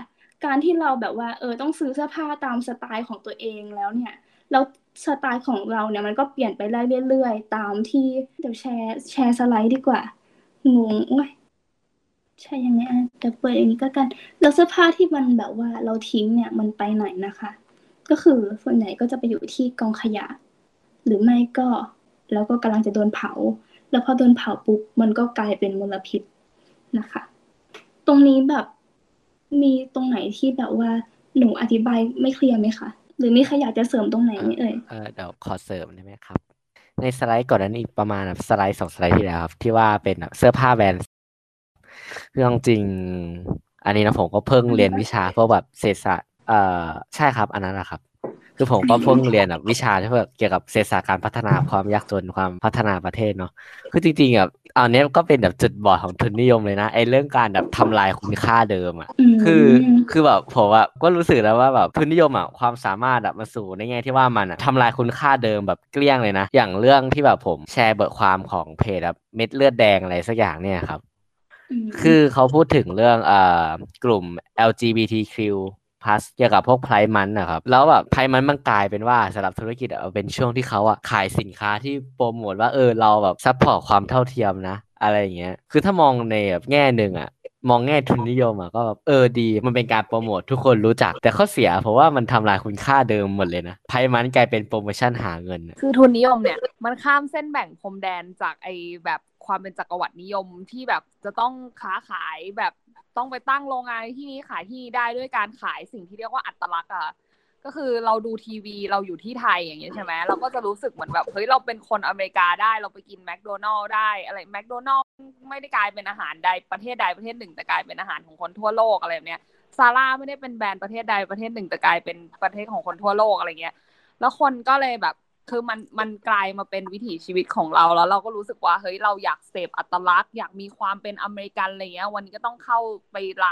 การที่เราแบบว่าต้องซื้อเสื้อผ้าตามสไตล์ของตัวเองแล้วเนี่ยแล้วสไตล์ของเราเนี่ยมันก็เปลี่ยนไปได้เรื่อยๆตามที่เดี๋ยวแชร์สไลด์ดีกว่างงโอ้ยใช่ยังไงเดี๋ยวเปิดอย่างนี้ก็กันแล้วเสื้อผ้าที่มันแบบว่าเราทิ้งเนี่ยมันไปไหนนะคะก็คือส่วนใหญ่ก็จะไปอยู่ที่กองขยะหรือไม่ก็แล้วก็กำลังจะโดนเผาแล้วพอโดนเผาปุ๊บมันก็กลายเป็นมลพิษนะคะตรงนี้แบบมีตรงไหนที่แบบว่าหนูอธิบายไม่เคลียร์ไหมคะหรือมีใครอยากจะเสริมตรงไหนไหมเอ่ยเดี๋ยวขอเสริมได้ไหมครับในสไลด์ก่อนนั้นอีกประมาณแบบสไลด์2 สไลด์ที่แล้วครับที่ว่าเป็นแบบเสื้อผ้าแบรนด์คือจริงอันนี้นะผมก็เพิ่งเรียนวิชาพวกแบบเศรษฐศาสตร์ใช่ครับอันนั้นแหละครับคือผมก็เพิ่งเรียนแบบวิชาที่แบบเกี่ยวกับเศรษฐศาสตร์การพัฒนาความยากจนความพัฒนาประเทศเนาะคือจริงๆแบบอันนี้ก็เป็นแบบจุดบอดของทุนนิยมเลยนะไอ้เรื่องการแบบทำลายคุณค่าเดิมอ่ะคือแบบผมอ่ะก็รู้สึกแล้วว่าแบบทุนนิยมอ่ะความสามารถมาสู่ในแง่ที่ว่ามันทำลายคุณค่าเดิมแบบเกลี้ยงเลยนะอย่างเรื่องที่แบบผมแชร์บทความของเพจแบบเม็ดเลือดแดงอะไรสักอย่างเนี่ยครับคือเขาพูดถึงเรื่องกลุ่ม LGBTQเกี่ยวกับพวกไพร์มันนะครับแล้วแบบไพร์มันกลายเป็นว่าสำหรับธุรกิจเป็นช่วงที่เขาขายสินค้าที่โปรโมทว่าเราแบบซัพพอร์ตความเท่าเทียมนะอะไรอย่างเงี้ยคือถ้ามองในแบบแง่หนึ่งมองแง่ทุนนิยมก็แบบดีมันเป็นการโปรโมททุกคนรู้จักแต่ข้อเสียเพราะว่ามันทำลายคุณค่าเดิมหมดเลยนะไพร์มันกลายเป็นโปรโมชั่นหาเงินคือทุนนิยมเนี่ยมันข้ามเส้นแบ่งพรมแดนจากไอ้แบบความเป็นจักรวรรดินิยมที่แบบจะต้องค้าขายแบบต้องไปตั้งโรงงานที่นี้ขายที่นี้ได้ด้วยการขายสิ่งที่เรียกว่าอัตลักษณ์ก็คือเราดูทีวีเราอยู่ที่ไทยอย่างเงี้ยใช่ไหมเราก็จะรู้สึกเหมือนแบบเฮ้ยเราเป็นคนอเมริกาได้เราไปกินแมคโดนัลล์ได้อะไรแมคโดนัลล์ไม่ได้กลายเป็นอาหารใดประเทศหนึ่งแต่กลายเป็นอาหารของคนทั่วโลกอะไรแบบเนี้ยซาร่าไม่ได้เป็นแบรนด์ประเทศใดประเทศหนึ่งแต่กลายเป็นประเทศของคนทั่วโลกอะไรเงี้ยแล้วคนก็เลยแบบคือมันกลายมาเป็นวิถีชีวิตของเราแล้วเราก็รู้สึกว่าเฮ้ยเราอยากเสพอัตลักษณ์อยากมีความเป็นอเมริกันอะไรเงี้ยวันนี้ก็ต้องเข้าไปร้าน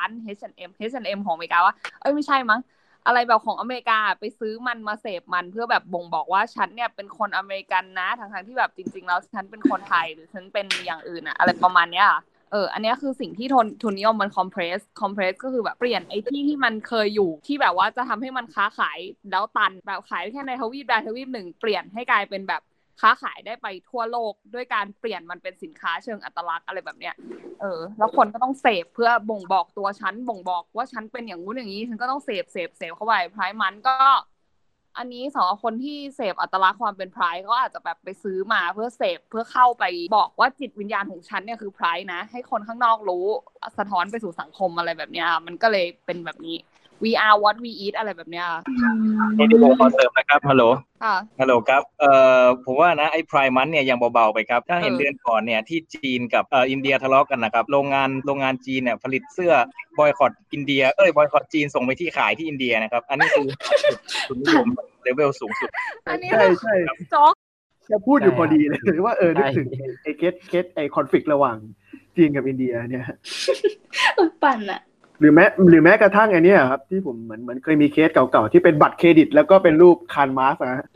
H&M ของอเมริกาว่าไม่ใช่มั้งอะไรแบบของอเมริกาไปซื้อมันมาเสพมันเพื่อแบบบ่งบอกว่าฉันเนี่ยเป็นคนอเมริกันนะทั้งที่แบบจริงๆแล้วฉันเป็นคนไทยหรือฉันเป็นอย่างอื่นอะไรประมาณเนี้ยอันนี้คือสิ่งที่ทุนนิยมมันคอมเพรสก็คือแบบเปลี่ยนไอ้ที่มันเคยอยู่ที่แบบว่าจะทำให้มันค้าขายแล้วตันแบบขายแค่ในทวีปใดทวีปหนึ่งเปลี่ยนให้กลายเป็นแบบค้าขายได้ไปทั่วโลกด้วยการเปลี่ยนมันเป็นสินค้าเชิงอัตลักษณ์อะไรแบบเนี้ยแล้วคนก็ต้องเสพเพื่อบ่งบอกตัวฉันบ่งบอกว่าฉันเป็นอย่างงู้นอย่างนี้ฉันก็ต้องเสพเข้าไปไพร์มันก็อันนี้สำหรับคนที่เสพอัตลักษณ์ความเป็นไพร์ก็อาจจะแบบไปซื้อมาเพื่อเสพเพื่อเข้าไปบอกว่าจิตวิญญาณของฉันเนี่ยคือไพร์นะให้คนข้างนอกรู้สะท้อนไปสู่สังคมอะไรแบบเนี้ยมันก็เลยเป็นแบบนี้ we are what we eat อะไรแบบเนี้ยนี่ที่ผมขอเสริมนะครับฮัลโหลค่ะฮัลโหลครับผมว่านะไอ้ไพร์มันเนี่ยยังเบาๆไปครับถ้าเห็นเดือนก่อนเนี่ยที่จีนกับอินเดียทะเลาะกันนะครับโรงงานจีนเนี่ยผลิตเสื้อบอยคอตอินเดียบอยคอตจีนส่งไปที่ขายที่อินเดียนะครับอันนี้คือคุณนิยมเลเวลสูงสุดอันนี้ใช่จ๊อกจะพูดอยู่พอดีเลยว่านึกถึงไอ้เคสไอ้คอนฟลิกต์ระหว่างจีนกับอินเดียเนี่ยปั่นอะหรือแม้กระทั่งไอ้นี่ครับที่ผมเหมือนเคยมีเคสเก่าๆที่เป็นบัตรเครดิตแล้วก็เป็นรูปคาร์ลมาร์กซ์นะ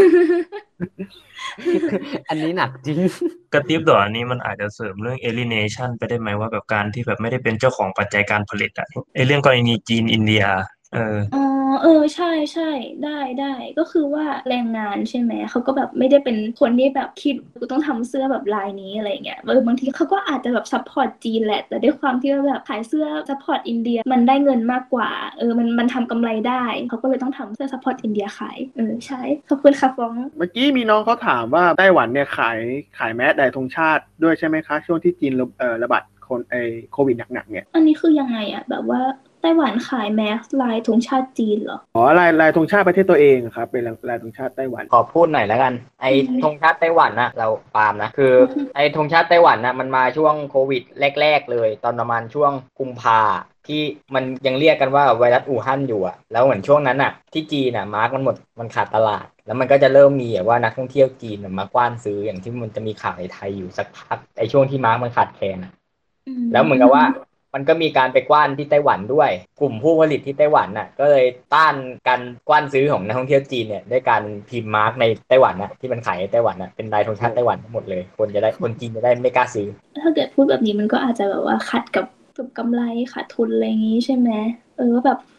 อันนี้หนักจริงกระติ๊บต่ออันนี้มันอาจจะเสริมเรื่อง alienation ไปได้ไหมว่าแบบการที่แบบไม่ได้เป็นเจ้าของปัจจัยการผลิตไอ้เรื่องกรณีจีนอินเดียใช่ได้ก็คือว่าแรงงานใช่ไหมเขาก็แบบไม่ได้เป็นคนที่แบบคิดกูต้องทำเสื้อแบบลายนี้อะไรเงี้ยบางทีเขาก็อาจจะแบบซัพพอร์ตจีนแหละแต่ด้วยความที่ว่าแบบขายเสื้อซัพพอร์ตอินเดียมันได้เงินมากกว่ามันทำกำไรได้เขาก็เลยต้องทำเสื้อซัพพอร์ตอินเดียขายใช่ขอบคุณค่ะฟองเมื่อกี้มีน้องเขาถามว่าไต้หวันเนี่ยขายแมสได้ธงชาติด้วยใช่ไหมคะช่วงที่จีนระบาดโควิดหนักๆเนี่ยอันนี้คือยังไงแบบว่าไต้หวันขายแมสลายธงชาติจีนเหรอลายธงชาติประเทศตัวเองครับเป็นลายธงชาติไต้หวันขอพูดหน่อยแล้วกันไอ้ธงชาติไต้หวันนะเราปาล์มนะคือไอ้ธงชาติไต้หวันนะมันมาช่วงโควิดแรกๆเลยตอนประมาณช่วงกุมภาที่มันยังเรียกกันว่าไวรัสอู่ฮั่นอยู่แล้วเหมือนช่วงนั้นที่จีนมาร์กมันหมดมันขาดตลาดแล้วมันก็จะเริ่มมีว่านักท่องเที่ยวจีนมากว้านซื้ออย่างที่มันจะมีข่าวในไทยอยู่สักพักไอ้ช่วงที่มาร์กมันขาดแคลนแล้วเหมือนกับว่ามันก็มีการไปกว้านที่ไต้หวันด้วยกลุ่มผู้ผลิตที่ไต้หวันก็เลยต้านการกว้านซื้อของนักท่องเที่ยวจีนเนี่ยด้วยการพิมพ์มาร์กในไต้หวันที่มันขายในไต้หวันเป็นลายธงชาติไต้หวันทั้งหมดเลยคนจีนจะได้ไม่กล้าซื้อถ้าเกิดพูดแบบนี้มันก็อาจจะแบบว่าขัดกับกำไรขาดทุนอะไรอย่างนี้ใช่ไหมว่าแบบ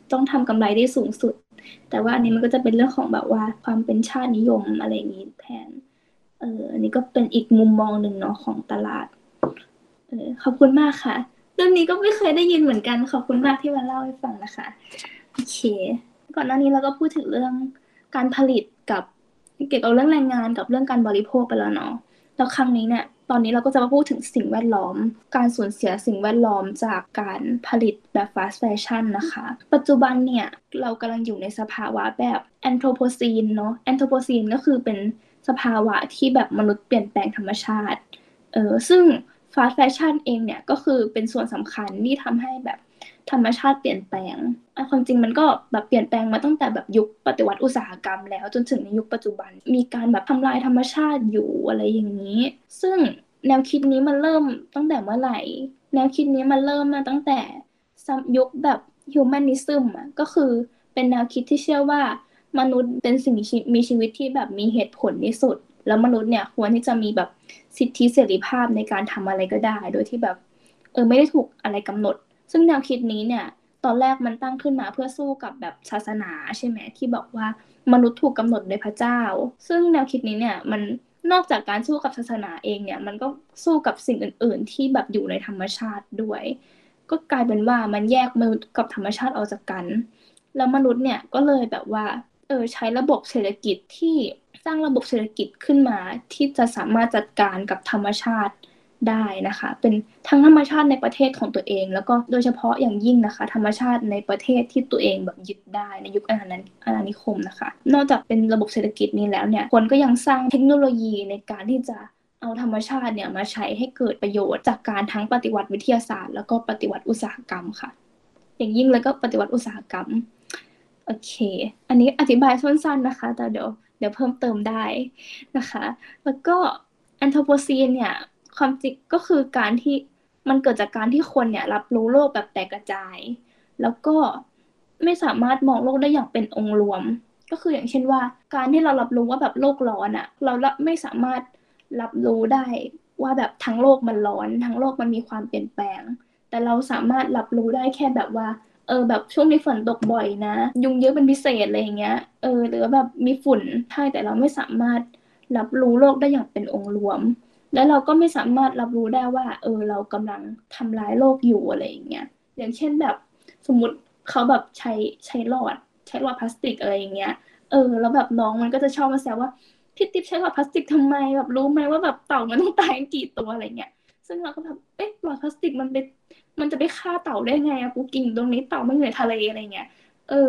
ต้องทำกำไรได้สูงสุดแต่ว่าอันนี้มันก็จะเป็นเรื่องของแบบว่าความเป็นชาตินิยมอะไรอย่างนี้แทนอันนี้ก็เป็นอีกมุมมองหนึ่งเนาะของตลาดขอบคุณมากค่ะเรื่องนี้ก็ไม่เคยได้ยินเหมือนกันขอบคุณมากที่มาเล่าให้ฟังนะคะโอเคก่อนหน้านี้เราก็พูดถึงเรื่องการผลิตกับเกี่ยวกับเรื่องแรงงานกับเรื่องการบริโภคไปแล้วเนาะแล้วครั้งนี้เนี่ยตอนนี้เราก็จะมาพูดถึงสิ่งแวดล้อมการสูญเสียสิ่งแวดล้อมจากการผลิตแบบ fast fashion นะคะปัจจุบันเนี่ยเรากำลังอยู่ในสภาวะแบบแอนโทรโพซีนเนาะแอนโทรโพซีนก็คือเป็นสภาวะที่แบบมนุษย์เปลี่ยนแปลงธรรมชาติซึ่ง fast fashion เองเนี่ยก็คือเป็นส่วนสำคัญที่ทำให้แบบธรรมชาติเปลี่ยนแปลงความจริงมันก็แบบเปลี่ยนแปลงมาตั้งแต่แบบยุคปฏิวัติอุตสาหกรรมแล้วจนถึงในยุคปัจจุบันมีการแบบทำลายธรรมชาติอยู่อะไรอย่างนี้ซึ่งแนวคิดนี้มันเริ่มตั้งแต่เมื่อไหร่แนวคิดนี้มันเริ่มมาตั้งแต่ยุคแบบ humanism ก็คือเป็นแนวคิดที่เชื่อว่ามนุษย์เป็นสิ่งมีชีวิตที่แบบมีเหตุผลที่สุดแล้วมนุษย์เนี่ยควรที่จะมีแบบสิทธิเสรีภาพในการทำอะไรก็ได้โดยที่แบบไม่ได้ถูกอะไรกำหนดซึ่งแนวคิดนี้เนี่ยตอนแรกมันตั้งขึ้นมาเพื่อสู้กับแบบศาสนาใช่ไหมที่บอกว่ามนุษย์ถูกกำหนดโดยพระเจ้าซึ่งแนวคิดนี้เนี่ยมันนอกจากการสู้กับศาสนาเองเนี่ยมันก็สู้กับสิ่งอื่นๆที่แบบอยู่ในธรรมชาติด้วยก็กลายเป็นว่ามันแยกมนุษย์กับธรรมชาติออกจากกันแล้วมนุษย์เนี่ยก็เลยแบบว่าใช้ระบบเศรษฐกิจที่สร้างระบบเศรษฐกิจขึ้นมาที่จะสามารถจัดการกับธรรมชาติได้นะคะเป็นทั้งธรรมชาติในประเทศของตัวเองแล้วก็โดยเฉพาะอย่างยิ่งนะคะธรรมชาติในประเทศที่ตัวเองแบบยึดได้ในยุคอาณานิคมนะคะนอกจากเป็นระบบเศรษฐกิจนี้แล้วเนี่ยคนก็ยังสร้างเทคโนโลยีในการที่จะเอาธรรมชาติเนี่ยมาใช้ให้เกิดประโยชน์จากการทั้งปฏิวัติวิทยาศาสตร์แล้วก็ปฏิวัติอุตสาหกรรมค่ะอย่างยิ่งเลยก็ปฏิวัติอุตสาหกรรมโอเคอันนี้อธิบายสั้นๆนะคะแต่เดี๋ยวเพิ่มเติมได้นะคะแล้วก็แอนโทรโพซีนเนี่ยความจริงก็คือการที่มันเกิดจากการที่คนเนี่ยรับรู้โลกแบบแตกกระจายแล้วก็ไม่สามารถมองโลกได้อย่างเป็นองค์รวมก็คืออย่างเช่นว่าการที่เรารับรู้ว่าแบบโลกร้อนอ่ะเราไม่สามารถรับรู้ได้ว่าแบบทั้งโลกมันร้อนทั้งโลกมันมีความเปลี่ยนแปลงแต่เราสามารถรับรู้ได้แค่แบบว่าแบบช่วงนี้ฝนตกบ่อยนะยุงเยอะเป็นพิเศษอะไรอย่างเงี้ยหรือแบบมีฝุ่นใช่แต่เราไม่สามารถรับรู้โลกได้อย่างเป็นองค์รวมแล้วเราก็ไม่สามารถรับรู้ได้ว่าเรากำลังทำร้ายโลกอยู่อะไรอย่างเงี้ยอย่างเช่นแบบสมมุติเขาแบบใช้หลอดพลาสติกอะไรอย่างเงี้ยแล้วแบบน้องมันก็จะชอบมาแซวว่าพี่ติ๊บใช้หลอดพลาสติกทำไมแบบรู้ไหมว่าแบบเต่ามันต้องตายกี่ตัวอะไรเงี้ยซึ่งเราก็แบบหลอดพลาสติกมันจะไปฆ่าเต่าได้ไงอะกูกินตรงนี้เต่าไม่อยู่ในทะเลอะไรเงี้ย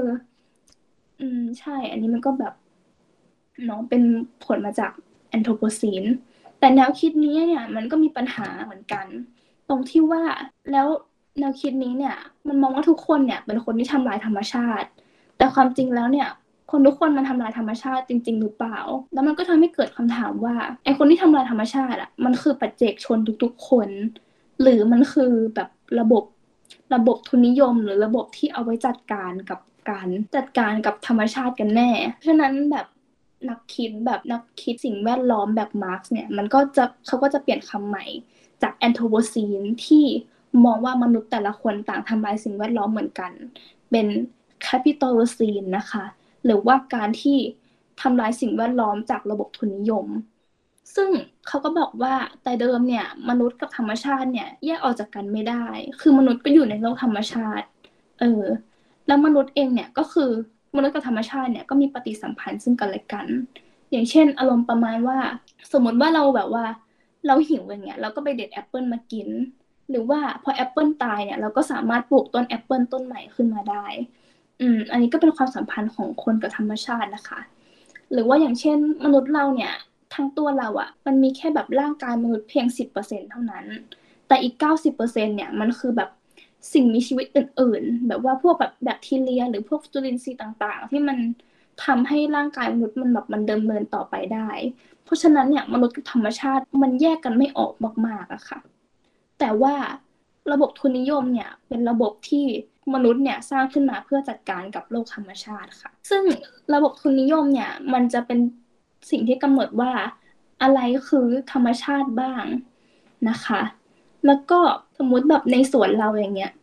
ใช่อันนี้มันก็แบบน้องเป็นผลมาจากแอนโทรโพซีนแต่แนวคิดนี้เนี่ยมันก็มีปัญหาเหมือนกันตรงที่ว่าแล้วแนวคิดนี้เนี่ยมันมองว่าทุกคนเนี่ยเป็นคนที่ทำลายธรรมชาติแต่ความจริงแล้วเนี่ยคนทุกคนมันทำลายธรรมชาติจริงๆหรือเปล่าแล้วมันก็ทำให้เกิดคำถามว่าไอ้คนที่ทำลายธรรมชาติอะมันคือปัจเจกชนทุกๆคนหรือมันคือแบบระบบทุนนิยมหรือระบบที่เอาไว้จัดการกับธรรมชาติกันแน่เพราะฉะนั้นแบบนักคิดสิ่งแวดล้อมแบบมาร์กซ์เนี่ยเขาก็จะเปลี่ยนคำใหม่จากแอนโทรโพซีนที่มองว่ามนุษย์แต่ละคนต่างทำลายสิ่งแวดล้อมเหมือนกันเป็นแคปิตอลซีนนะคะหรือว่าการที่ทำลายสิ่งแวดล้อมจากระบบทุนนิยมซึ่งเขาก็บอกว่าแต่เดิมเนี่ยมนุษย์กับธรรมชาติเนี่ยแยกออกจากกันไม่ได้คือมนุษย์ก็อยู่ในโลกธรรมชาติแล้วมนุษย์เองเนี่ยก็คือมนุษย์กับธรรมชาติเนี่ยก็มีปฏิสัมพันธ์ซึ่งกันและกันอย่างเช่นอารมณ์ประมาณว่าสมมติว่าเราแบบว่าเราหิวอย่างเงี้ยเราก็ไปเด็ดแอปเปิลมากินหรือว่าพอแอปเปิลตายเนี่ยเราก็สามารถปลูกต้นแอปเปิลต้นใหม่ขึ้นมาได้อันนี้ก็เป็นความสัมพันธ์ของคนกับธรรมชาตินะคะหรือว่าอย่างเช่นมนุษย์เราเนี่ยทั้งตัวเราอะมันมีแค่แบบร่างกายมนุษย์เพียง 10% เท่านั้นแต่อีก 90% เนี่ยมันคือแบบสิ่งมีชีวิตอื่นๆแบบว่าพวกแบบแบคทีเรียหรือพวกจุลินทรีย์ต่างๆที่มันทำให้ร่างกายมนุษย์มันดำเนินต่อไปได้เพราะฉะนั้นเนี่ยมนุษย์กับธรรมชาติมันแยกกันไม่ออกมากๆอะค่ะแต่ว่าระบบทุนนิยมเนี่ยเป็นระบบที่มนุษย์เนี่ยสร้างขึ้นมาเพื่อจัดการกับโลกธรรมชาติค่ะซึ่งระบบทุนนิยมเนี่ยมันจะเป็นสิ่งที่กำหนดว่าอะไรคือธรรมชาติบ้างนะคะแล้วก็สมมุติแบบในสวนเราอย่างเงี้ย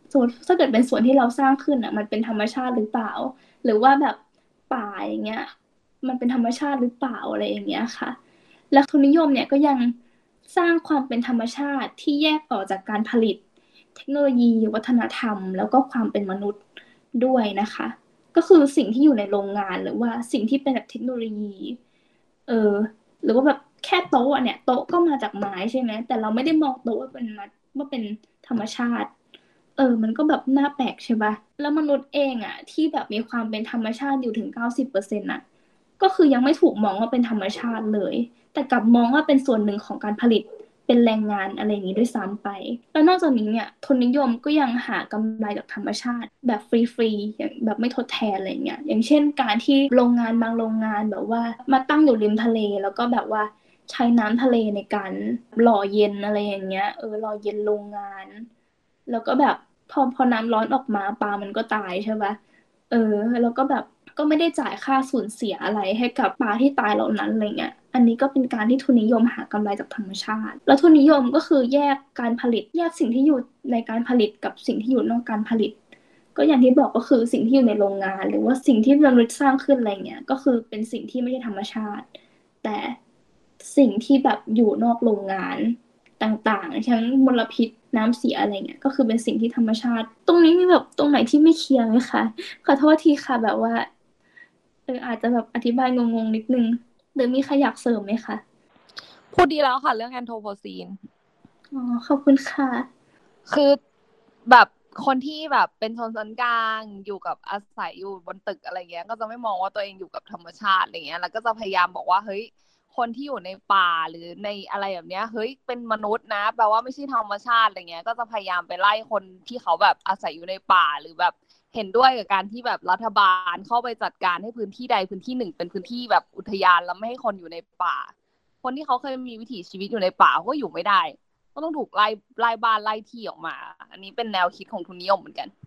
ส่วนถ้าเกิดเป็นสวนที่เราสร้างขึ้นอ่ะมันเป็นธรรมชาติหรือเปล่า หรือว่าแบบป่าอย่างเงี้ยมันเป็นธรรมชาติหรือเปล่าอะไรอย่างเงี้ยค่ะและทุนนิยมเนี่ยก็ยังสร้างความเป็นธรรมชาติที่แยกออกจากการผลิตเทคโนโลยีวัฒนธรรมแล้วก็ความเป็นมนุษย์ด้วยนะคะก็คือสิ่งที่อยู่ในโรงงานหรือว่าสิ่งที่เป็นแบบเทคโนโลยีหรือว่าแบบแค่โต๊ะเนี่ยโต๊ะก็มาจากไม้ใช่ไหมแต่เราไม่ได้มองโต๊ะว่าเป็นธรรมชาติมันก็แบบน่าแปลกใช่ปะแล้วมนุษย์เองอ่ะที่แบบมีความเป็นธรรมชาติอยู่ถึง90%น่ะก็คือยังไม่ถูกมองว่าเป็นธรรมชาติเลยแต่กลับมองว่าเป็นส่วนหนึ่งของการผลิตเป็นแรงงานอะไรอย่างนี้ด้วยซ้ำไปแล้วนอกจากนี้เนี่ยทุนนิยมก็ยังหากำไรจากธรรมชาติแบบฟรีๆอย่างแบบไม่ทดแทนอะไรเงี้ยอย่างเช่นการที่โรงงานบางโรงงานแบบว่ามาตั้งอยู่ริมทะเลแล้วก็แบบว่าใช้น้ำทะเลในการหล่อเย็นอะไรอย่างเงี้ยหล่อเย็นโรงงาน แล้วก็แบบพอน้ำร้อนออกมาปลามันก็ตายใช่ปะแล้วก็แบบก็ไม่ได้จ่ายค่าสูญเสียอะไรให้กับปลาที่ตายเหล่านั้นอะไรเงี้ยอันนี้ก็เป็นการที่ทุนนิยมหากำไรจากธรรมชาติแล้วทุนนิยมก็คือแยกการผลิตแยกสิ่งที่อยู่ในการผลิตกับสิ่งที่อยู่นอกการผลิตก็อย่างที่บอกก็คือสิ่งที่อยู่ในโรงงานหรือว่าสิ่งที่มนุษย์สร้างขึ้นอะไรเงี้ยก็คือเป็นสิ่งที่ไม่ใช่ธรรมชาติแต่สิ่งที่แบบอยู่นอกโรงงานต่างๆทั้งมลพิษน้ำเสียอะไรเงี้ยก็คือเป็นสิ่งที่ธรรมชาติตรงนี้มีแบบตรงไหนที่ไม่เคลียร์ไหมคะขอโทษทีค่ะแบบว่าอาจจะแบบอธิบายงงๆนิดนึงหรือมีใครอยากเสริมไหมคะพูดดีแล้วค่ะเรื่องแอนโทโพซีนขอบคุณค่ะคือแบบคนที่แบบเป็นชนชั้นกลางอยู่กับอาศัยอยู่บนตึกอะไรเงี้ยก็จะไม่มองว่าตัวเองอยู่กับธรรมชาติอะไรเงี้ยแล้วก็จะพยายามบอกว่าเฮ้ยคนที่อยู่ในป่าหรือในอะไรแบบเนี้ยเฮ้ยเป็นมนุษย์นะแปลว่าไม่ใช่ธรรมชาติอะไรเงี้ยก็จะพยายามไปไล่คนที่เขาแบบอาศัยอยู่ในป่าหรือแบบเห็นด้วยกับการที่แบบรัฐบาลเข้าไปจัดการให้พื้นที่ใดพื้นที่หนึ่งเป็นพื้นที่แบบอุทยานแล้วไม่ให้คนอยู่ในป่าคนที่เขาเคยมีวิถีชีวิตอยู่ในป่าก็อยู่ไม่ได้ก็ต้องถูกไล่บ้านไล่ที่ออกมาอันนี้เป็นแนวคิดของทุนนิยมเหมือนกัน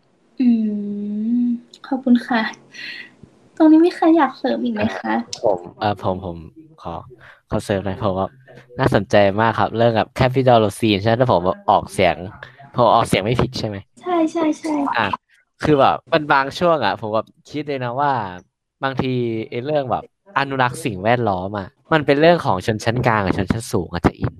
ขอบคุณค่ะตรงนี้มีใครอยากเสริมอีกไหมคะผมขอเสริมหน่อยผมว่าน่าสนใจมากครับเรื่องกับแคปิตอลซีนใช่ไหมถ้าผมออกเสียงไม่ผิดใช่ไหมใช่คือแบบมันบางช่วงผมแบบคิดเลยนะว่าบางทีเรื่องแบบอนุรักษ์สิ่งแวดล้อมมันเป็นเรื่องของชนชั้นกลางกับชนชั้นสูงอาจจะอิน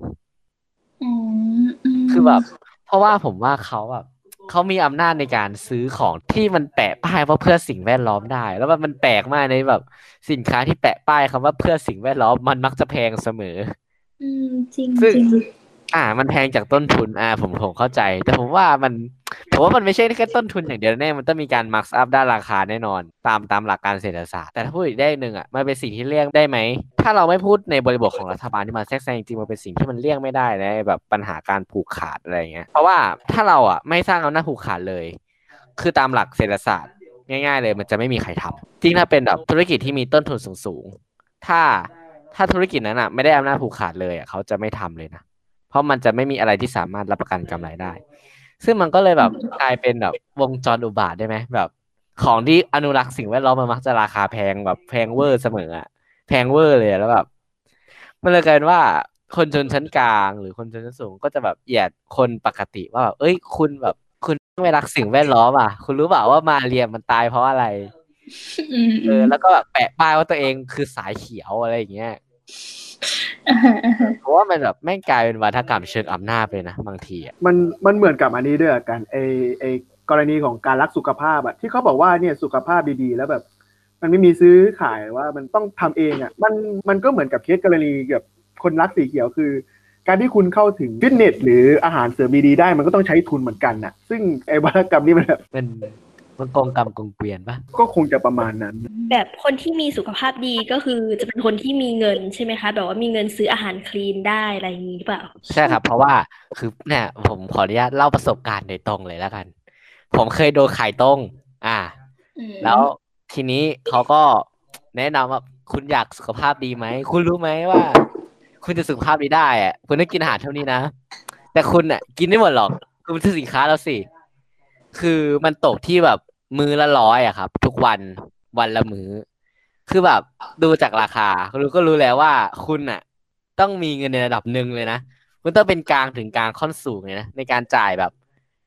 คือแบบเพราะว่าผมว่าเขามีอำนาจในการซื้อของที่มันแปะป้ายว่าเพื่อสิ่งแวดล้อมได้แล้วมันแปลกมากในแบบสินค้าที่แปะป้ายคำว่าเพื่อสิ่งแวดล้อมมันมักจะแพงเสมอจริงซึ่งมันแพงจากต้นทุนผมเข้าใจแต่ผมว่ามันไม่ใช่แค่ต้นทุนอย่างเดียวแน่มันต้องมีการมาร์กอัพด้านราคาแน่นอนตามหลักการเศรษฐศาสตร์แต่ถ้าพูดอีกได้หนึ่งมันเป็นสิ่งที่เลี่ยงได้ไหมถ้าเราไม่พูดในบริบทของรัฐบาลที่มาแทรกแซงจริงๆมันเป็นสิ่งที่มันเลี่ยงไม่ได้นะแบบปัญหาการผูกขาดอะไรเงี้ยเพราะว่าถ้าเราไม่สร้างอำนาจผูกขาดเลยคือตามหลักเศรษฐศาสตร์ง่ายๆเลยมันจะไม่มีใครทำจริงถ้าเป็นแบบธุรกิจที่มีต้นทุนสูงๆถ้าธุรกิจนั้นไม่ได้อำนาจผูกขาดเลยเขาจะไม่ทำเลยนะเพราะมันจะไม่มีอะไรที่สามารถรับประกันกำไรได้ซึ่งมันก็เลยแบบกลายเป็นแบบวงจรอุบาทได้ไหมแบบของที่อนุรักษ์สิ่งแวดล้อมมันมักจะราคาแพงแบบแพงเวอร์เสมอแพงเวอร์เลยแล้วแบบมันเลยกลายเป็นว่าคนชนชั้นกลางหรือคนชนชั้นสูงก็จะแบบเหยียดคนปกติว่าแบบเอ้ยคุณไม่รักสิ่งแวดล้อมคุณรู้เปล่าว่ามาเรียมมันตายเพราะอะไรแล้วก็แบบแปะป้ายว่าตัวเองคือสายเขียวอะไรอย่างเงี้ยเพราะว่ามันแบบแม่งกลายเป็นวัฒกรรมเชิงอำนาจเลยนะบางทีมันเหมือนกับอันนี้ด้วยกันไอกรณีของการรักสุขภาพที่เขาบอกว่าเนี่ยสุขภาพดีๆแล้วแบบมันไม่มีซื้อขายว่ามันต้องทำเองมันก็เหมือนกับเคสกรณีกับคนรักสีเขียวคือการที่คุณเข้าถึงฟิตเนสหรืออาหารเสริมดีๆได้มันก็ต้องใช้ทุนเหมือนกันซึ่งไอ้วัฒกรรมนี่มันแบบมันกองกรรมกองเกวียนปะก็คงจะประมาณนั้นแบบคนที่มีสุขภาพดีก็คือจะเป็นคนที่มีเงินใช่ไหมคะแบบว่ามีเงินซื้ออาหารคลีนได้อะไรอย่างนี้หรือเปล่าใช่ครับเพราะว่าคือเนี่ยผมขออนุญาตเล่าประสบการณ์โดยตรงเลยแล้วกันผมเคยโดนขายตรงแล้วทีนี้เขาก็แนะนำว่าคุณอยากสุขภาพดีไหมคุณรู้ไหมว่าคุณจะสุขภาพดีได้คุณต้องกินอาหารเท่านี้นะแต่คุณกินไม่หมดหรอกคุณซื้อสินค้าแล้วสิคือมันตกที่แบบมื้อละ100ครับทุกวันละมื้อคือแบบดูจากราคาคุณก็รู้แล้วว่าคุณต้องมีเงินในระดับหนึ่งเลยนะคุณต้องเป็นกลางถึงกลางค่อนสูงเลยนะในการจ่ายแบบ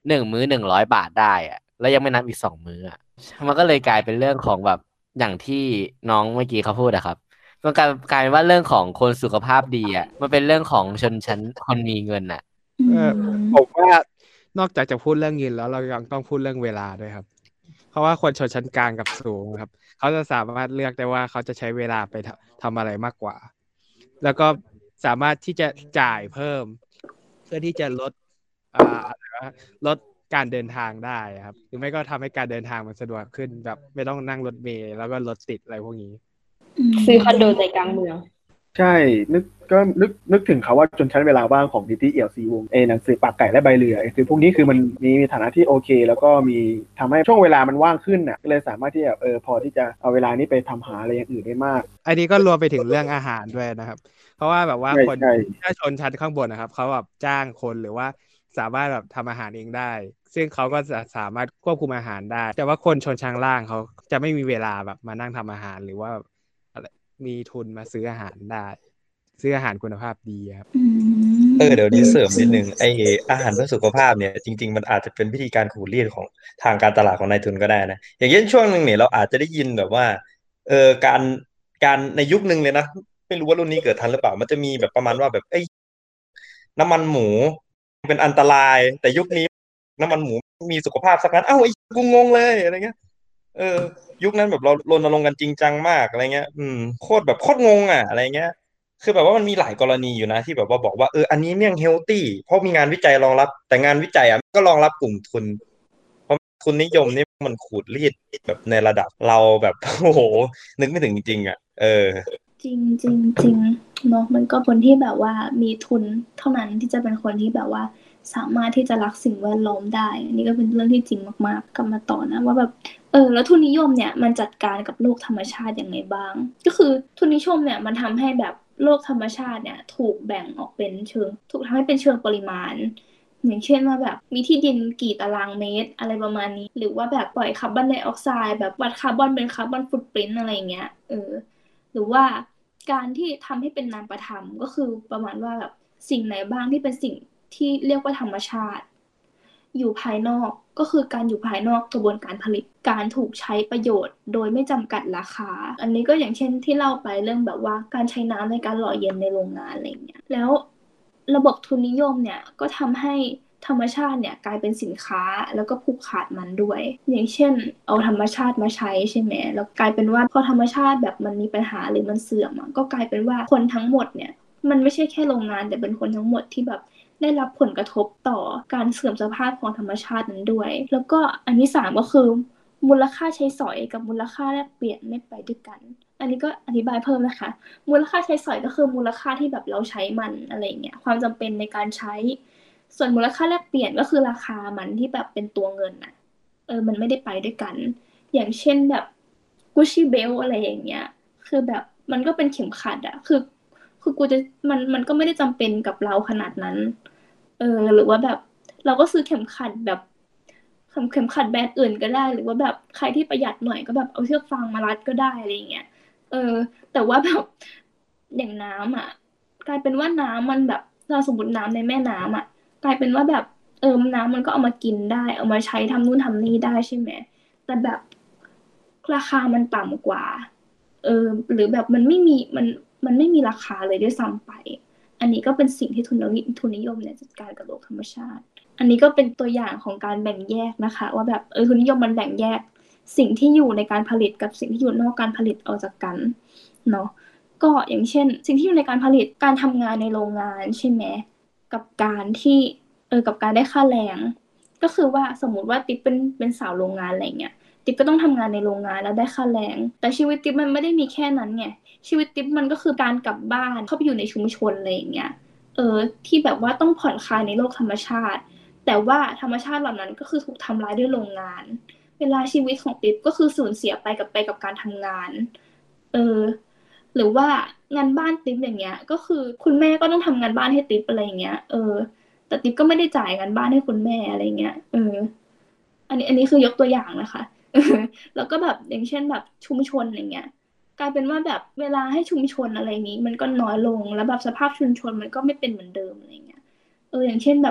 1 มื้อ100 บาทได้อะแล้วยังไม่นับอีก2 มื้ออะมันก็เลยกลายเป็นเรื่องของแบบอย่างที่น้องเมื่อกี้เขาพูดอะครับมันกลายเป็นว่าเรื่องของคนสุขภาพดีอะมันเป็นเรื่องของชนชั้นคนมีเงินอะเออผมว่านอกจากจะพูดเรื่องเงินแล้วเรายังต้องพูดเรื่องเวลาด้วยครับ เพราะว่าคนชนชั้นกลางกับสูงครับเขาจะสามารถเลือกได้ว่าเขาจะใช้เวลาไปทำอะไรมากกว่า แล้วก็สามารถที่จะจ่ายเพิ่ม เพื่อที่จะลดอะไรวะลดการเดินทางได้ครับหรือไม่ก็ทำให้การเดินทางมันสะดวกขึ้นแบบไม่ต้องนั่งรถเมล์แล้วก็รถติดอะไรพวกนี้ซื้อคอนโดใจกลางเมืองใช่นึกถึงเขาว่าจนชั้นเวลาว่างของนิติเอี่ยวซีวงหนังสือปากไก่และใบเรือคือพวกนี้คือมันมีฐานะที่โอเค แล้วก็มีทำให้ช่วงเวลามันว่างขึ้นน่ะก็เลยสามารถที่จะพอที่จะเอาเวลานี้ไปทำหาอะไรอย่างอื่นได้มากอันนี้ก็รวมไปถึงเรื่องอาหารด้วยนะครับ เพราะว่าแบบว่าคนใช่ถ้าชนชั้นข้างบนนะครับเขาแบบจ้างคนหรือว่าสามารถแบบทำอาหารเองได้ ซึ่งเขาก็จะสามารถควบคุมอาหารได้ แต่ว่าคนชนชั้นล่างเขาจะไม่มีเวลาแบบมานั่งทำอาหารหรือว่าอะไรมีทุนมาซื้ออาหารได้ ซื้ออาหารคุณภาพดีครับเดี๋ยวนี้เสริมนิดนึงไออาหารเพื่อสุขภาพเนี่ยจริงๆมันอาจจะเป็นวิธีการขูดรีดของทางการตลาดของนายทุนก็ได้นะอย่างเช่นช่วงหนึ่งเนี่ยเราอาจจะได้ยินแบบว่าการในยุคนึงเลยนะไม่รู้ว่ารุ่นนี้เกิดทันหรือเปล่ามันจะมีแบบประมาณว่าแบบน้ำมันหมูเป็นอันตรายแต่ยุคนี้น้ำมันหมูมีสุขภาพสักนั้นกูงงเลยอะไรเงี้ยเออยุคนั้นแบบเรารณรงค์กันจริงจังมากอะไรเงี้ยโคตรแบบโคตรงงอ่ะอะไรเงี้ย คือแบบว่ามันมีหลายกรณีอยู่นะที่แบบว่าบอกว่าอันนี้เนี่ยเฮลตี้เพราะมีงานวิจัยรองรับแต่งานวิจัยอ่ะก็รองรับกลุ่มทุนเพราะทุนนิยมนี่มันขูดรีดแบบในระดับเราแบบโอ้โหนึกไม่ถึงจริงๆอ่ะจริงจริงจริงเนาะมันก็คนที่แบบว่ามีทุนเท่านั้นที่จะเป็นคนที่แบบว่าสามารถที่จะรักสิ่งแวดล้อมได้อันนี้ก็เป็นเรื่องที่จริงมากๆกลับมาต่อนะว่าแบบแล้วทุนนิยมเนี่ยมันจัดการกับโลกธรรมชาติอย่างไรบ้างก็คือทุนนิยมเนี่ยมันทำให้แบบโลกธรรมชาติเนี่ยถูกแบ่งออกเป็นถูกทำให้เป็นเชิงปริมาณอย่างเช่นว่าแบบมีที่ดินกี่ตารางเมตรอะไรประมาณนี้หรือว่าแบบปล่อยคาร์บอนไดออกไซด์แบบวัดคาร์บอนเป็นคาร์บอนฟุตปรินท์อะไรอย่างเงี้ยหรือว่าการที่ทำให้เป็นนามธรรมก็คือประมาณว่าแบบสิ่งไหนบ้างที่เป็นสิ่งที่เรียกว่าธรรมชาติอยู่ภายนอกก็คือการอยู่ภายนอกกระบวนการผลิตการถูกใช้ประโยชน์โดยไม่จำกัดราคาอันนี้ก็อย่างเช่นที่เล่าไปเรื่องแบบว่าการใช้น้ำในการหล่อเย็นในโรงงานอะไรเงี้ยแล้วระบบทุนนิยมเนี่ยก็ทำให้ธรรมชาติเนี่ยกลายเป็นสินค้าแล้วก็ผูกขาดมันด้วยอย่างเช่นเอาธรรมชาติมาใช้ใช่ไหมแล้วกลายเป็นว่าพอธรรมชาติแบบมันมีปัญหาหรือมันเสื่อมก็กลายเป็นว่าคนทั้งหมดเนี่ยมันไม่ใช่แค่โรงงานแต่เป็นคนทั้งหมดที่แบบได้รับผลกระทบต่อการเสื่อมสภาพของธรรมชาตินั้นด้วยแล้วก็อันที่3ก็คือมูลค่าใช้สอยกับมูลค่าแลกเปลี่ยนไม่ไปด้วยกันอันนี้ก็อธิบายเพิ่มนะคะมูลค่าใช้สอยก็คือมูลค่าที่แบบเราใช้มันอะไรเงี้ยความจำเป็นในการใช้ส่วนมูลค่าแลกเปลี่ยนก็คือราคามันที่แบบเป็นตัวเงินอะมันไม่ได้ไปด้วยกันอย่างเช่นแบบ Gucci belt อะไรอย่างเงี้ยคือแบบมันก็เป็นเข็มขัดอะคือกูจะมันก็ไม่ได้จำเป็นกับเราขนาดนั้นหรือว่าแบบเราก็ซื้อเข็มขัดแบบเข็มขัดแบรนด์อื่นก็ได้หรือว่าแบบใครที่ประหยัดหน่อยก็แบบเอาเชือกฟางมารัดก็ได้อะไรอย่างเงี้ยแต่ว่าแบบอย่างน้ำอ่ะกลายเป็นว่าน้ำมันแบบเราสมมติน้ำในแม่น้ำอ่ะกลายเป็นว่าแบบน้ำมันก็เอามากินได้เอามาใช้ทำนู่นทำนี่ได้ใช่ไหมแต่แบบราคามันต่ำกว่าหรือแบบมันไม่มีราคาเลยด้วยซ้ำไปอันนี้ก็เป็นสิ่งที่ทุนนิยมเนี่ยจัดการกับโลกธรรมชาติอันนี้ก็เป็นตัวอย่างของการแบ่งแยกนะคะว่าแบบทุนนิยมมันแบ่งแยกสิ่งที่อยู่ในการผลิตกับสิ่งที่อยู่นอกการผลิตออกจากกันเนาะก็อย่างเช่นสิ่งที่อยู่ในการผลิตการทำงานในโรงงานใช่ไหมกับการที่กับการได้ค่าแรงก็คือว่าสมมุติว่าติ๊บเป็นสาวโรงงานอะไรเงี้ยติ๊บก็ต้องทำงานในโรงงานแล้วได้ค่าแรงแต่ชีวิตติ๊บมันไม่ได้มีแค่นั้นไงชีวิตติ๊บมันก็คือการกลับบ้านเข้าไปอยู่ในชุมชนอะไรอย่างเงี้ยที่แบบว่าต้องผ่อนคลายในโลกธรรมชาติแต่ว่าธรรมชาติเหล่านั้นก็คือถูกทำลายด้วยโรงงานเวลาชีวิตของติ๊บก็คือสูญเสียไปกับการทำงานหรือว่างานบ้านติ๊บอย่างเงี้ยก็คือคุณแม่ก็ต้องทำงานบ้านให้ติ๊บอะไรอย่างเงี้ยแต่ติ๊บก็ไม่ได้จ่ายงานบ้านให้คุณแม่อะไรเงี้ยอันนี้คือยกตัวอย่างนะคะแล้วก็แบบอย่างเช่นแบบชุมชนอย่างเงี้ยกลายเป็นว่าแบบเวลาให้ชุมชนอะไรนี้มันก็น้อยลงแล้วแบบสภาพชุมชนมันก็ไม่เป็นเหมือนเดิมอะไรเงี้ยอย่างเช่นแบบ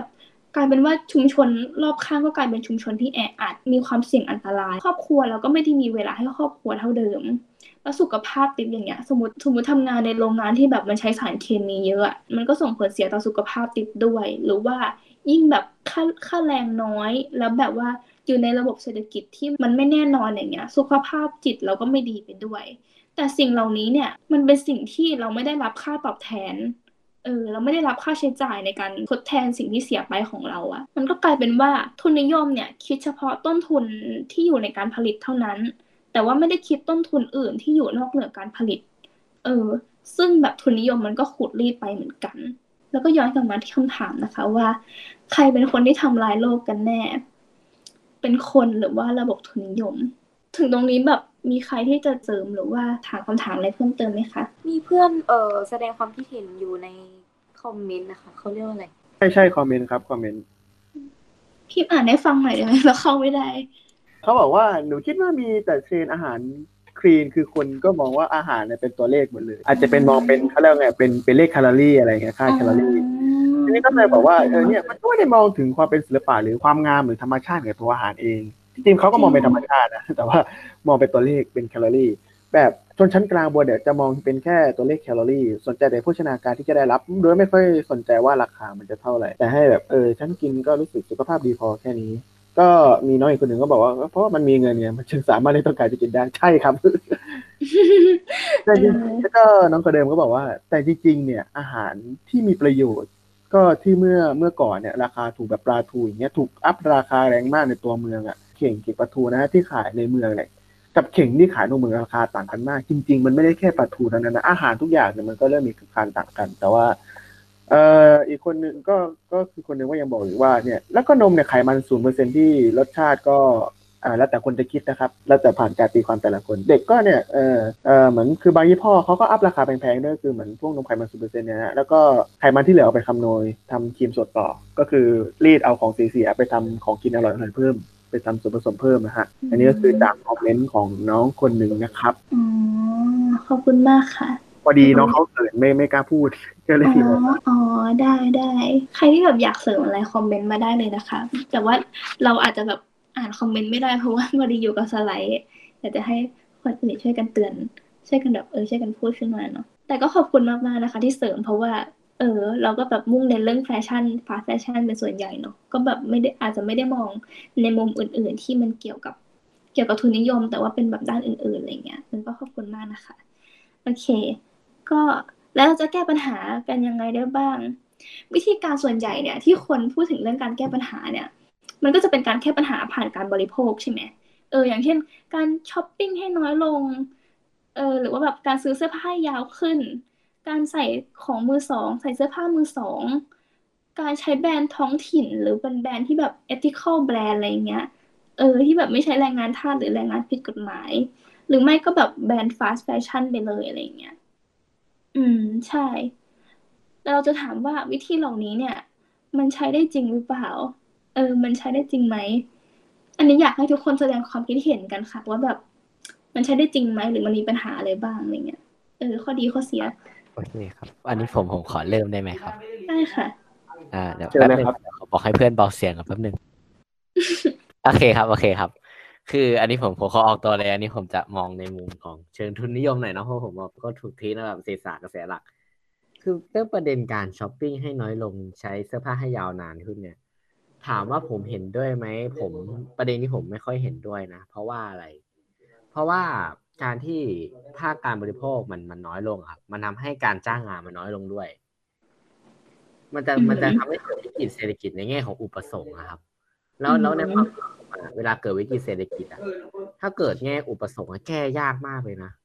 กลายเป็นว่าชุมชนรอบข้างก็กลายเป็นชุมชนที่แออัดมีความเสี่ยงอันตรายครอบครัวเราก็ไม่ได้มีเวลาให้ครอบครัวเท่าเดิมแล้วสุขภาพติ๊บอย่างเงี้ยสมมติทำงานในโรงงานที่แบบมันใช้สารเคมีเยอะมันก็ส่งผลเสียต่อสุขภาพติ๊บด้วยหรือว่ายิ่งแบบค่าแรงน้อยแล้วแบบว่าอยู่ในระบบเศรษฐกิจที่มันไม่แน่นอนอย่างเงี้ยสุขภาพจิตเราก็ไม่ดีไปด้วยแต่สิ่งเหล่านี้เนี่ยมันเป็นสิ่งที่เราไม่ได้รับค่าตอบแทนเราไม่ได้รับค่าใช้จ่ายในการทดแทนสิ่งที่เสียไปของเราอะมันก็กลายเป็นว่าทุนนิยมเนี่ยคิดเฉพาะต้นทุนที่อยู่ในการผลิตเท่านั้นแต่ว่าไม่ได้คิดต้นทุนอื่นที่อยู่นอกเหนือการผลิตซึ่งแบบทุนนิยมมันก็ขูดรีดไปเหมือนกันแล้วก็ย้อนกลับมาที่คำถามนะคะว่าใครเป็นคนที่ทำลายโลกกันแน่เป็นคนหรือว่าระบบทุนนิยมถึงตรงนี้แบบมีใครที่จะเสริมหรือว่าถามคำถามอะไรเพิ่มเติมไหมคะมีเพื่อนแสดงความคิดเห็นอยู่ในคอมเมนต์นะคะเขาเรียกว่าอะไรใช่คอมเมนต์ครับคอมเมนต์พี่อ่านให้ฟังหน่อยได้ไหมเราเข้าไม่ได้เขาบอกว่าหนูคิดว่ามีแต่เทรนอาหารคลีนคือคนก็มองว่าอาหารเนี่ยเป็นตัวเลขหมดเลยอาจจะเป็นมองเป็นเขาเรียกไงเป็นเลขแคลอรี่อะไรเงี้ยค่าแคลอรี่ทีนี้ก็เลยบอกว่าเนี่ยมันก็ไม่ได้มองถึงความเป็นศิลปะหรือความงามหรือธรรมชาติของตัวอาหารเองจริงๆเขาก็มองเป็นธรรมชาตินะแต่ว่ามองเป็นตัวเลขเป็นแคลอรี่แบบชนชั้นกลางบนเนี่ยจะมองเป็นแค่ตัวเลขแคลอรี่สนใจแต่โภชนาการที่จะได้รับโดยไม่ค่อยสนใจว่าราคามันจะเท่าไหร่แต่ให้แบบฉันกินก็รู้สึกสุขภาพดีพอแค่นี้ก็มีน้องอีกคนหนึ่งก็บอกว่าเพราะว่ามันมีเงินเนี่ยมันจึงสามารถที่ต้องการจะกินได้ใช่ครับ แต่จริงแล้วก็น้องคนเดิมก็บอกว่าแต่จริงๆเนี่ยอาหารที่มีประโยชน์ก็ที่เมื่อก่อนเนี่ยราคาถูกแบบปลาทูอย่างเงี้ยถูกอัพราคาแรงมากในตัวเมืองอ่ะเข่งปลาทูนะที่ขายในเมืองเนี่ยกับเข่งที่ขายนอกเมืองราคาต่างกันมากจริงๆมันไม่ได้แค่ปลาทูเท่านั้นนะอาหารทุกอย่างเนี่ยมันก็เริ่มมีการต่างกันแต่ว่าอีกคนนึงก็คือคนนึงว่ายังบอกอยู่ว่าเนี่ยแล้วก็นมเนี่ยไขมัน 0% ที่รสชาติก็แล้วแต่คนจะคิดนะครับแล้วแต่ผ่านการตีความแต่ละคนเด็กก็เนี่ยเหมือนคือบางยี่ห้อเขาก็อัพราคาแพงๆด้วยคือเหมือนพวกนมไขมัน 0% เนี่ยนะแล้วก็ไขมันที่เหลือเอาไปคำนวณทำครีมสดต่อก็คือรีดเอาของเสียๆไปทำของกินอร่อยๆเพิ่มไปทำส่วนผสมเพิ่มนะฮะอันนี้ก็คือจากคอมเมนต์ของน้องคนหนึ่งนะครับขอบคุณมากค่ะพอดีน้องเขาเขินไม่กล้าพูดก็เลยพิมพ์ได้ใครที่แบบอยากเสริมอะไรคอมเมนต์มาได้เลยนะคะแต่ว่าเราอาจจะแบบอ่านคอมเมนต์ไม่ได้เพราะว่าพอดีอยู่กับสไลด์อยากจะให้คนอื่นช่วยกันเตือนช่วยกันแบบช่วยกันพูดขึ้นมาเนาะแต่ก็ขอบคุณมากๆนะคะที่เสริมเพราะว่าเราก็แบบมุ่งเน้นเรื่องแฟชั่นฟาสต์แฟชั่นเป็นส่วนใหญ่เนาะก็แบบไม่ได้อาจจะไม่ได้มองในมุมอื่นๆที่มันเกี่ยวกับทุนนิยมแต่ว่าเป็นแบบด้านอื่นๆอะไรเงี้ยก็ขอบคุณมากนะคะโอเคก็แล้วเราจะแก้ปัญหากันยังไงได้บ้างวิธีการส่วนใหญ่เนี่ยที่คนพูดถึงเรื่องการแก้ปัญหาเนี่ยมันก็จะเป็นการแก้ปัญหาผ่านการบริโภคใช่ไหมอย่างเช่นการช้อปปิ้งให้น้อยลงหรือว่าแบบการซื้อเสื้อผ้ายาวขึ้นการใส่ของมือสองใส่เสื้อผ้ามือสองการใช้แบรนด์ท้องถิ่นหรือเป็นแบรนด์ที่แบบ ethical แบรนด์อะไรเงี้ยที่แบบไม่ใช้แรงงานทาสหรือแรงงานผิดกฎหมายหรือไม่ก็แบบแบรนด์ fast fashion ไปเลยอะไรเงี้ยใช่แต่เราจะถามว่าวิธีเหล่านี้เนี่ยมันใช้ได้จริงหรือเปล่ามันใช้ได้จริงไหมอันนี้อยากให้ทุกคนแสดงความคิดเห็นกันค่ะว่าแบบมันใช้ได้จริงไหมหรือมันมีปัญหาอะไรบ้างอะไรเงี้ยข้อดีข้อเสียโอเคครับอันนี้ผมขอเริ่มได้ไหมครับได้ค่ะเดี๋ยวแป๊บนึงขอบอกให้เพื่อนเบาเสียงกันแป๊บนึง โอเคครับ คืออันนี้ผมขอออกตัวเลยอันนี้ผมจะมองในมุมของเชิงทุนนิยมหน่อยนะเพราะผมก็ถูกทีนะแบบเศรษฐศาสตร์กระแสหลักคือเรื่องประเด็นการช้อปปิ้งให้น้อยลงใช้เสื้อผ้าให้ยาวนานขึ้นเนี่ยถามว่าผมเห็นด้วยไหมประเด็นที่ผมไม่ค่อยเห็นด้วยนะเพราะว่าอะไรเพราะว่าการที่ภาคการบริโภคมันน้อยลงครับมันทำให้การจ้างงานมันน้อยลงด้วยมันจะทำให้เกิดวิกฤตเศรษฐกิจในแง่ของอุปสงค์ครับแล้วในความเวลาเกิดวิกฤตเศรษฐกิจถ้าเกิดแง่อุปสงค์แก้ยากมากเลยนะ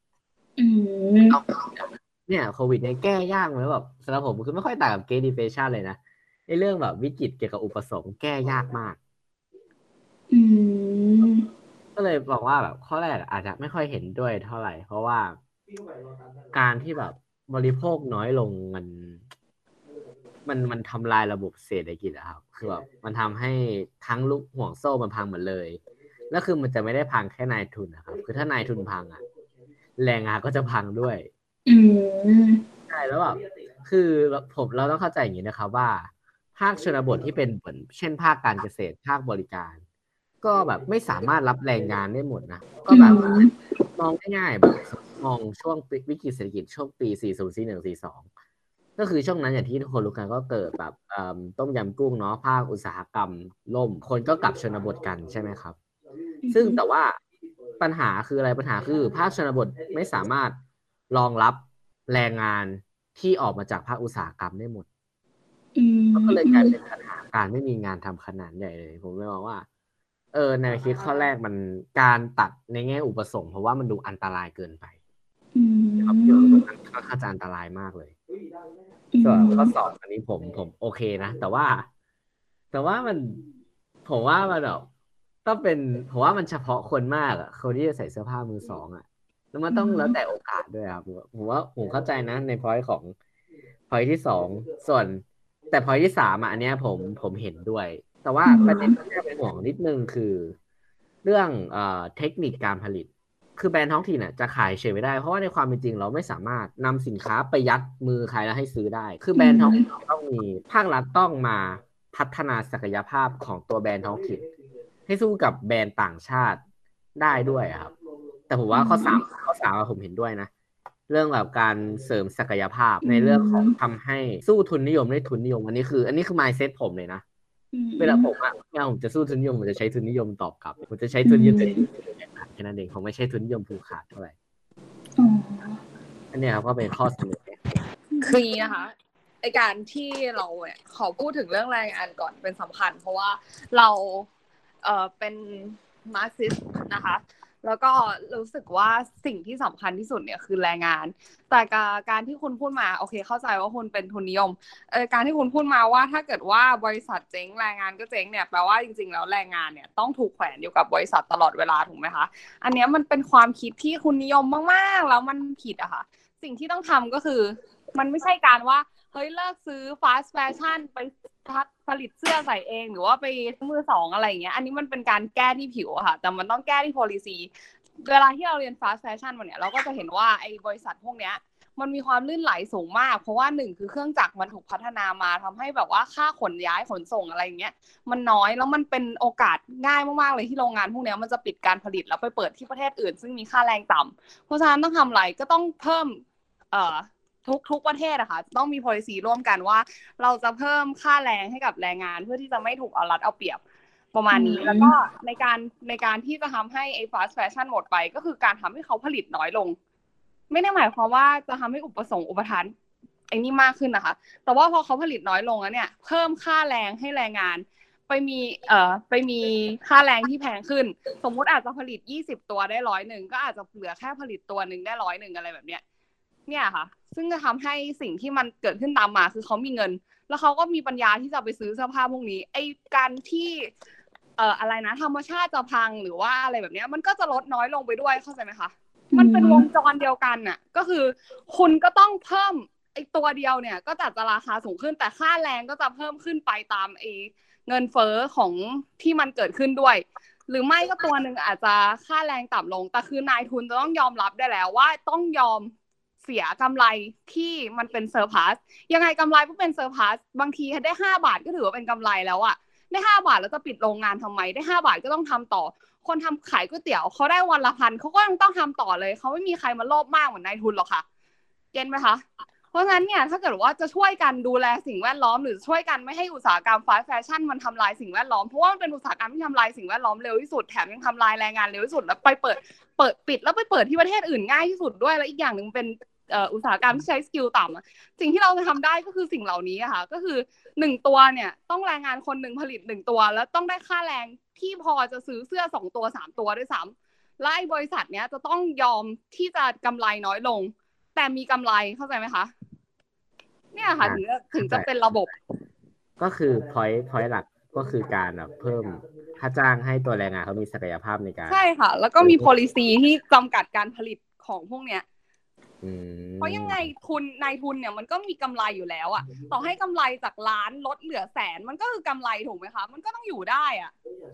เนี่ยโควิดเนี่ยแก้ยากเลยแบบสำหรับผมคือไม่ค่อยต่างกับเกรทดีเฟชั่นเลยนะในเรื่องแบบวิกฤตเกี่ยวกับอุปสงค์แก้ยากมากก็เลยบอกว่าแบบข้อแรกอาจจะไม่ค่อยเห็นด้วยเท่าไหร่เพราะว่าการที่แบบบริโภคน้อยลงมันทำลายระบบเศรษฐกิจอะครับคือแบบมันทำให้ทั้งลูกห่วงโซ่มันพังหมดเลยแล้วคือมันจะไม่ได้พังแค่นายทุนนะครับคือถ้านายทุนพังแรงงานก็จะพังด้วยใช่แล้วแบบคือเราต้องเข้าใจอย่างนี้นะครับว่าภาคชนบทที่เป็นเหมือนเช่นภาคการเกษตรภาคบริการ ก็แบบไม่สามารถรับแรงงานได้หมดนะก็แบบมองง่ายๆแบบมองช่วงวิกฤตเศรษฐกิจช่วงปี4041-42ก็คือช่วงนั้นอย่างที่ทุกคนรู้กันก็เกิดแบบต้มยำกุ้งเนาะภาคอุตสาหกรรมล่มคนก็กลับชนบทกันใช่ไหมครับซึ่งแต่ว่าปัญหาคืออะไรปัญหาคือภาคชนบทไม่สามารถรองรับแรงงานที่ออกมาจากภาคอุตสาหกรรมได้หมดก็เลยกลายเป็นปัญหาการไม่มีงานทำขนาดใหญ่เลยผมเลยมองว่าแนวคิดข้อแรกมันการตัดในแง่อุปสงค์เพราะว่ามันดูอันตรายเกินไปครับเยอะมันค่อนข้างจะอันตรายมากเลยส่วนข้อสอบอันนี้ผมโอเคนะแต่ว่ามันผมว่ามันแบบต้องเป็นผมว่ามันเฉพาะคนมากอ่ะคนที่จะใส่เสื้อผ้ามือสองอ่ะแล้วมันต้องแล้วแต่โอกาสด้วยครับผมว่าผมเข้าใจนะในพอยต์ของพอยต์ที่2ส่วนแต่พอยต์ที่3อันเนี้ยผมเห็นด้วยแต่ว่าประเด็นที่น่าเป็นห่วงนิดนึงคือเรื่องเทคนิคการผลิตคือแบรนด์ท้องถิ่นจะขายเฉยไม่ได้เพราะว่าในความเป็นจริงเราไม่สามารถนำสินค้าไปยัดมือใครแล้วให้ซื้อได้คือแบรนด์ท้องถิ่นต้องมีภาครัฐต้องมาพัฒนาศักยภาพของตัวแบรนด์ท้องถิ่นให้สู้กับแบรนด์ต่างชาติได้ด้วยครับแต่ผมว่าข้อ3ผมเห็นด้วยนะเรื่องแบบการเสริมศักยภาพในเรื่องของทำให้สู้ทุนนิยมได้ทุนนิยมอันนี้คือ mindset ผมเลยนะเวลาผมจะสู้ทุนนิยมผมจะใช้ทุนนิยมตอบกลับผมจะใช้ทุนนิยมแค่นั้นเองผมไม่ใช่ทุนนิยมผูกขาดเท่าไหร่อันนี้ครับก็เป็นข้อเสนอคืออย่างนี้นะคะไอการที่เราขอพูดถึงเรื่องแรงงานก่อนเป็นสำคัญเพราะว่าเราเป็นมาร์กซิสต์นะคะแล้วก็รู้สึกว่าสิ่งที่สำคัญที่สุดเนี่ยคือแรงงานแต่การที่คุณพูดมาโอเคเข้าใจว่าคุณเป็นทุนนิยมการที่คุณพูดมาว่าถ้าเกิดว่าบริษัทเจ๊งแรงงานก็เจ๊งเนี่ยแปลว่าจริงๆแล้วแรงงานเนี่ยต้องถูกแขวนอยู่กับบริษัทตลอดเวลาถูกไหมคะอันนี้มันเป็นความคิดที่คุณนิยมมากๆแล้วมันผิดอะค่ะสิ่งที่ต้องทำก็คือมันไม่ใช่การว่าเฮ้ยเลิกซื้อ fast fashion ไปผลิตเสื้อใส่เองหรือว่าไปมือสองอะไรอย่างเงี้ยอันนี้มันเป็นการแก้ที่ผิวอะค่ะแต่มันต้องแก้ที่ policy เวลาที่เราเรียน fast fashion วันเนี้ยเราก็จะเห็นว่าไอ้บริษัทพวกเนี้ยมันมีความลื่นไหลสูงมากเพราะว่า1คือเครื่องจักรมันถูกพัฒนามาทำให้แบบว่าค่าขนย้ายขนส่งอะไรอย่างเงี้ยมันน้อยแล้วมันเป็นโอกาสง่ายมากๆเลยที่โรงงานพวกเนี้ยมันจะปิดการผลิตแล้วไปเปิดที่ประเทศอื่นซึ่งมีค่าแรงต่ำเพราะฉะนั้นต้องทำอะไรก็ต้องเพิ่มทุกประเทศอะค่ะต้องมี policy ร่วมกันว่าเราจะเพิ่มค่าแรงให้กับแรงงานเพื่อที่จะไม่ถูกเอารัดเอาเปรียบประมาณนี้แล้วก็ในการที่จะทำให้ไอ้ fast fashion หมดไปก็คือการทำให้เขาผลิตน้อยลงไม่ได้หมายความว่าจะทำให้อุปทานไอ้นี่มากขึ้นนะคะแต่ว่าพอเขาผลิตน้อยลงแล้วเนี่ยเพิ่มค่าแรงให้แรงงานไปมีค่าแรงที่แพงขึ้นสมมุติอาจจะผลิต20ตัวได้100ก็อาจจะเหลือแค่ผลิตตัวนึงได้100อะไรแบบเนี้ยเนี่ยค่ะซึ่งจะทำให้สิ่งที่มันเกิดขึ้นตามมาคือเขามีเงินแล้วเขาก็มีปัญญาที่จะไปซื้อเสื้อผ้าพวกนี้ไอ้การที่อะไรนะธรรมชาติจะพังหรือว่าอะไรแบบนี้มันก็จะลดน้อยลงไปด้วยเข้าใจไหมคะมันเป็นวงจรเดียวกันน่ะก็คือคุณก็ต้องเพิ่มไอ้ตัวเดียวเนี่ยก็จะราคาสูงขึ้นแต่ค่าแรงก็จะเพิ่มขึ้นไปตามเงินเฟ้อของที่มันเกิดขึ้นด้วยหรือไม่ก็ตัวนึงอาจจะค่าแรงต่ำลงแต่คือนายทุนจะต้องยอมรับได้แล้วว่าต้องยอมเสียกำไรที่มันเป็นเซอร์พาสยังไงกำไรก็เป็นเซอร์พาสบางทีได้5 บาทก็ถือว่าเป็นกำไรแล้วอะได้5 บาทแล้วจะปิดโรงงานทำไมได้5 บาทก็ต้องทำต่อคนทำขายก๋วยเตี๋ยวเขาได้วันละ1,000เขาก็ยังต้องทำต่อเลยเขาไม่มีใครมาโลภมากเหมือนนายทุนหรอกค่ะเก็ทไหมคะเพราะฉะนั้นเนี่ยถ้าเกิดว่าจะช่วยกันดูแลสิ่งแวดล้อมหรือช่วยกันไม่ให้อุตสาหกรรมฟาสต์แฟชั่นมันทำลายสิ่งแวดล้อมเพราะว่ามันเป็นอุตสาหกรรมที่ทำลายสิ่งแวดล้อมเร็วที่สุดแถมยังทำลายแรงงานเร็วที่สุดแล้วไปเปิดปิดแล้วไปเปิดที่ประเทศอื่นง่ายที่สุดด้วยแล้วอีกอย่างนึงเป็นอุตสาหกรรมที่ใช้สกิลต่ำสิ่งที่เราจะทำได้ก็คือสิ่งเหล่านี้ค่ะก็คือ1ตัวเนี่ยต้องแรงงานคนนึงผลิต1ตัวแล้วต้องได้ค่าแรงที่พอจะซื้อเสื้อ2ตัว3ตัวด้วยซ้ำและไอ้บริษัทเนี้ยจะต้องยอมที่จะกำไรน้อยลงแต่มีกำไรเข้าใจไหมคะเนี่ยค่ะถึงจะเป็นระบบก็คือ point หลักก็คือการเพิ่มค่าจ้างให้ตัวแรงงานเขามีศักยภาพในการใช่ค่ะแล้วก็มี policy ที่จำกัดการผลิตของพวกเนี้ยเพราะยังไงนายทุนเนี่ยมันก็มีกำไรอยู่แล้วอ่ะต่อให้กำไรจากล้านลดเหลือแสนมันก็คือกำไรถูกไหมคะมันก็ต้องอยู่ได้อ่ะ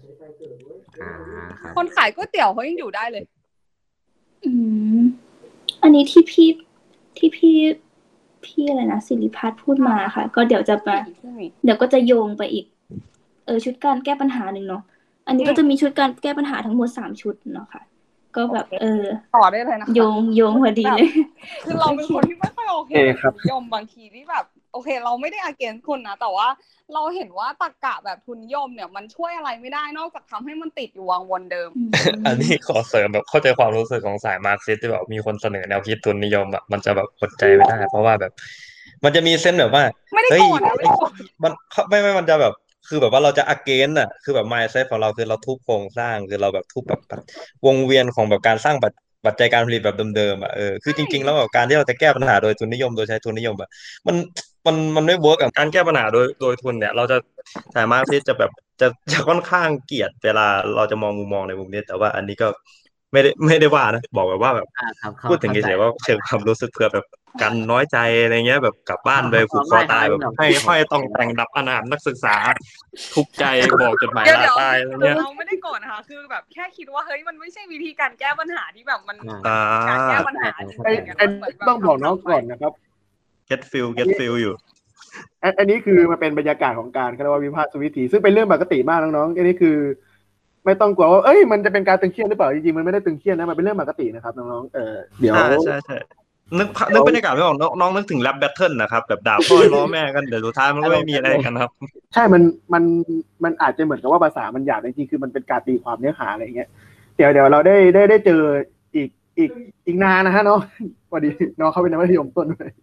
คนขายก๋วยเตี๋ยวเขายังอยู่ได้เลยอันนี้ที่พี่ที่อะไรนะศิริพัฒน์พูดมาค่ะ ก็เดี๋ยวก็จะโยงไปอีกชุดการแก้ปัญหาหนึ่งเนาะอันนี้ก็จะมีชุดการแก้ปัญหาทั้งหมด3 ชุดเนาะค่ะ ก็แบบต่อได้เลยนะคะโยงพอดีเลยคือเราเป็นคนที่ไม่ค่อยโอเคกับทุนนิยมบางทีที่แบบโอเคเราไม่ได้ against คุณนะแต่ว่าเราเห็นว่าตรรกะแบบทุนนิยมเนี่ยมันช่วยอะไรไม่ได้นอกจากทำให้มันติดอยู่วังวนเดิมอันนี้ขอเสริมแบบเข้าใจความรู้สึกของสายมาร์กซิสที่แบบมีคนเสนอแนวคิดทุนนิยมอะมันจะแบบอดใจไม่ได้เพราะว่าแบบ มันจะมีเส้นแบบว่าไม่ได้เฮ้ยโกรธนะไม่ได้โกรธมันไม่มันจะแบบคือแบบว่าเราจะ against อ่ะคือแบบ mindset ของเราคือเราทุบโครงสร้างคือเราแบบทุบแบบวงเวียนของแบบการสร้างปัจจัยการผลิตแบบเดิมๆอ่ะคือจริงๆแล้วแบบการที่เราจะแก้ปัญหาโดยทุนนิยมโดยใช้ทุนนิยมอ่ะมันมันไม่เวิร์กกับการแก้ปัญหาโดยทุนเนี่ยเราจะสามารถที่จะแบบจะค่อนข้างเกลียดเวลาเราจะมองมุมมองในมุมนี้แต่ว่าอันนี้ก็ไม่ได้ว่านะบอกแบบว่าแบบครับพูดถึงเฉยๆว่าเชิงความรู้สึกเพื่อแบบกันน้อยใจอะไรเงี้ยแบบกลับบ้านไปผูกคอตายแบบให้ต้องแต่งดับอนาถนักศึกษาทุกข์ใจบอกจดหมายลาตายอะไรเงี้ยเราไม่ได้โกรธนะคะคือแบบแค่คิดว่าเฮ้ยมันไม่ใช่วิธีการแก้ปัญหาที่แบบมันอ่าการแก้ปัญหาจริงๆต้องบอกน้องก่อนนะครับ get feel อยู่อันนี้คือมันเป็นบรรยากาศของการเขาเรียกว่าวิพากษ์วิถีซึ่งเป็นเรื่องปกติมากน้องๆอันนี้คือไม่ต้องกลัวว่ามันจะเป็นการตึงเครียดหรือเปล่าจริงๆมันไม่ได้ตึงเครียดนะมันเป็นเรื่องปกตินะครับน้องๆเดี๋ยวใช่นึกบรรยากาศไม่ออกน้องนึกถึงแรปแบทเทิลนะครับแบบด่าพ่อล้อแม่กันเดี๋ยวสุดท้ายมันก็ไม่มีอะไรกันครับใช่มันอาจจะเหมือนกับว่าภาษามันหยาบจริงๆคือมันเป็นการตีความเนื้อหาอะไรอย่างเงี้ยเดี๋ยวเราได้เจออีกนานนะฮะน้องพอดีน้องเขาเป็นนักมัธยมต้นเลย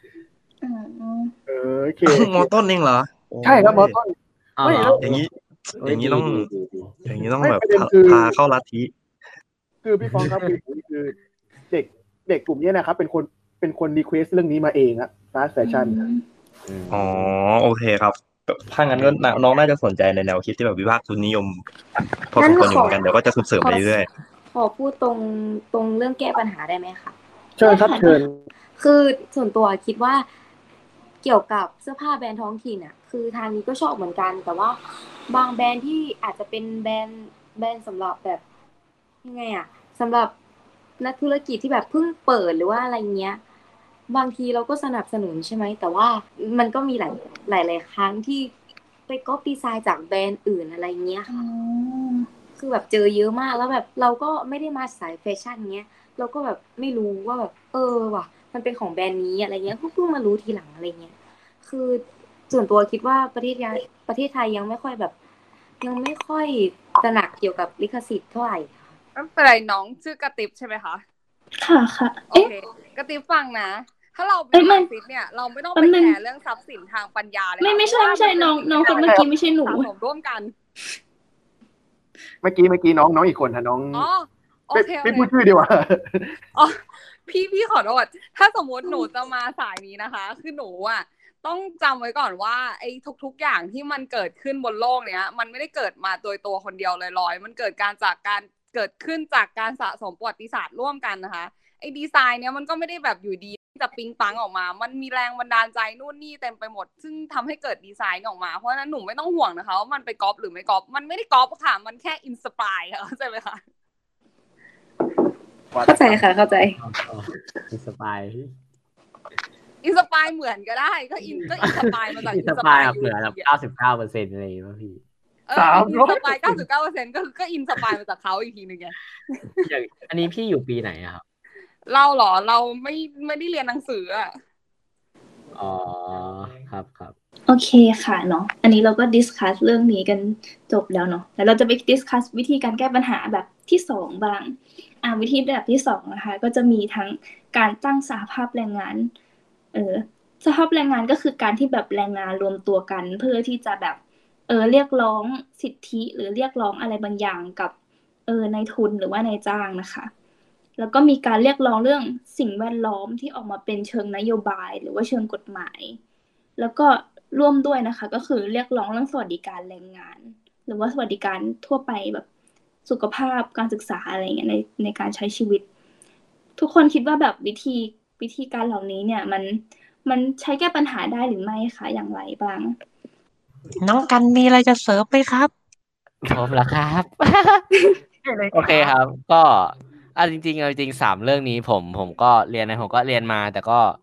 โอเคมอต้นเองเหรอใช่ครับมอต้นอย่างนี้ต้องแบบพาเข้าลัทธิคือพี่ฟองครับคือเด็กกลุ่มนี้นะครับเป็นคนรีเควสเรื่องนี้มาเองอะfast fashion อ๋อโอเคครับถ้างั้นก็น้องน่าจะสนใจในแนวคิดที่แบบวิพากษ์ทุนนิยมพอสมควรอยู่เหมือนกันเดี๋ยวก็จะเสริมไปเรื่อยขอพูดตรงเรื่องแก้ปัญหาได้ไหมคะเชิญครับเชิญคือส่วนตัวคิดว่าเกี่ยวกับเสื้อผ้าแบรนด์ท้องถิ่นอ่ะคือทางนี้ก็ชอบเหมือนกันแต่ว่าบางแบรนด์ที่อาจจะเป็นแบรนด์สำหรับแบบยังไงอ่ะสำหรับนักธุรกิจที่แบบเพิ่งเปิดหรือว่าอะไรเงี้ยบางทีเราก็สนับสนุนใช่ไหมแต่ว่ามันก็มีหลายครั้งที่ไปก๊อปดีไซน์จากแบรนด์อื่นอะไรเงี้ยค่ะคือแบบเจอเยอะมากแล้วแบบเราก็ไม่ได้มาสายแฟชั่นเงี้ยเราก็แบบไม่รู้ว่าแบบว่ะมันเป็นของแบรนด์นี้อะไรเงี้ยเพิ่งมารู้ทีหลังอะไรเงี้ยคือส่วนตัวคิดว่าประเทศไทยยังไม่ค่อยตระหนักเกี่ยวกับลิขสิทธิ์เท่าไหร่ไม่เป็นไรน้องชื่อกระติบใช่ไหมคะค่ะโอเคกระติบฟังนะถ้าเราเป็นมาร์กซิสเนี่ยเราไม่ต้องไปแคร์เรื่องทรัพย์สินทางปัญญาเลยไม่ใช่น้องคนเมื่อกี้ไม่ใช่หนูสะสมร่วมกันเมื่อกี้น้องอีกคนค่ะน้องโอเคไม่พูดชื่อดีกว่าพี่ขอโทษถ้าสมมติหนูจะมาสายนี้นะคะคือหนูอ่ะต้องจำไว้ก่อนว่าไอ้ทุกอย่างที่มันเกิดขึ้นบนโลกเนี้ยมันไม่ได้เกิดมาโดยตัวคนเดียวลอยๆมันเกิดขึ้นจากการสะสมประวัติศาสตร์ร่วมกันนะคะไอ้ดีไซน์เนี้ยมันก็ไม่ได้แบบอยู่ดีจะปิ๊งปังออกมามันมีแรงบันดาลใจนู่นนี่เต็มไปหมดซึ่งทำให้เกิดดีไซน์ออกมาเพราะฉะนั้นหนูไม่ต้องห่วงนะคะว่ามันไปก๊อปหรือไม่ก๊อปมันไม่ได้ก๊อปค่ะมันแค่อินสปายค่ะเข้าใจไหมคะเข้าใจค่ะเข้าใจอินสปายเหมือนก็ได้ก็อินสปายมาจากอินสปายเหลือแบบ99%อะไรอย่างเงี้ยพี่อินสปาย 99% ก็อินสปายมาจากเขาอีกทีนึงไงอย่างอันนี้พี่อยู่ปีไหนอะครับเราเหรอเราไม่ได้เรียนหนังสืออ่ะอ๋อครับโอเคค่ะเนาะอันนี้เราก็ดิสคัสเรื่องนี้กันจบแล้วเนาะแล้วเราจะไปดิสคัสวิธีการแก้ปัญหาแบบที่2บ้างวิธีแบบที่2นะคะก็จะมีทั้งการตั้งสหภาพแรงงานสหภาพแรงงานก็คือการที่แบบแรงงานรวมตัวกันเพื่อที่จะแบบเรียกร้องสิทธิหรือเรียกร้องอะไรบางอย่างกับนายทุนหรือว่านายจ้างนะคะแล้วก็มีการเรียกร้องเรื่องสิ่งแวดล้อมที่ออกมาเป็นเชิงนโยบายหรือว่าเชิงกฎหมายแล้วก็ร่วมด้วยนะคะก็คือเรียกร้องเรื่องสวัสดิการแรงงานหรือว่าสวัสดิการทั่วไปแบบสุขภาพการศึกษาอะไรอย่างเงี้ยในการใช้ชีวิตทุกคนคิดว่าแบบวิธีการเหล่านี้เนี่ยมันใช้แก้ปัญหาได้หรือไม่คะอย่างไรบ้างน้องกันมีอะไรจะเสริมไหมครับผมละครับ โอเคครับก็จริง3เรื่องนี้ผมก็เรียนมาแต่ก็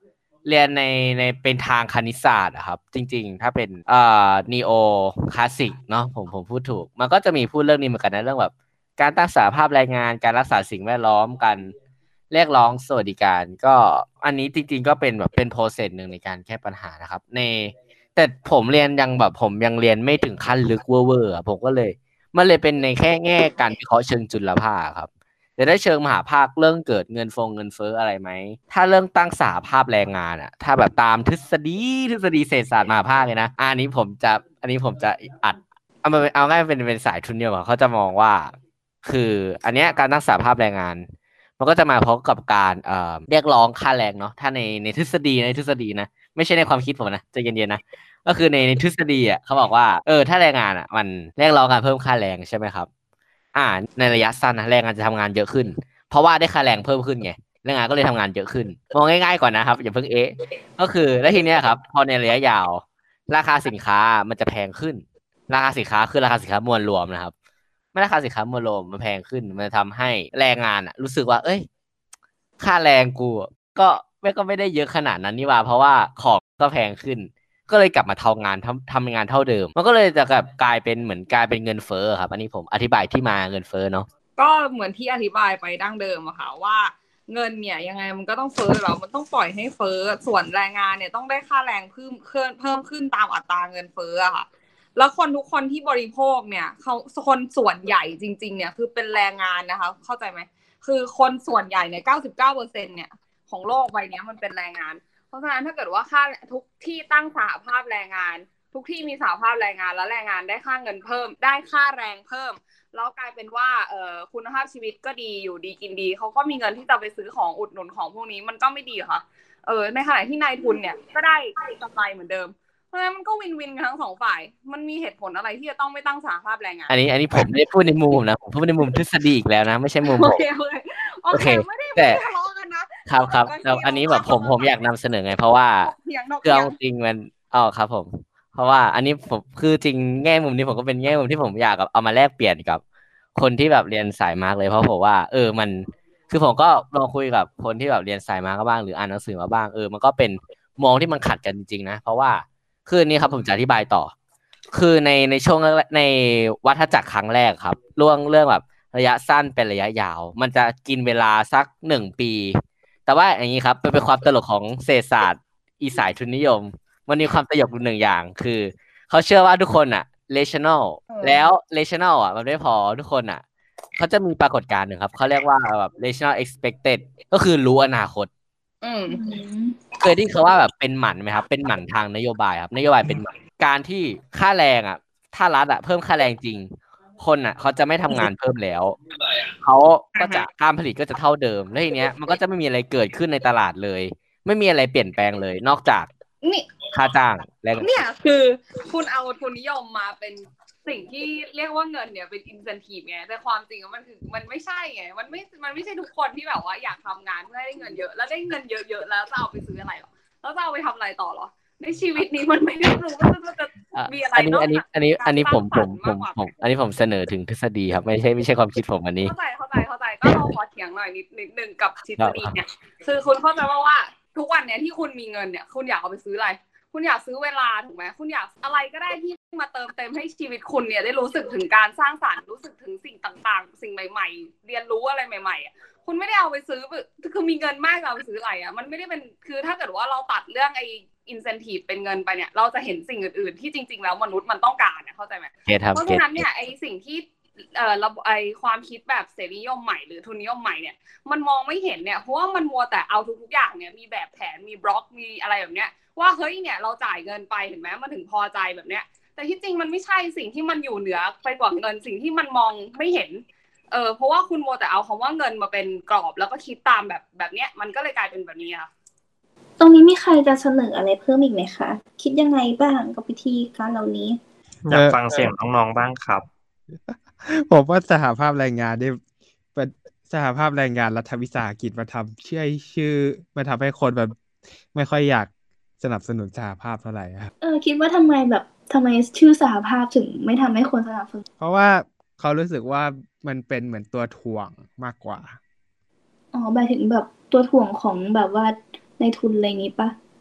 เรียนในเป็นทางคณิตศาสตร์อะครับจริงๆถ้าเป็นนีโอคลาสสิกเนาะผมพูดถูกมันก็จะมีพูดเรื่องนี้เหมือนกันนะเรื่องแบบการตั้งสหภาพแรงงานการรักษาสิ่งแวดล้อมการเรียกร้องสวัสดิการก็อันนี้จริงๆก็เป็นแบบเป็นโปรเซสหนึ่งในการแก้ปัญหานะครับแต่ผมเรียนยังแบบผมยังเรียนไม่ถึงขั้นลึกเวอร์ผมก็เลยมันเลยเป็นในแค่แง่การวิเคราะห์เชิงจุลภาคครับแต่ได้เชิงมหาภาคเรื่องเกิดเงินเฟ้ออะไรไหมถ้าเรื่องตั้งสหภาพแรงงานอะถ้าแบบตามทฤษฎีเศรษฐศาสตร์มหาภาคเลยนะอันนี้ผมจะอัดเอาง่ายเป็นสายทุนเดียวเขาจะมองว่าคืออันเนี้ยการตั้งสหภาพแรงงานมันก็จะมาพร้อมกับการเรียกร้องค่าแรงเนาะถ้าในทฤษฎีนะไม่ใช่ในความคิดผมนะใจเย็นๆนะก็คือในทฤษฎีอ่ะเขาบอกว่าถ้าแรงงานอ่ะมันเรียกร้องการเพิ่มค่าแรงใช่ไหมครับในระยะสั้นนะแรงงานจะทำงานเยอะขึ้นเพราะว่าได้ค่าแรงเพิ่มขึ้นไงแรงงานก็เลยทำงานเยอะขึ้นมองง่ายๆก่อนนะครับอย่าเพิ่งก็คือแล้วทีเนี้ยครับพอในระยะยาวราคาสินค้ามันจะแพงขึ้นราคาสินค้าคือราคาสินค้ามวลรวมนะครับไม่ราคาสินค้ามวลรวมมันแพงขึ้นมันทำให้แรงงานอ่ะรู้สึกว่าค่าแรงกูก็ไม่ได้เยอะขนาดนั้นนี่ว่าเพราะว่าของก็แพงขึ้นก็เลยกลับมาทำงานเท่าเดิมมันก็เลยจะกลายเป็นเหมือนกลายเป็นเงินเฟ้อครับอันนี้ผมอธิบายที่มาเงินเฟ้อเนาะก็เหมือนที่อธิบายไปดั้งเดิมอะค่ะว่าเงินเนี่ยยังไงมันก็ต้องเฟ้อแล้วมันต้องปล่อยให้เฟ้อส่วนแรงงานเนี่ยต้องได้ค่าแรงเพิ่มขึ้นตามอัตราเงินเฟ้ออะค่ะแล้วคนทุกคนที่บริโภคเนี่ยเขาคนส่วนใหญ่จริงๆเนี่ยคือเป็นแรงงานนะคะเข้าใจไหมคือคนส่วนใหญ่เนี่ย99%เนี่ยของโลกใบนี้มันเป็นแรงงานเพราะฉะนั้นถ้าเกิดว่าค่าทุกที่ตั้งสหภาพแรงงานทุกที่มีสหภาพแรงงานแล้วแรงงานได้ค่าเงินเพิ่มได้ค่าแรงเพิ่มแล้วกลายเป็นว่าคุณภาพชีวิตก็ดีอยู่ดีกินดีเขาก็มีเงินที่จะไปซื้อของอุดหนุนของพวกนี้มันก็ไม่ดีค่ะในขณะที่นายทุนเนี่ยก็ได้กำไรเหมือนเดิมเพราะฉะนั้นมันก็วินวินกันทั้งสองฝ่ายมันมีเหตุผลอะไรที่จะต้องไม่ตั้งสหภาพแรงงานอันนี้ผมไม่ได้พูดในมุมนะผมพูดในมุมทฤษฎีอีกแล้วนะไม่ใช่มุมผมโอเคแต่ครับแล้วอันนี้แบบผมอยากนำเสนอไงเพราะว่าคือเอาจริงมันครับผมเพราะว่าอันนี้ผมคือจริงแง่มุมนี้ผมก็เป็นแง่มุมที่ผมอยากเอามาแลกเปลี่ยนกับคนที่แบบเรียนสายมาร์กเลยเพราะผมว่ามันคือผมก็ลองคุยกับคนที่แบบเรียนสายมาร์กบ้างหรืออ่านหนังสือมาบ้างมันก็เป็นมองที่มันขัดกันจริงๆนะเพราะว่าคือนี้ครับผมจะอธิบายต่อคือในช่วงในวัฏจักรครั้งแรกครับเรื่องแบบระยะสั้นเป็นระยะยาวมันจะกินเวลาสัก1 ปีแต่ว่าอย่างนี้ครับเป็นความตลกของเศรษฐศาสตร์อีสายทุนนิยมมันมีความตลกอยู่หนึ่งอย่างคือเขาเชื่อว่าทุกคนrational แล้ว rational มันไม่พอทุกคนเขาจะมีปรากฏการณ์หนึ่งครับเขาเรียกว่าแบบ rational expected ก็คือรู้อนาคตเคยได้ยินเขาว่าแบบเป็นหมันไหมครับเป็นหมันทางนโยบายครับนโยบายเป็นหมันการที่ค่าแรงถ้ารัฐเพิ่มค่าแรงจริงคนเขาจะไม่ทำงานเพิ่มแล้วเขาก็จะการผลิตก็จะเท่าเดิมแล้วทีเนี้ยมันก็จะไม่มีอะไรเกิดขึ้นในตลาดเลยไม่มีอะไรเปลี่ยนแปลงเลยนอกจากค่าจ้างเนี่ยคือคุณเอาทุนนิยมมาเป็นสิ่งที่เรียกว่าเงินเนี่ยเป็น incentive ไงแต่ความจริงมันไม่ใช่ไงมันไม่ใช่ทุกคนที่แบบว่าอยากทำงานเพื่อได้เงินเยอะแล้วได้เงินเยอะๆแล้วจะเอาไปซื้ออะไรหรอแล้วจะเอาไปทำอะไรต่อหรอในชีวิตนี้มันไม่รู้ว่าจะมีอะไรนอกจากอันนี้ผมเสนอถึงทฤษฎีครับไม่ใช่ความคิดผมอันนี้เข้าใจก็เราขอเถียงหน่อยนิดนึงกับทฤษฎีเนี่ยคือคุณเข้าใจว่าทุกวันเนี่ยที่คุณมีเงินเนี่ยคุณอยากเอาไปซื้ออะไรคุณอยากซื้อเวลาถูกไหมคุณอยากอะไรก็ได้ที่มาเติมเต็มให้ชีวิตคุณเนี่ยได้รู้สึกถึงการสร้างสรรค์รู้สึกถึงสิ่งต่างๆสิ่งใหม่ๆเรียนรู้อะไรใหม่ๆคุณไม่ได้เอาไปซื้อคือมีเงินมากเอาไปซื้ออะไรมันไม่ได้เป็นคือถ้าเกิดว่าเราตัดเรื่องไอ้incentive เป็นเงินไปเนี่ยเราจะเห็นสิ่งอื่นๆที่จริงๆแล้วมนุษย์มันต้องการเข้าใจไหมเพราะฉะนั้นเนี่ยไอ้สิ่งที่ไอ้ความคิดแบบเสรีนิยมใหม่หรือทุนนิยมใหม่เนี่ยมันมองไม่เห็นเนี่ยเพราะว่ามันมัวแต่เอาทุกๆอย่างเนี่ยมีแบบแผนมีบล็อกมีอะไรแบบเนี้ยว่าเฮ้ยเนี่ยเราจ่ายเงินไปเห็นไหมมันถึงพอใจแบบเนี้ยแต่ที่จริงมันไม่ใช่สิ่งที่มันอยู่เหนือไปกว่าเงินสิ่งที่มันมองไม่เห็นเพราะว่าคุณมัวแต่เอาคำว่าเงินมาเป็นกรอบแล้วก็คิดตามแบบเนี้ยมันก็เลยกลายเป็นแบบนี้ค่ะตรงนี้มีใครจะเสนออะไรเพิ่มอีกไหมคะคิดยังไงบ้างกับวิธีการเหล่านี้อยากฟังเสียงน้องๆบ้างครับผมว่าสหภาพแรงงานเนี่ยเป็นสหภาพแรงงานรัฐวิสาหกิจมาทำชื่อมาทำให้คนแบบไม่ค่อยอยากสนับสนุนสหภาพเท่าไหร่ครับคิดว่าทำไมชื่อสหภาพถึงไม่ทำให้คนสนับสนุนเพราะว่าเขารู้สึกว่ามันเป็นเหมือนตัวถ่วงมากกว่าหมายถึงแบบตัวถ่วงของแบบว่าในทุนอะไรอย่างนี้ปะ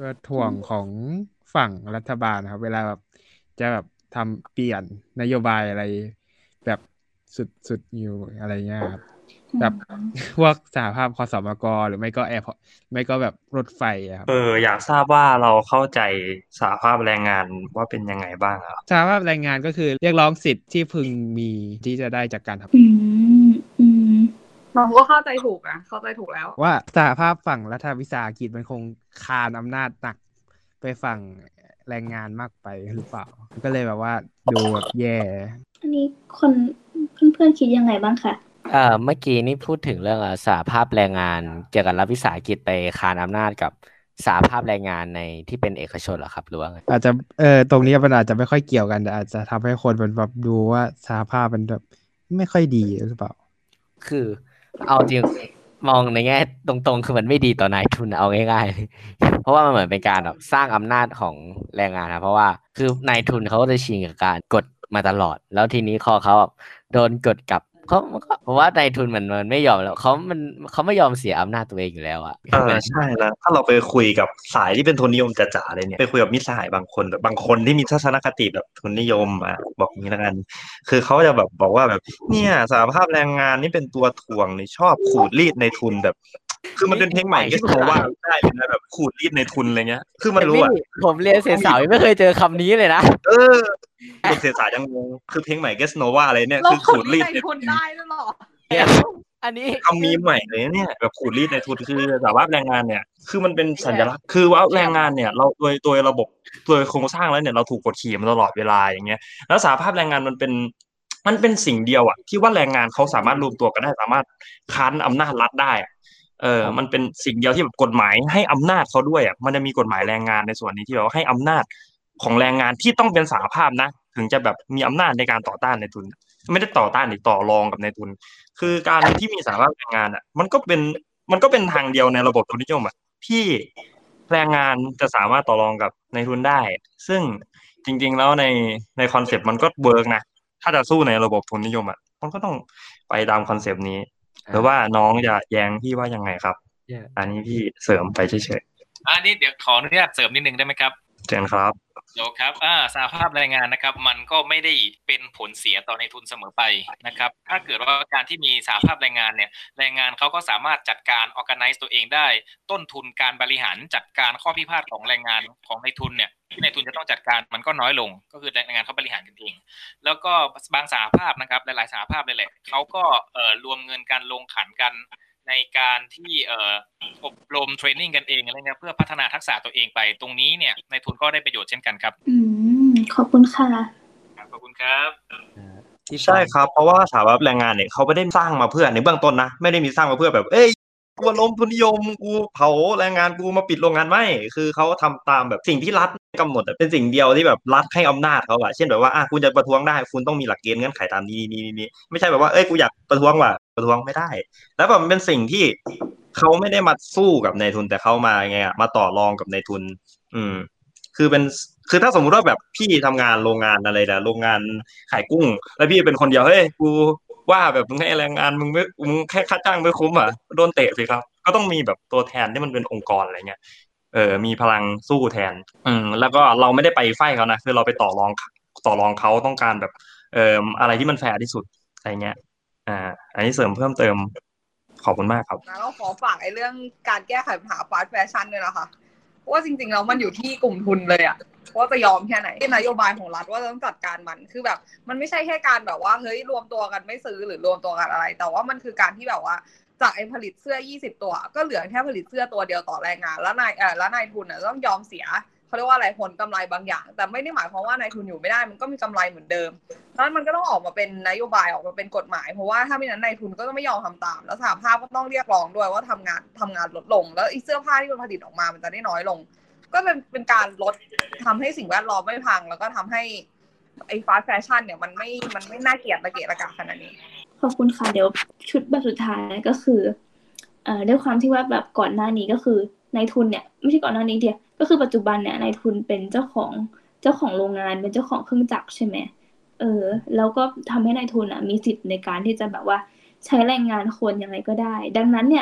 ตัวถ่วงของฝั่งรัฐบาลนะครับ เวลาแบบจะแบบทำเปลี่ยนนโยบายอะไรแบบสุดอยู่อะไรเงี้ยครับแบบพวกสหภาพคสมกหรือไม่ก็ไม่ก็แบบรถไฟครับอยากทราบว่าเราเข้าใจสหภาพแรงงานว่าเป็นยังไงบ้างครับสหภาพแรงงานก็คือเรียกร้องสิทธิ์ที่พึงมีที่จะได้จากการทำน้องก็เข้าใจถูกนะเข้าใจถูกแล้วว่าสหภาพฝั่งรัฐวิสาหกิจมันคงคานอำนาจหนักไปฝั่งแรงงานมากไปหรือเปล่าก็เลยแบบว่าดูแบบแย่อันนี้คนเพื่อนๆคิดยังไงบ้างคะเมื่อกี้นี่พูดถึงเรื่องสหภาพแรงงานเกี่ยวกับรัฐวิสาหกิจไปคานอำนาจกับสหภาพแรงงานในที่เป็นเอกชนเหรอครับหรือว่าไงอาจจะตรงนี้มันอาจจะไม่ค่อยเกี่ยวกันแต่อาจจะทำให้คนมันแบบดูว่าสหภาพมันแบบไม่ค่อยดีหรือเปล่าคือเอาจริงมองในแง่ตรงๆคือมันไม่ดีต่อนายทุนเอาง่ายๆ เพราะว่ามันเหมือนเป็นการแบบสร้างอำนาจของแรงงานนะเพราะว่าคือนายทุนเขาก็จะชิงกับการกดมาตลอด แล้วทีนี้พอเขาแบบโดนกดกลับเพราะว่านายทุนมันไม่ยอมแล้วเขาไม่ยอมเสียอำนาจตัวเองอยู่แล้วอะใช่แล้วถ้าเราไปคุยกับสายที่เป็นทุนนิยมจ๋าๆเลยเนี่ยไปคุยกับมิตรสหายบางคนแบบบางคนที่มีทัศนคติแบบทุนนิยมบอกอย่างนี้แล้วกันคือเขาจะแบบบอกว่าแบบเนี่ยสหภาพแรงงานนี่เป็นตัวถ่วงนี่ชอบขูดรีดในทุนแบบ คือมันเป็นเพลงใหม่ที่โนว่าได้เลยนะแบบขูดรีดในทุนอะไรเงี้ยคือมันรู้อ่ะผมเรียนเศรษฐศาสตร์ไม่เคยเจอคำนี้เลยนะคนเศรษฐศาสตร์ยังงงคือเพลงใหม่เกสโนวาอะไรเนี่ยเราคือขุขูดดรีรีดดในทุนได้ด้วยเหรออันนี้คำมีใหม่เลยเนี่ยแบบขูดรีดในทุนคือสหภาพแรงงานเนี่ยคือมันเป็นสัญลักษณ์คือว่าแรงงานเนี่ยเราโดยระบบโดยโครงสร้างแล้วเนี่ยเราถูกกดขี่มาตลอดเวลาอย่างเงี้ยแล้วสหภาพแรงงานมันเป็นสิ่งเดียวอ่ะที่ว่าแรงงานเขาสามารถรวมตัวกันได้สามารถค้านอำนาจรัฐได้มันเป็นสิ่งเดียวที่แบบกฎหมายให้อำนาจเขาด้วยอ่ะมันจะมีกฎหมายแรงงานในส่วนนี้ที่แบบว่าให้อำนาจของแรงงานที่ต้องเป็นสหภาพนะถึงจะแบบมีอำนาจในการต่อต้านในทุนไม่ได้ต่อต้านหรือต่อรองกับในทุนคือการที่มีสหภาพแรงงานอ่ะมันก็เป็นทางเดียวในระบบทุนนิยมอ่ะที่แรงงานจะสามารถต่อรองกับในทุนได้ซึ่งจริงๆแล้วในคอนเซปต์มันก็เวิร์กนะถ้าจะสู้ในระบบทุนนิยมอ่ะมันก็ต้องไปตามคอนเซปต์นี้หรือว่าน้องจะแย้งพี่ว่ายังไงครับอันนี้พี่เสริมไปเฉยๆอันนี้เดี๋ยวขออนุญาตเสริมนิดนึงได้ไหมครับเชิญครับเดี๋ยวครับสหภาพแรงงานนะครับมันก็ไม่ได้เป็นผลเสียต่อในทุนเสมอไปนะครับถ้าเกิดว่าการที่มีสหภาพแรงงานเนี่ยแรงงานเขาก็สามารถจัดการ organize ตัวเองได้ต้นทุนการบริหารจัดการข้อพิพาทของแรงงานของในทุนเนี่ยที่ในทุนจะต้องจัดการมันก็น้อยลงก็คือแรงงานเขาบริหารกันเองแล้วก็บางสหภาพนะครับหลายๆสหภาพเลยแหละเขาก็รวมเงินกันลงขันกันในการที่อบรมเทรนนิ่งกันเองอะไรเงี้ยเพื่อพัฒนาทักษะตัวเองไปตรงนี้เนี่ยในทุนก็ได้ประโยชน์เช่นกันครับขอบคุณค่ะขอบคุณครับใช่ครับเพราะว่าสถาบันแรงงานเนี่ยเขาไม่ได้สร้างมาเพื่อในเบื้องต้นนะไม่ได้มีสร้างมาเพื่อแบบกูล้มทุนนิยมกูเผาแรงงานกูมาปิดโรงงานไม่คือเขาทำตามแบบสิ่งที่รัฐกำหนดเป็นสิ่งเดียวที่แบบรัฐให้อำนาจเขาอะเช่นแบบว่าคุณจะประท้วงได้คุณต้องมีหลักเกณฑ์เงื่อนไขตามนี้ไม่ใช่แบบว่ากูอยากประท้วงว่ะประท้วงไม่ได้แล้วแบบมันเป็นสิ่งที่เขาไม่ได้มาสู้กับนายทุนแต่เขามาไงอะมาต่อรองกับนายทุนคือถ้าสมมุติว่าแบบพี่ทำงานโรงงานอะไรนะโรงงานขายกุ้งแล้วพี่เป็นคนเดียวกูว่าแบบมึงให้แรงงานมึงแค่ค่าจ้างไม่คุ้มอ่ะโดนเตะสิครับก็ต้องมีแบบตัวแทนที่มันเป็นองค์กรอะไรเงี้ยมีพลังสู้แทนแล้วก็เราไม่ได้ไปไฟเขานะคือเราไปต่อรองเขาต้องการแบบอะไรที่มันแฟร์ที่สุดอะไรเงี้ยอันนี้เสริมเพิ่มเติมขอบคุณมากครับแล้วขอฝากเรื่องการแก้ไขปัญหาฟาสต์แฟชั่นด้วยนะคะเพราะว่าจริงๆแล้วมันอยู่ที่กลุ่มทุนเลยอะว่าจะยอมแค่ไหนนโยบายของรัฐว่าต้องจัดการมันคือแบบมันไม่ใช่แค่การแบบว่าเฮ้ยรวมตัวกันไม่ซื้อหรือรวมตัวกันอะไรแต่ว่ามันคือการที่แบบว่าจากผลิตเสื้อ20ตัวก็เหลือแค่ผลิตเสื้อตัวเดียวต่อแรงงานแล้วนายทุนต้องยอมเสียเขาเรียกว่าอะไรผลกำไรบางอย่างแต่ไม่ได้หมายความว่านายทุนอยู่ไม่ได้มันก็มีกำไรเหมือนเดิมนั้นมันก็ต้องออกมาเป็นนโยบายออกมาเป็นกฎหมายเพราะว่าถ้าไม่นั้นนายทุนก็จะไม่ยอมทำตามแล้วสหภาพก็ต้องเรียกร้องด้วยว่าทำงานลดลงแล้วเสื้อผ้าที่มันผลิตออกมามันจะได้น้อยลงก็เป็นการลดทำให้สิ่งแวดล้อมไม่พังแล้วก็ทำให้ฟาสต์แฟชั่นเนี่ยมันไม่น่าเกลียดระเกะระกะขนาดนี้ขอบคุณค่ะเดี๋ยวชุดแบบสุดท้ายก็คือด้วยความที่ว่าแบบก่อนหน้านี้ก็คือนายทุนเนี่ยไม่ใช่ก่อนหน้านี้เดียวก็คือปัจจุบันเนี่ยนายทุนเป็นเจ้าของโรงงานเป็นเจ้าของเครื่องจักรใช่ไหมแล้วก็ทำให้นายทุนมีสิทธิ์ในการที่จะแบบว่าใช้แรงงานคนยังไงก็ได้ดังนั้นเนี่ย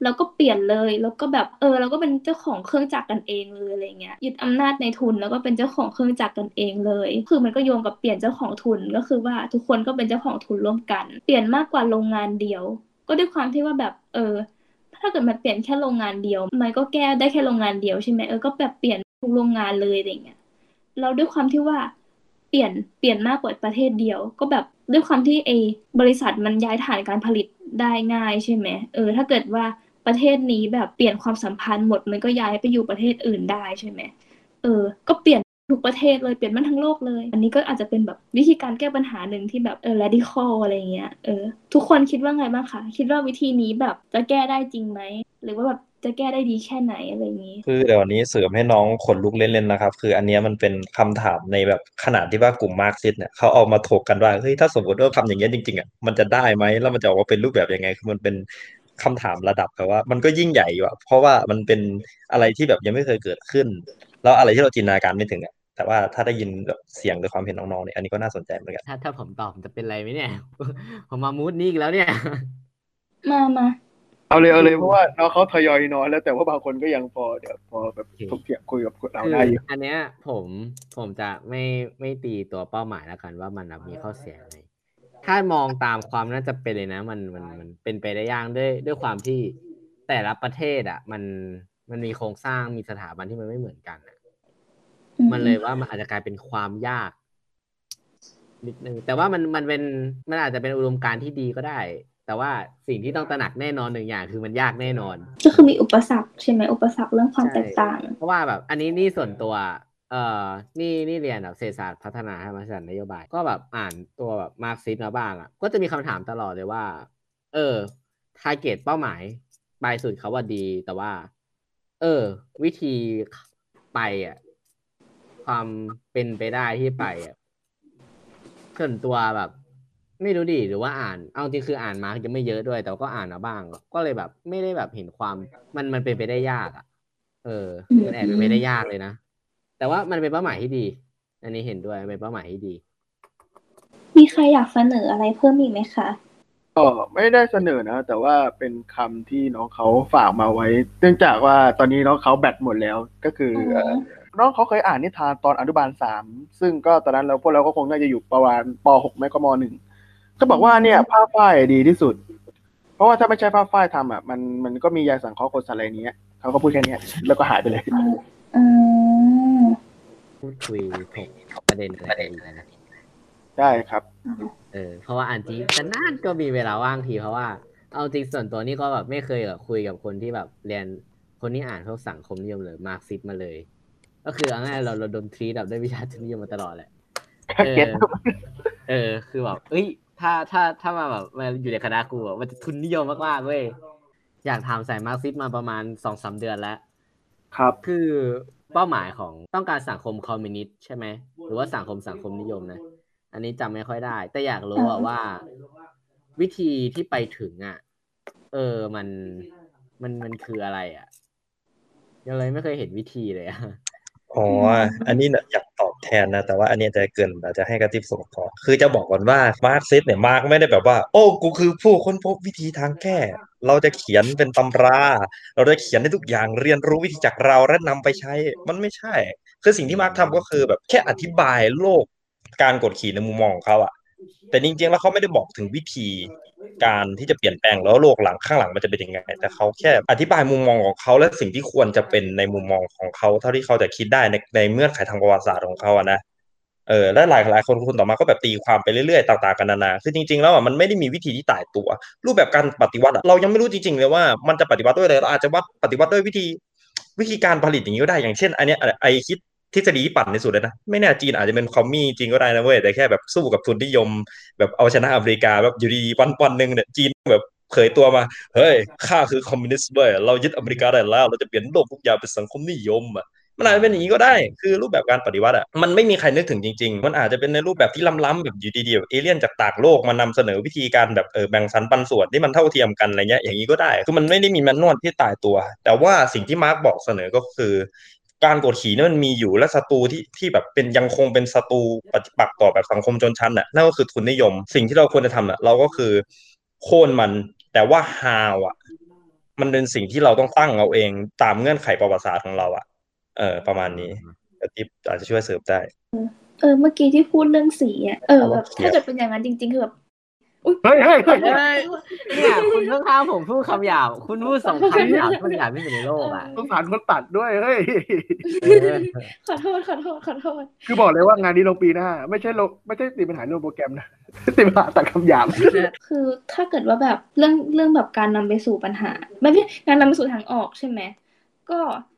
แล้วก็เปลี่ยนเลยแล้วก็แบบเราก็เป็นเจ้าของเครื่องจักรกันเองเลยอะไรเงี้ยยึดอำนาจในทุนแล้วก็เป็นเจ้าของเครื่องจักรกันเองเลยคือมันก็โยงกับเปลี่ยนเจ้าของทุนก็คือว่าทุกคนก็เป็นเจ้าของทุนร่วมกันเปลี่ยนมากกว่าโรงงานเดียวก็ด้วยความที่ว่าแบบถ้าเกิดมันเปลี่ยนแค่โรงงานเดียวมันก็แก้ได้แค่โรงงานเดียวใช่ไหมก็แบบเปลี่ยนทุกโรงงานเลยอะไรเงี้ยแล้วด้วยความที่ว่าเปลี่ยนมากกว่าประเทศเดียวก็แบบด้วยความที่บริษัทมันย้ายฐานการผลิตได้ง่ายใช่ไหมถ้าเกิดว่าประเทศนี้แบบเปลี่ยนความสัมพันธ์หมดมันก็ย้ายไปอยู่ประเทศอื่นได้ใช่ไหมก็เปลี่ยนทุกประเทศเลยเปลี่ยนมันทั้งโลกเลยอันนี้ก็อาจจะเป็นแบบวิธีการแก้ปัญหาหนึ่งที่แบบradical อะไรเงี้ยทุกคนคิดว่าไงบ้างคะคิดว่าวิธีนี้แบบจะแก้ได้จริงไหมหรือว่าแบบจะแก้ได้ดีแค่ไหนอะไรอย่างนี้คือเดี๋ยวนี้เสริมให้น้องขนลุกเล่นๆนะครับคืออันเนี้ยมันเป็นคำถามในแบบขนาดที่ว่ากลุ่มมาร์กซิสต์เนี่ยเขาเอามาถกกันว่าเฮ้ยถ้าสมมติว่าทำอย่างเงี้ยจริงๆอ่ะมันจะได้ไหมแล้วมันจะออกมาเป็นรูปแบบยังไงคือมันเป็นคำถามระดับแบบว่ามันก็ยิ่งใหญ่อยู่อะเพราะว่ามันเป็นอะไรที่แบบยังไม่เคยเกิดขึ้นแล้วอะไรที่เราจินตนาการไม่ถึงอ่ะแต่ว่าถ้าได้ยินแบบเสียงหรือความเห็นน้องๆเนี่ยอันนี้ก็น่าสนใจเหมือนกันถ้าผมตอบจะเป็นไรไหมเนี่ย ผมมามูดนี้อีกแล้วเนี่ยมาเอาเลยเพราะว่าน้องเขาทยอยนอนแล้วแต่ว่าบางคนก็ยังพอเดี๋ยวพอแบบถกเถียงคุยกับเราคือได้อยู่อันเนี้ยผมจะไม่ตีตัวเป้าหมายแล้วกันว่ามันมีข้อเสียอะไรถ้ามองตามความน่าจะเป็นเลยนะมันเป็นไปได้ยากด้วยความที่แต่ละประเทศอ่ะมันมีโครงสร้างมีสถาบันที่มันไม่เหมือนกันอ่ะมันเลยว่ามันอาจจะกลายเป็นความยากนิดนึงแต่ว่ามันอาจจะเป็นอุดมการณ์ที่ดีก็ได้ แต่ว่าสิ่งที่ต้องตระหนักแน่นอนหนึ่งอย่างคือมันยากแน่นอนก็คือมีอุปสรรคใช่ไหมอุปสรรคเรื่องความแตกต่างเพราะว่าแบบอันนี้นี่ส่วนตัวนี่เรียนแบบเศรษฐศาสตร์พัฒนาธรรมศาสตร์นโยบายก็แบบอ่านตัวแบบมาร์กซิสต์มาบ้างอ่ะก็จะมีคำถามตลอดเลยว่าทาร์เก็ตเป้าหมายปลายสุดเขาว่าดีแต่ว่าวิธีไปอ่ะความเป็นไปได้ที่ไปอ่ะส่วนตัวแบบไม่รู้ดิหรือว่าอ่านเอาจริงคืออ่านมาร์กยังไม่เยอะด้วยแต่ก็อ่านมาบ้างก็เลยแบบไม่ได้แบบเห็นความมันเป็นไปได้ยากอ่ะมันแอบเป็นไปได้ยากเลยนะแต่ว่ามันเป็นเป้าหมายที่ดีอันนี้เห็นด้วยเป็นเป้าหมายที่ดีมีใครอยากเสนออะไรเพิ่มอีกไหมคะก็ไม่ได้เสนอนะแต่ว่าเป็นคำที่น้องเขาฝากมาไว้เนื่องจากว่าตอนนี้น้องเขาแบตหมดแล้วก็คือน้องเขาเคยอ่านนิทานตอนอนุบาล3ซึ่งก็ตอนนั้นพวกเราก็คงน่าจะอยู่ประมาณป.6 ไม่ก็ม.1ก็บอกว่าเนี่ยผ้าฝ้ายดีที่สุดเพราะว่าถ้าไม่ใช่ผ้าฝ้ายทำอ่ะมันก็มียาสังเคราะห์กรดอะไรนี้เขาก็พูดแค่นี้แล้วก็หายไปเลยพูดคุยถกประเด็นอะไรดีนะได้ครับเพราะว่าอันจริงแต่นานก็มีเวลาว่างทีเพราะว่าเอาจริงส่วนตัวนี่ก็แบบไม่เคยคุยกับคนที่แบบเรียนคนที่อ่านพวกสังคมนิยมหรือมาร์กซิสต์มาเลยก็คือเอาง่ายเราโดนทรีตแบบด้วยวิชาทุนนิยมมาตลอดแหละคือแบบถ้ามาแบบมาอยู่ในคณะกูมันจะทุนนิยมมากๆเว้ยอยากถามสายมาร์กซิสต์มาประมาณ 2-3 เดือนแล้วครับคือเป้าหมายของต้องการสังคมคอมมิวนิสต์ใช่ไหมหรือว่าสังคมนิยมนะอันนี้จำไม่ค่อยได้แต่อยากรู้ว่าวิธีที่ไปถึงมันคืออะไรยังเลยไม่เคยเห็นวิธีเลยอ๋ออันนี้เนี่ยอยากตอบแทนนะแต่ว่าอันนี้จะเกินอาจจะให้กระติบส่งต่อคือจะบอกก่อนว่ามาร์กซิสเนี่ยมาร์กไม่ได้แบบว่าโอ้กูคือผู้ค้นพบวิธีทางแก้เราจะเขียนเป็นตำราเราจะเขียนได้ทุกอย่างเรียนรู้วิธีจากเราและนำไปใช้มันไม่ใช่คือสิ่งที่มาร์กทำก็คือแบบแค่อธิบายโลกการกดขี่ในมุมมองของเขาอะแต่จริงๆแล้วเขาไม่ได้บอกถึงวิธีการที่จะเปลี่ยนแปลงแล้วโลกหลังข้างหลังมันจะเป็นยังไงแต่เขาแค่อธิบายมุมมองของเขาและสิ่งที่ควรจะเป็นในมุมมองของเขาเท่าที่เขาจะคิดได้ในเงื่อนไขทางประวัติศาสตร์ของเขาอะนะและหลายคนต่อมาก็แบบตีความไปเรื่อยๆต่างๆกันนานาคือจริงๆแล้วมันไม่ได้มีวิธีที่ตายตัวรูปแบบการปฏิวัติเรายังไม่รู้จริงๆเลยว่ามันจะปฏิวัติด้วยอะไรเราอาจจะปฏิวัติด้วยวิธีการผลิตอย่างนี้ก็ได้อย่างเช่นอันเนี้ยไอคิดทฤษฎีปั่นในสุดเลยนะไม่แน่จีนอาจจะเป็นคอมมี่จริงก็ได้นะเว้ยแต่แค่แบบสู้กับทุนนิยมแบบเอาชนะอเมริกาแบบอยู่ดีวันหนึ่งเนี่ยจีนแบบเผยตัวมาเฮ้ยข้าคือคอมมิวนิสต์เว้ยเรายึดอเมริกาได้แล้วเราจะเปลี่ยนโลกทุกอย่างเป็นสังคมนิยมมันอาจจะเป็นอย่างนี้ก็ได้คือรูปแบบการปฏิวัติมันไม่มีใครนึกถึงจริงๆมันอาจจะเป็นในรูปแบบที่ล้ำๆแบบอยู่ดีๆเอเลี่ยนจากต่างโลกมานำเสนอวิธีการแบบแบ่งสรรปันส่วนที่มันเท่าเทียมกันอะไรเงี้ยอย่างนี้ก็ได้คือมันไม่ได้มีแมนนวลที่ตายตัวแต่ว่าสิ่งที่มาร์กบอกเสนอก็คือการกดขี่นี่มันมีอยู่และศัตรูที่แบบเป็นยังคงเป็นศัตรูปฏิปักษ์ต่อแบบสังคมชนชั้นนั่นก็คือทุนนิยมสิ่งที่เราควรจะทำเราก็คือโค่นมันแต่ว่า how มันเป็นสิ่งที่เราต้องตั้งเอาเองตามเงื่อนไขประวัติศาสตร์ของเราอ่ะประมาณนี้ติ๊บอาจจะช่วยเสริมได้เมื่อกี้ที่พูดเรื่องสีอ่ะแบบถ้าเกิดเป็นอย่างนั้นจริงๆคือแบบเฮ้ยเนี่ยคุณต้องห้ามผมพูดคำหยาบคุณพูด2 คำหยาบที่สุดในโลกอ่ะต้องผ่านคนตัดด้วยเฮ้ยขอโทษคือบอกเลยว่างานนี้ลงปีหน้าไม่ใช่ติดปัญหาเรื่องโปรแกรมนะ ติดปัญหาตัดคำหยาบคือถ้าเกิดว่าแบบเรื่องแบบการนำไปสู่ปัญหาไม่ใช่การนำไปสู่ทางออกใช่ไหมก็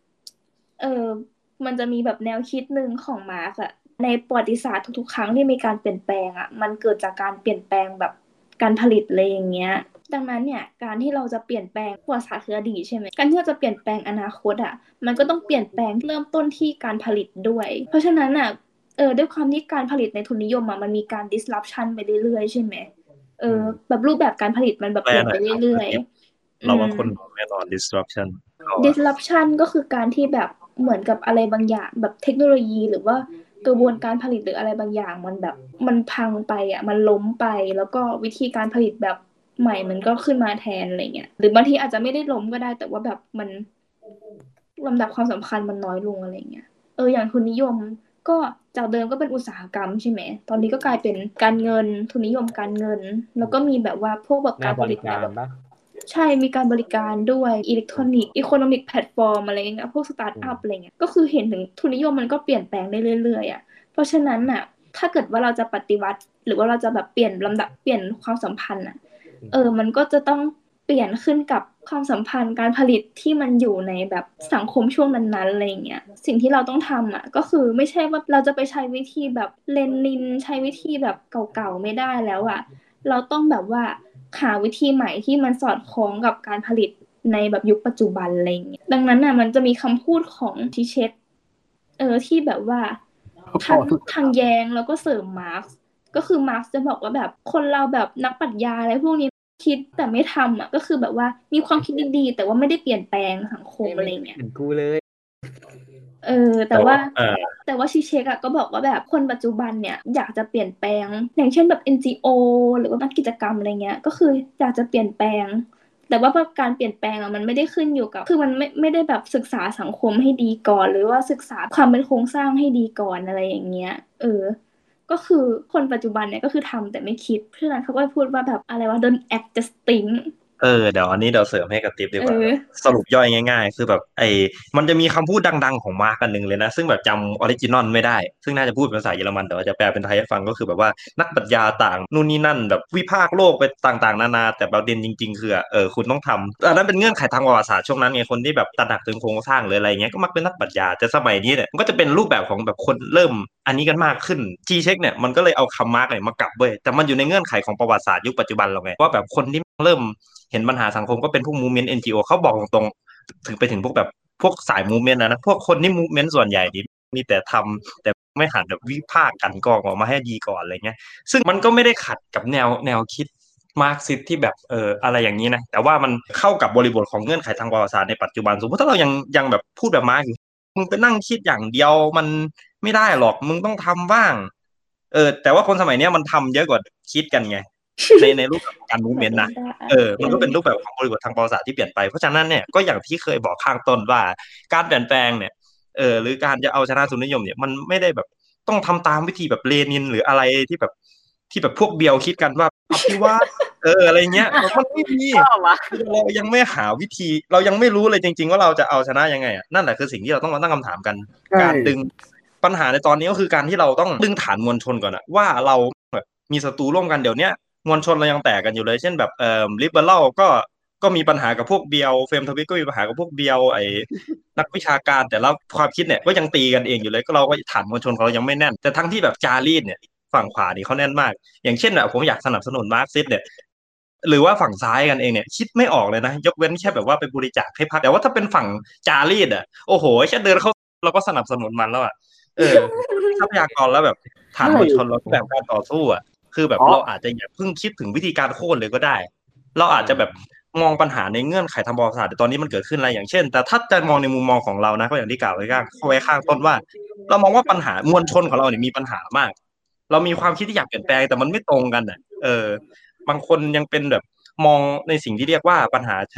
มันจะมีแบบแนวคิดหนึ่งของมาร์กอะในประวัติศาสตร์ทุกๆครั้งที่มีการเปลี่ยนแปลงอะมันเกิดจากการเปลี่ยนแปลงแบบการผลิตอะไรอย่างเงี้ยดังนั้นเนี่ยการที่เราจะเปลี่ยนแปลงประวัติศาสตร์คืออดีตใช่ไหมการที่เราจะเปลี่ยนแปลงอนาคตอะมันก็ต้องเปลี่ยนแปลงเริ่มต้นที่การผลิตด้วยเพราะฉะนั้นอะด้วยความที่การผลิตในทุนนิยมอะมันมีการ disruption ไปเรื่อยๆใช่ไหมแบบรูปแบบการผลิตมันแบบเปลี่ยนไปเรื่อยๆเราว่าคนแน่นอน disruption ก็คือการที่แบบเหมือนกับอะไรบางอย่างแบบเทคโนโลยีหรือว่ากระบวนการผลิตหรืออะไรบางอย่างมันแบบมันพังไปอ่ะมันล้มไปแล้วก็วิธีการผลิตแบบใหม่มันก็ขึ้นมาแทนอะไรเงี้ยหรือบางทีอาจจะไม่ได้ล้มก็ได้แต่ว่าแบบมันลำดับความสำคัญมันน้อยลงอะไรเงี้ยอย่างทุนนิยมก็จากเดิมก็เป็นอุตสาหกรรมใช่ไหมตอนนี้ก็กลายเป็นการเงินทุนนิยมการเงินแล้วก็มีแบบว่าพวกแบบการผลิตแบบใช่มีการบริการด้วยอิเล็กทรอนิกส์อีโคโนมิกแพลตฟอร์มอะไรเงี้ยพวกสตาร์ทอัพอะไรเงี้ยก็คือเห็นถึงทุนนิยมมันก็เปลี่ยนแปลงได้เรื่อยๆอ่ะเพราะฉะนั้นน่ะถ้าเกิดว่าเราจะปฏิวัติหรือว่าเราจะแบบเปลี่ยนลำดับเปลี่ยนความสัมพันธ์อ่ะมันก็จะต้องเปลี่ยนขึ้นกับความสัมพันธ์การผลิตที่มันอยู่ในแบบสังคมช่วงนั้นๆอะไรเงี้ยสิ่งที่เราต้องทำอ่ะก็คือไม่ใช่ว่าเราจะไปใช้วิธีแบบเลนินใช้วิธีแบบเก่าๆไม่ได้แล้วอ่ะเราต้องแบบว่าหาวิธีใหม่ที่มันสอดคล้องกับการผลิตในแบบยุคปัจจุบันอะไรเงี้ยดังนั้นน่ะมันจะมีคำพูดของทิเชตที่แบบว่าทางแย้งแล้วก็เสริมมาร์กซ์ก็คือมาร์กซ์จะบอกว่าแบบคนเราแบบนักปรัชญาอะไรพวกนี้คิดแต่ไม่ทำอ่ะก็คือแบบว่ามีความคิดดีๆแต่ว่าไม่ได้เปลี่ยนแปลงสังคมอะไรเงี้ยเหมือนกูเลยแต่ว่าชิเชกก็บอกว่าแบบคนปัจจุบันเนี่ยอยากจะเปลี่ยนแปลงอย่างเช่นแบบ NGO หรือว่านักกิจกรรมอะไรเงี้ยก็คืออยากจะเปลี่ยนแปลงแต่ว่าการเปลี่ยนแปลงมันไม่ได้ขึ้นอยู่กับคือมันไม่ได้แบบศึกษาสังคมให้ดีก่อนหรือว่าศึกษาความเป็นโครงสร้างให้ดีก่อนอะไรอย่างเงี้ยก็คือคนปัจจุบันเนี่ยก็คือทำแต่ไม่คิดเพราะฉะนั้นเขาก็พูดว่าแบบอะไรว่า don't act just think เดี๋ยวอันนี้เดี๋ยวเสริมให้กับติ๊บดีกว่าสรุปย่อยง่ายๆคือแบบมันจะมีคำพูดดังๆของมาร์กกันหนึ่งเลยนะซึ่งแบบจำออริจินอลไม่ได้ซึ่งน่าจะพูดเป็นภาษาเยอรมันแต่ว่าจะแปลเป็นไทยให้ฟังก็คือแบบว่านักปรัชญาต่างนู่นนี่นั่นแบบวิพากษ์โลกไปต่างๆนานาแต่ประเด็นจริงๆคือคุณต้องทำอันนั้นเป็นเงื่อนไขทางประวัติศาสตร์ช่วงนั้นไงคนที่แบบตระหนักถึงโครงสร้างหรืออะไรเงี้ยก็มักเป็นนักปรัชญาแต่สมัยนี้เนี่ยมันก็จะเป็นรูปแบบของแบบคนเริ่มอันนี้กันมากขึ้นจีเช็คเนี่ยมันก็เลยเอาคำมาร์กเนี่ยมากลับเว้ยแต่มันอยู่ในเงื่อนไขของประวัติศาสตร์ยุคปัจจุบันเราไงว่าแบบคนที่เริ่มเห็นปัญหาสังคมก็เป็นพวกมูฟเมนต์ NGO เขาบอกตรงๆถึงไปถึงพวกแบบพวกสายมูฟเมนต์นะพวกคนที่มูฟเมนต์ส่วนใหญ่นี่มีแต่ทำแต่ไม่หันแบบวิพากษ์กันกองออกมาให้ดีก่อนอะไรเงี้ยซึ่งมันก็ไม่ได้ขัดกับแนวคิดมาร์กซิสที่แบบอะไรอย่างนี้นะแต่ว่ามันเข้ากับบริบทของเงื่อนไขทางประวัติศาสตร์ในปัจจุบันสมมติถ้าเรายังแบบพูดแบบมาร์กอยู่มึงไปนั่งคิดอย่างเดียวมันไม่ได้หรอกมึงต้องทำบ้างแต่ว่าคนสมัยนี้มันทำเยอะกว่าคิดกันไงในรูปแบบการมูฟเมนต์นะมันก็เป็นรูปแบบของบริบททางประวัติศาสตร์ที่เปลี่ยนไปเพราะฉะนั้นเนี่ยก็อย่างที่เคยบอกข้างต้นว่าการเปลี่ยนแปลงเนี่ยหรือการจะเอาชนะทุนนิยมเนี่ยมันไม่ได้แบบต้องทำตามวิธีแบบเลนินหรืออะไรที่แบบพวกเบียวคิดกันว่าอภิวัตอะไรเงี้ยมันไม่มีเรายังไม่หาวิธีเรายังไม่รู้เลยจริงๆว่าเราจะเอาชนะยังไงนั่นแหละคือสิ่งที่เราต้องมาตั้งคำถามกันการดึงปัญหาในตอนนี้ก็คือการที่เราต้องดึงฐานมวลชนก่อนอะว่าเรามีศัตรูร่วมกันเดี๋ยวนี้มวลชนเรายังแตกกันอยู่เลยเช่นแบบลิเบอรัลก็มีปัญหากับพวกเบียวเฟรมทวิตก็มีปัญหากับพวกเบียวนักวิชาการแต่ละความคิดเนี่ยก็ยังตีกันเองอยู่เลยก็เราก็ฐานมวลชนเขายังไม่แน่นแต่ทั้งที่แบบจารีตเนี่ยฝั่งขวานี่เขาแน่นมากอย่างเช่นผมอยากสนับสนุนมาร์กซิสเนี่ยหรือว่าฝั่งซ้ายกันเองเนี่ยคิดไม่ออกเลยนะยกเว้นแค่แบบว่าไปบริจาคให้พรรคแต่ว่าถ้าเป็นฝั่งจารีตโอ้โหแค่เดินเข้าเราก็สนับสนุนมันแล้วทรัพยากรแล้วแบบฐานมวลชนเราแบบการต่อสู้คือแบบเราอาจจะอย่าเพิ่งคิดถึงวิธีการโค่นเลยก็ได้เราอาจจะแบบมองปัญหาในเงื่อนไขทางประวัติศาสตร์แต่ตอนนี้มันเกิดขึ้นอะไรอย่างเช่นแต่ถ้าจะมองในมุมมองของเรานะก็อย่างที่กล่าวไว้ข้างต้นว่าเรามองว่าปัญหามวลชนของเราเนี่ยมีปัญหามากเรามีความคิดที่อยากเปลี่ยนแปลงแต่มันไม่ตรงกันบางคนยังเป็นแบบมองในสิ่งที่เรียกว่าปัญหาเชิง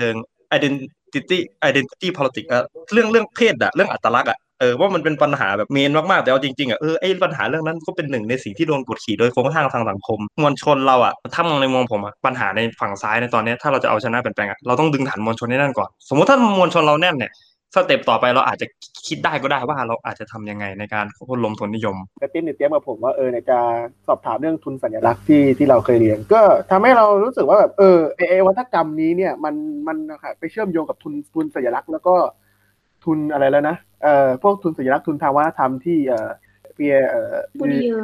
identity politics อะเรื่องเพศอะเรื่องอัตลักษณ์อะว่ามันเป็นปัญหาแบบเมนมากๆแต่เอาจริงๆอะไอ้ปัญหาเรื่องนั้นก็เป็นหนึ่งในสิ่งที่โดนกดขี่โดยโครงสร้างทางสังคมมวลชนเราอะถ้ามองในมุมผมอะปัญหาในฝั่งซ้ายในตอนนี้ถ้าเราจะเอาชนะเปลี่ยนแปลงอะเราต้องดึงฐานมวลชนให้แน่นก่อนสมมติถ้ามวลชนเราแน่นเนี่ยสเต็ปต่อไปเราอาจจะคิดได้ก็ได้ว่าเราอาจจะทำยังไงในการโค่นล้มทุนนิยมกระติ้นเนี่ยเตรียมมาผมว่าในจะสอบถามเรื่องทุนสัญลักษณ์ที่เราเคยเรียนก็ทำให้เรารู้สึกว่าแบบไอวัฒกรรมนี้เนี่ยมันนะครับไปเชื่อมโยงกับทุนสัญลักษณ์แล้วก็ทุนอะไรแล้วนะพวกทุนสัญลักษณ์ทุนทางวัฒนธรรมที่เปียบูดิเยอ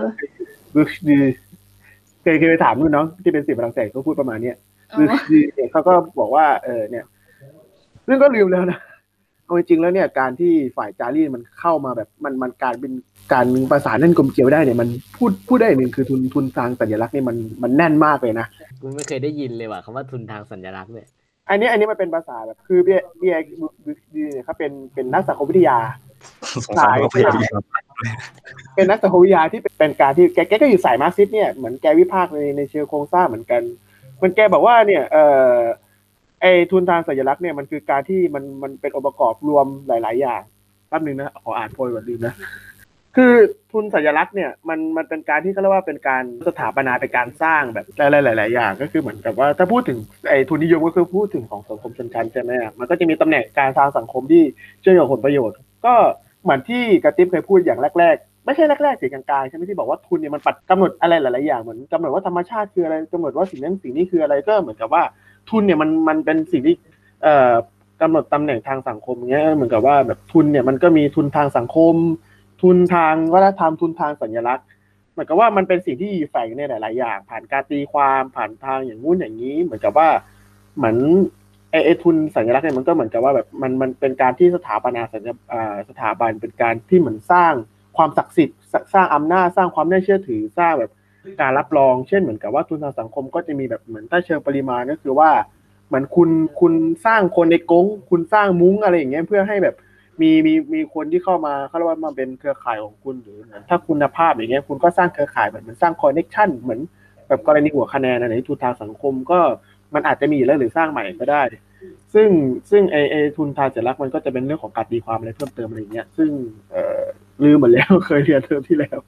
เคยไปถามนู่นเนาะที่เป็นศิษย์ฝรั่งเศสเขาพูดประมาณนี้เนี่ยเขาก็บอกว่าเนี่ยเรื่องก็ลืมแล้วนะเอาจริงๆแล้วเนี่ยการที่ฝ่ายจารีตมันเข้ามาแบบมันการเป็นการประสานเล่นกลมเกลียวได้เนี่ยมันพูดได้หนึ่งคือทุนทางสัญลักษณ์นี่มันแน่นมากเลยนะกูไม่เคยได้ยินเลยว่ะคำว่าทุนทางสัญลักษณ์เนี่ยอันนี้มันเป็นภาษาแบบคือพี่เนี่ยเขาเป็นนักสังคมวิทยาสายเป็นนักสังคมวิทยาที่เป็นการที่แกก็อยู่สายมาร์กซิสต์เนี่ยเหมือนแกวิพากษ์ในเชิงโครงสร้างเหมือนกันมันแกบอกว่าเนี่ยไอ้ทุนทางสัญลักษณ์เนี่ยมันคือการที่มันเป็นองค์ประกอบรวมหลายๆอย่างแป๊บนึงนะขออ่านโพยก่อนลืมนะคือทุนสัญลักษณ์เนี่ยมันเป็นการที่เขาเรียกว่าเป็นการสถาปนาเป็นการสร้างแบบหลายๆอย่างก็คือเหมือนกับว่าถ้าพูดถึงไอ้ทุนนิยมก็คือพูดถึงของสังคมชนชั้นใช่ไหมมันก็จะมีตำแหน่งการทางสังคมที่เชื่อมโยงผลประโยชน์ก็เหมือนที่กระติ๊บเคยพูดอย่างแรกๆไม่ใช่แรกๆสิกลางๆใช่ไหมที่บอกว่าทุนเนี่ยมันปัดกำหนดอะไรหลายๆอย่างเหมือนกำหนดว่าธรรมชาติคืออะไรกำหนดว่าสิ่งนั้นสิ่งนี้คืออะไรก็เหมือนกับว่าทุนเนี่ยมันเป็นสิ่งที่กำหนดตำแหน่งทางสังคมเงี้ยเหมือนกับว่าแบบทุนเนี่ยมันก็มีทุนทางสังคมทุนทางวัฒนธรรมทุนทางสัญลักษณ์เหมือนกับว่ามันเป็นสิ่งที่แฝงในหลายๆอย่างผ่านการตีความผ่านทางอย่างงู้นอย่างนี้เหมือนกับว่าเหมือนไอ้ทุนสัญลักษณ์เนี่ยมันก็เหมือนกับว่าแบบมันเป็นการที่สถาปนาสถาบันเป็นการที่เหมือนสร้างความศักดิ์สิทธิ์สร้างอำนาจสร้างความน่าเชื่อถือสร้างแบบการรับรองเช่นเหมือนกับว่าทุนทางสังคมก็จะมีแบบเหมือนถ้าเชิงปริมาณก็คือว่าเหมือนคุณสร้างคนในก๊งคุณสร้างมุ้งอะไรอย่างเงี้ยเพื่อให้แบบมีคนที่เข้ามาเขาเรียกว่ามาเป็นเครือข่ายของคุณหรือถ้าคุณภาพอย่างเงี้ยคุณก็สร้างเครือข่ายแบบเหมือนสร้างคอนเนคชั่นเหมือนแบบกรณีหัวคะแนนอะไรทุนทางสังคมก็มันอาจจะมีแล้วหรือสร้างใหม่ก็ได้ซึ่งไอทุนทางสัญลักษณ์มันก็จะเป็นเรื่องของการตีความอะไรเพิ่มเติมอะไรเงี้ยซึ่งลืมหมดแล้วเคยเรียนเทอมที่แล้ว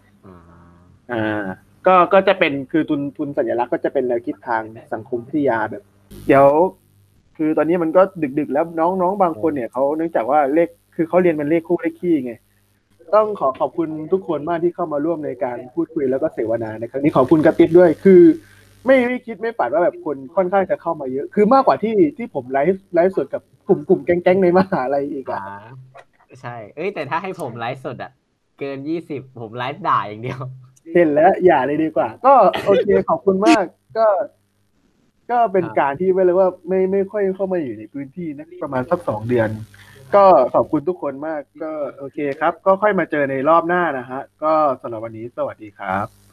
ก็จะเป็นคือทุนสัญลักษณ์ก็จะเป็นแนวคิดทางสังคมวิทยาแบบเดี๋ยวคือตอนนี้มันก็ดึกๆแล้วน้องบางคนเนี่ยเขาเนื่องจากว่าเลขคือเขาเรียนเป็นเลขคู่เลขคี่ไงต้องขอบคุณทุกคนมากที่เข้ามาร่วมในการพูดคุยแล้วก็เสวนาในครั้งนี้ขอบคุณกระติ๊บด้วยคือไม่คิดไม่ฝันว่าแบบคนค่อนข้างจะเข้ามาเยอะคือมากกว่าที่ผมไลฟ์สดกับกลุ่มแก๊งๆในมหาลัยอีกใช่แต่ถ้าให้ผมไลฟ์สดเกิน20ผมไลฟ์ด่าอย่างเดียวเห็นแล้วอย่าเลยดีกว่าก็โอเคขอบคุณมากก็เป็นการที่ไม่เลยว่าไม่ค่อยเข้ามาอยู่ในพื้นที่นะประมาณสัก2 เดือนก็ขอบคุณทุกคนมากก็โอเคครับก็ค่อยมาเจอในรอบหน้านะฮะก็สำหรับวันนี้สวัสดีครับ